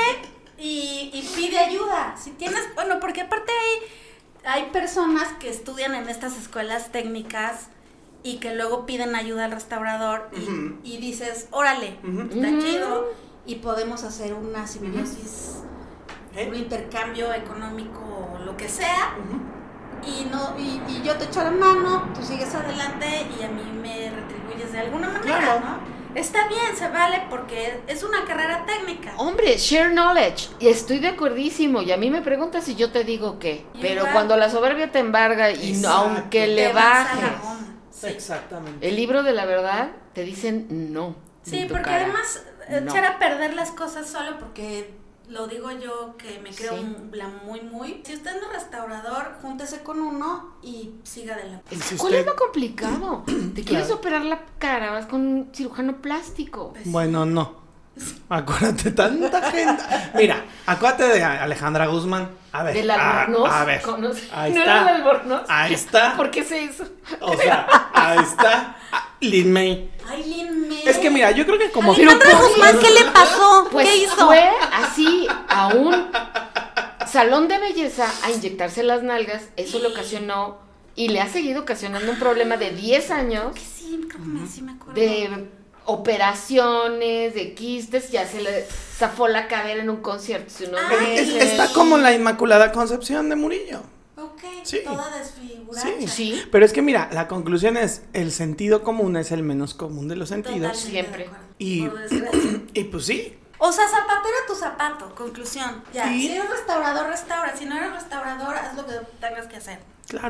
y, y pide ayuda. Si tienes, bueno, porque aparte hay, hay personas que estudian en estas escuelas técnicas y que luego piden ayuda al restaurador y, Ujú. y dices, órale, Ujú. está Ujú. chido y podemos hacer una simbiosis, ¿Eh? un intercambio económico o lo que sea. Ujú. Y no y, y yo te echo la mano, tú sigues adelante y a mí me retribuyes de alguna manera, Claro. ¿no? Está bien, se vale porque es una carrera técnica. Hombre, share knowledge. Y estoy de acuerdísimo. Y a mí me preguntas si yo te digo qué. Pero Igual. cuando la soberbia te embarga y no, Exacto. aunque le Te vas a la bajes goma. Sí, Exactamente. el libro de la verdad, te dicen no. Sí, en tu porque cara. además No. echar a perder las cosas solo porque lo digo yo que me creo Sí. un- la muy muy. Si usted no es restaurador, júntese con uno y siga adelante. Es que Si ¿cuál usted- es lo complicado? Te quieres Claro. operar la cara, vas con un cirujano plástico. Pues, Bueno, no. Acuérdate, tanta gente. Mira, acuérdate de Alejandra Guzmán. A ver. Del a, Albornoz. a ver. ¿Conoce? Ahí ¿No está. era el Albornoz? Ahí está. ¿Por qué se hizo? O sea, ahí está. Ah, Lin May. Ay, Lin May. Es que mira, yo creo que como. Alejandra Guzmán, ¿qué le pasó? Pues ¿Qué hizo? fue así a un salón de belleza a inyectarse las nalgas. Eso le ocasionó y le ha seguido ocasionando un problema de diez años Sí, creo que me, sí me acuerdo. de operaciones, de quistes. Ya se le zafó la cadera en un concierto. Si no Ah, me- Es- está como la Inmaculada Concepción de Murillo. Ok, Sí. toda desfigurada. Sí. Sí. Pero es que mira, la conclusión es, el sentido común es el menos común de los sentidos. Totalmente Siempre. de acuerdo, Y- por desgracia. Y pues sí, O sea, zapatero a tu zapato, conclusión. Ya, Sí. si eres restaurador, restaura. Si no eres restaurador, haz lo que tengas que hacer. claro.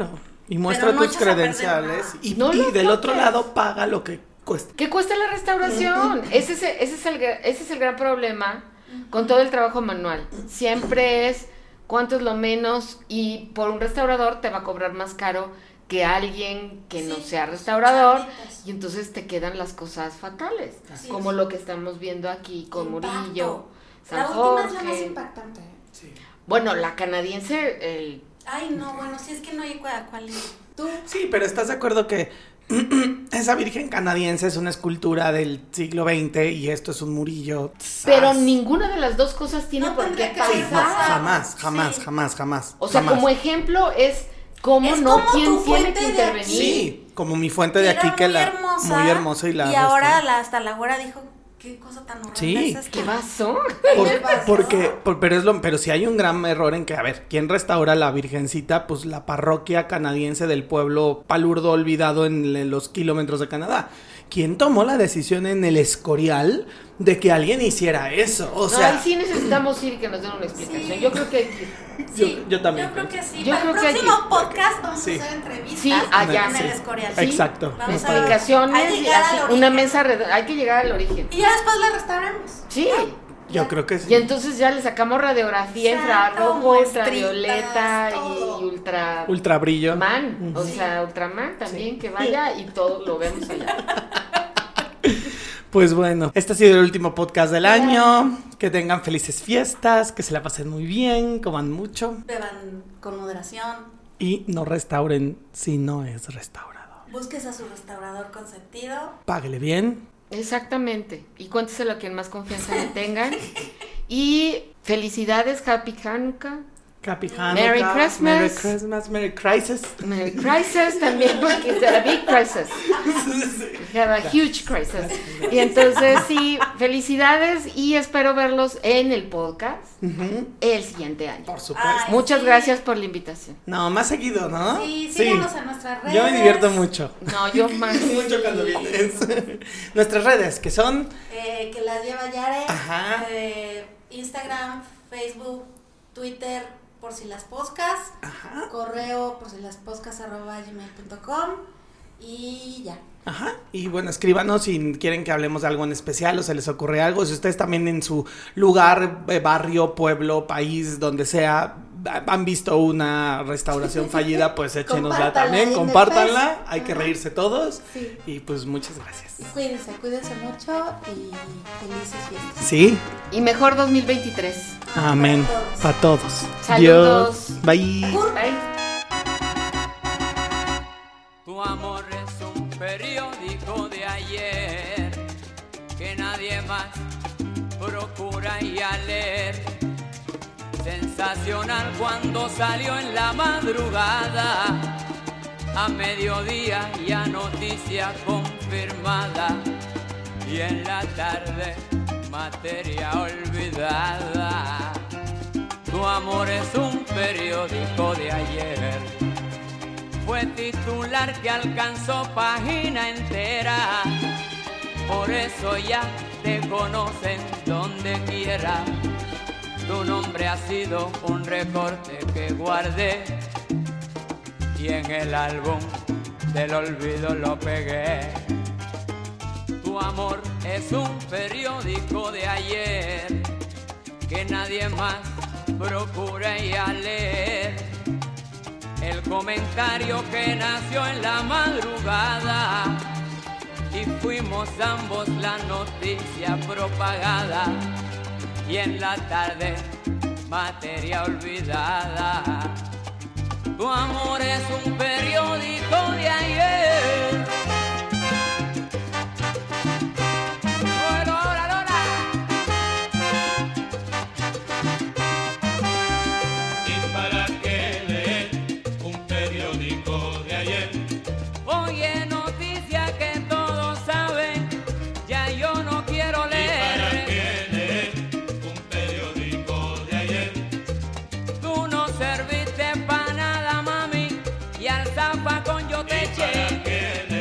Y muestra Pero no tus echas a perder credenciales nada. y, No y lo del otro toques. lado paga lo que cuesta. ¿Qué cuesta la restauración? Ese es, el- ese, es el, gra- ese es el gran problema con todo el trabajo manual. Siempre es cuánto es lo menos y por un restaurador te va a cobrar más caro que alguien que no Sí, sea restaurador chavitas. y entonces te quedan las cosas fatales, Así como es. lo que estamos viendo aquí con Impacto. Murillo, San La última es la más Jorge. impactante. Sí. Bueno, la canadiense, el Ay, no, bueno, si es que no hay cuál. cuál ir. Tú, Sí, pero ¿estás de acuerdo que esa virgen canadiense es una escultura del siglo veinte y esto es un Murillo? pero ¡Zas! ninguna de las dos cosas tiene No por qué tendría que Sí, no, pasar. jamás, jamás, Sí. jamás, jamás. O sea, jamás. como ejemplo es cómo Es no, como quién tu tiene fuente que de intervenir. aquí. Sí, como mi fuente de Era aquí que muy la hermosa, muy hermosa y la Y ahora restauró. la, hasta la güera dijo, qué cosa tan horrenda Sí. es esta. ¿Qué pasó? Por- porque, por- pero es lo, pero si hay un gran error en que, a ver, ¿quién restaura la Virgencita? Pues la parroquia canadiense del pueblo palurdo olvidado en le- los kilómetros de Canadá. ¿Quién tomó la decisión en el Escorial de que alguien hiciera eso? O No, sea, ahí sí necesitamos ir y que nos den una explicación. Sí. Yo creo que hay que ir. Sí, yo- yo también Yo creo creo. que sí. Yo Para creo el que hay próximo que- podcast vamos Sí. a hacer entrevistas Sí, allá. en el Sí. Escorial. Sí. Exacto. Vamos a- Explicaciones hay que y llegar así, al una origen. mesa redonda. Hay que llegar al origen. Y ya después la restauramos. Sí. yo creo que sí. Y entonces ya le sacamos radiografía Exacto, infrarrojo, muestritas, ultravioleta todo. y ultra Ultra brillo. man, o Sí. sea, Ultraman también que vaya y todo lo vemos allá. Pues bueno, este ha sido el último podcast del año. Que tengan felices fiestas, que se la pasen muy bien, coman mucho Beban con moderación. y no restauren si no es restaurado. Busques a su restaurador consentido. Páguele bien. Exactamente. Y cuénteselo a quien más confianza le tengan. Y felicidades, Happy Hanukkah. Happy Hanukkah, Merry Christmas. Merry Christmas, Merry Crisis. Merry Crisis también, porque es a big crisis. We have a huge crisis. Y entonces, sí, felicidades y espero verlos en el podcast Ujú, el siguiente año. por supuesto. Ay, Muchas sí. gracias por la invitación. No, más seguido, ¿no? Sí, síganos en nuestras redes. Yo me divierto mucho. No, yo más. Mucho cuando vienes. Nuestras redes, que son Eh, que las lleva Yare. Ajá. Eh, Instagram, Facebook, Twitter, por si las poscas. Ajá. Correo, por si las poscas, arroba gmail punto com. Y ya. Ajá. Y bueno, escríbanos si quieren que hablemos de algo en especial o se les ocurre algo. Si ustedes también en su lugar, eh, barrio, pueblo, país, donde sea, ha- han visto una restauración fallida, pues échenosla Compártanla también, ahí en el compártanla. Face. Hay que Ajá. reírse todos. sí. Y pues muchas gracias. Cuídense, cuídense mucho y felices fiestas. Sí. Y mejor dos mil veintitrés. Amén. Para Para todos. Saludos. Dios. Bye. Bye. Tu amor es un periódico de ayer que nadie más procura y a leer. Sensacional cuando salió en la madrugada, a mediodía ya noticia confirmada y en la tarde materia olvidada. Tu amor es un periódico de ayer. Fue titular que alcanzó página entera. Por eso ya te conocen donde quiera. Tu nombre ha sido un recorte que guardé y en el álbum del olvido lo pegué. Tu amor es un periódico de ayer que nadie más procura ir a leer. El comentario que nació en la madrugada y fuimos ambos la noticia propagada y en la tarde materia olvidada. Tu amor es un periódico de ayer. Bueno, ahora, ahora. ¿Y para qué leer un periódico de ayer? Oye, noticia que todos saben, ya yo no quiero ¿Y para leer. qué leer un periódico de ayer? Tú no serviste pa' nada, mami, y al zafacón yo te ¿Y para eché. qué leer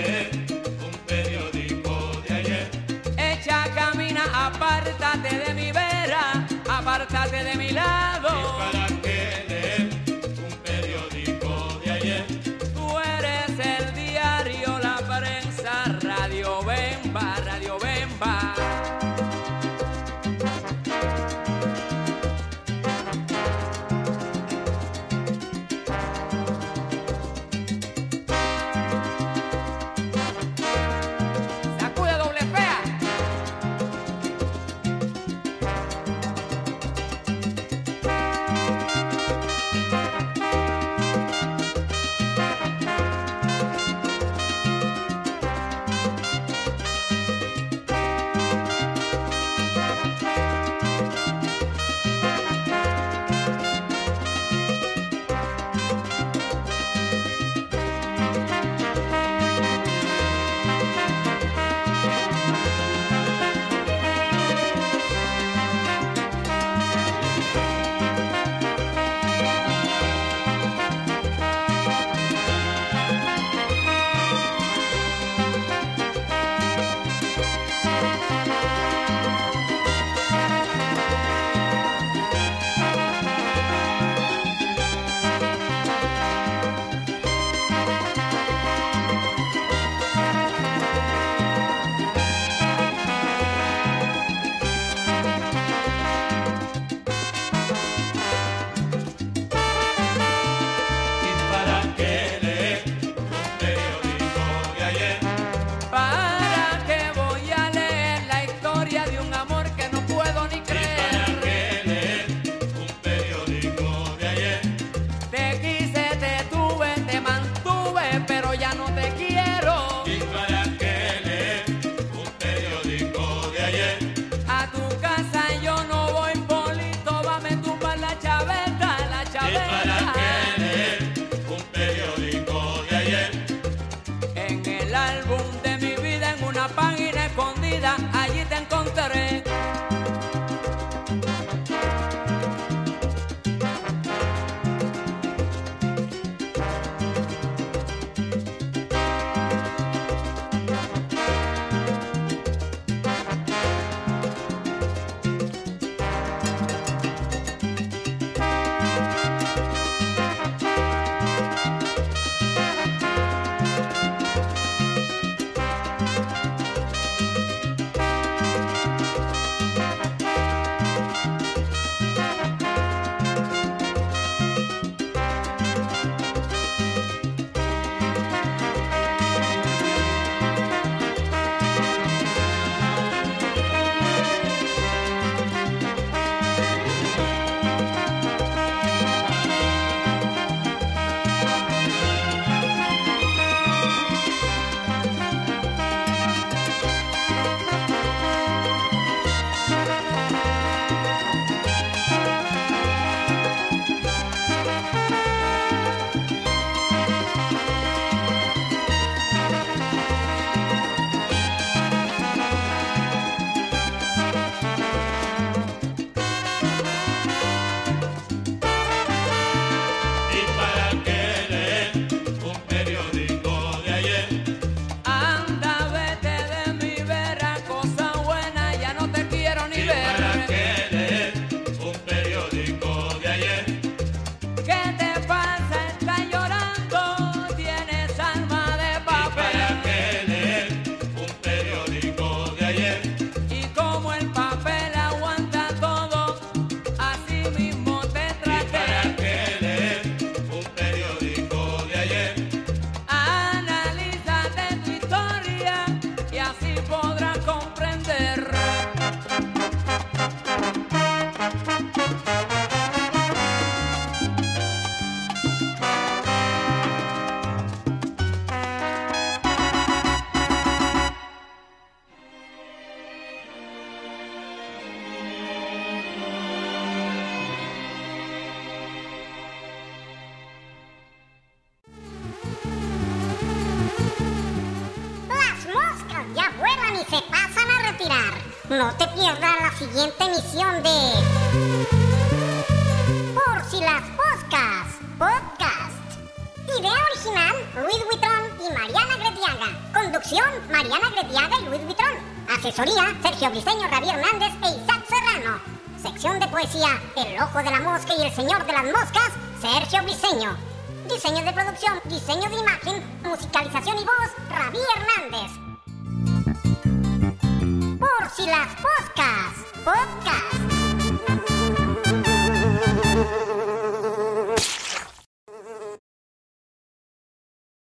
Allí te encontraré. No te pierdas la siguiente emisión de Por si las Moscas Podcast. Idea original, Luis Buitrón y Mariana Grediaga. Conducción, Mariana Grediaga y Luis Buitrón. Asesoría, Sergio Briceño, Javier Hernández e Isaac Serrano. Sección de poesía, El Ojo de la Mosca y El Señor de las Moscas, Sergio Briceño. Diseño de producción, diseño de imagen, musicalización y voz, Javier Hernández. Por si las Moscas Podcast.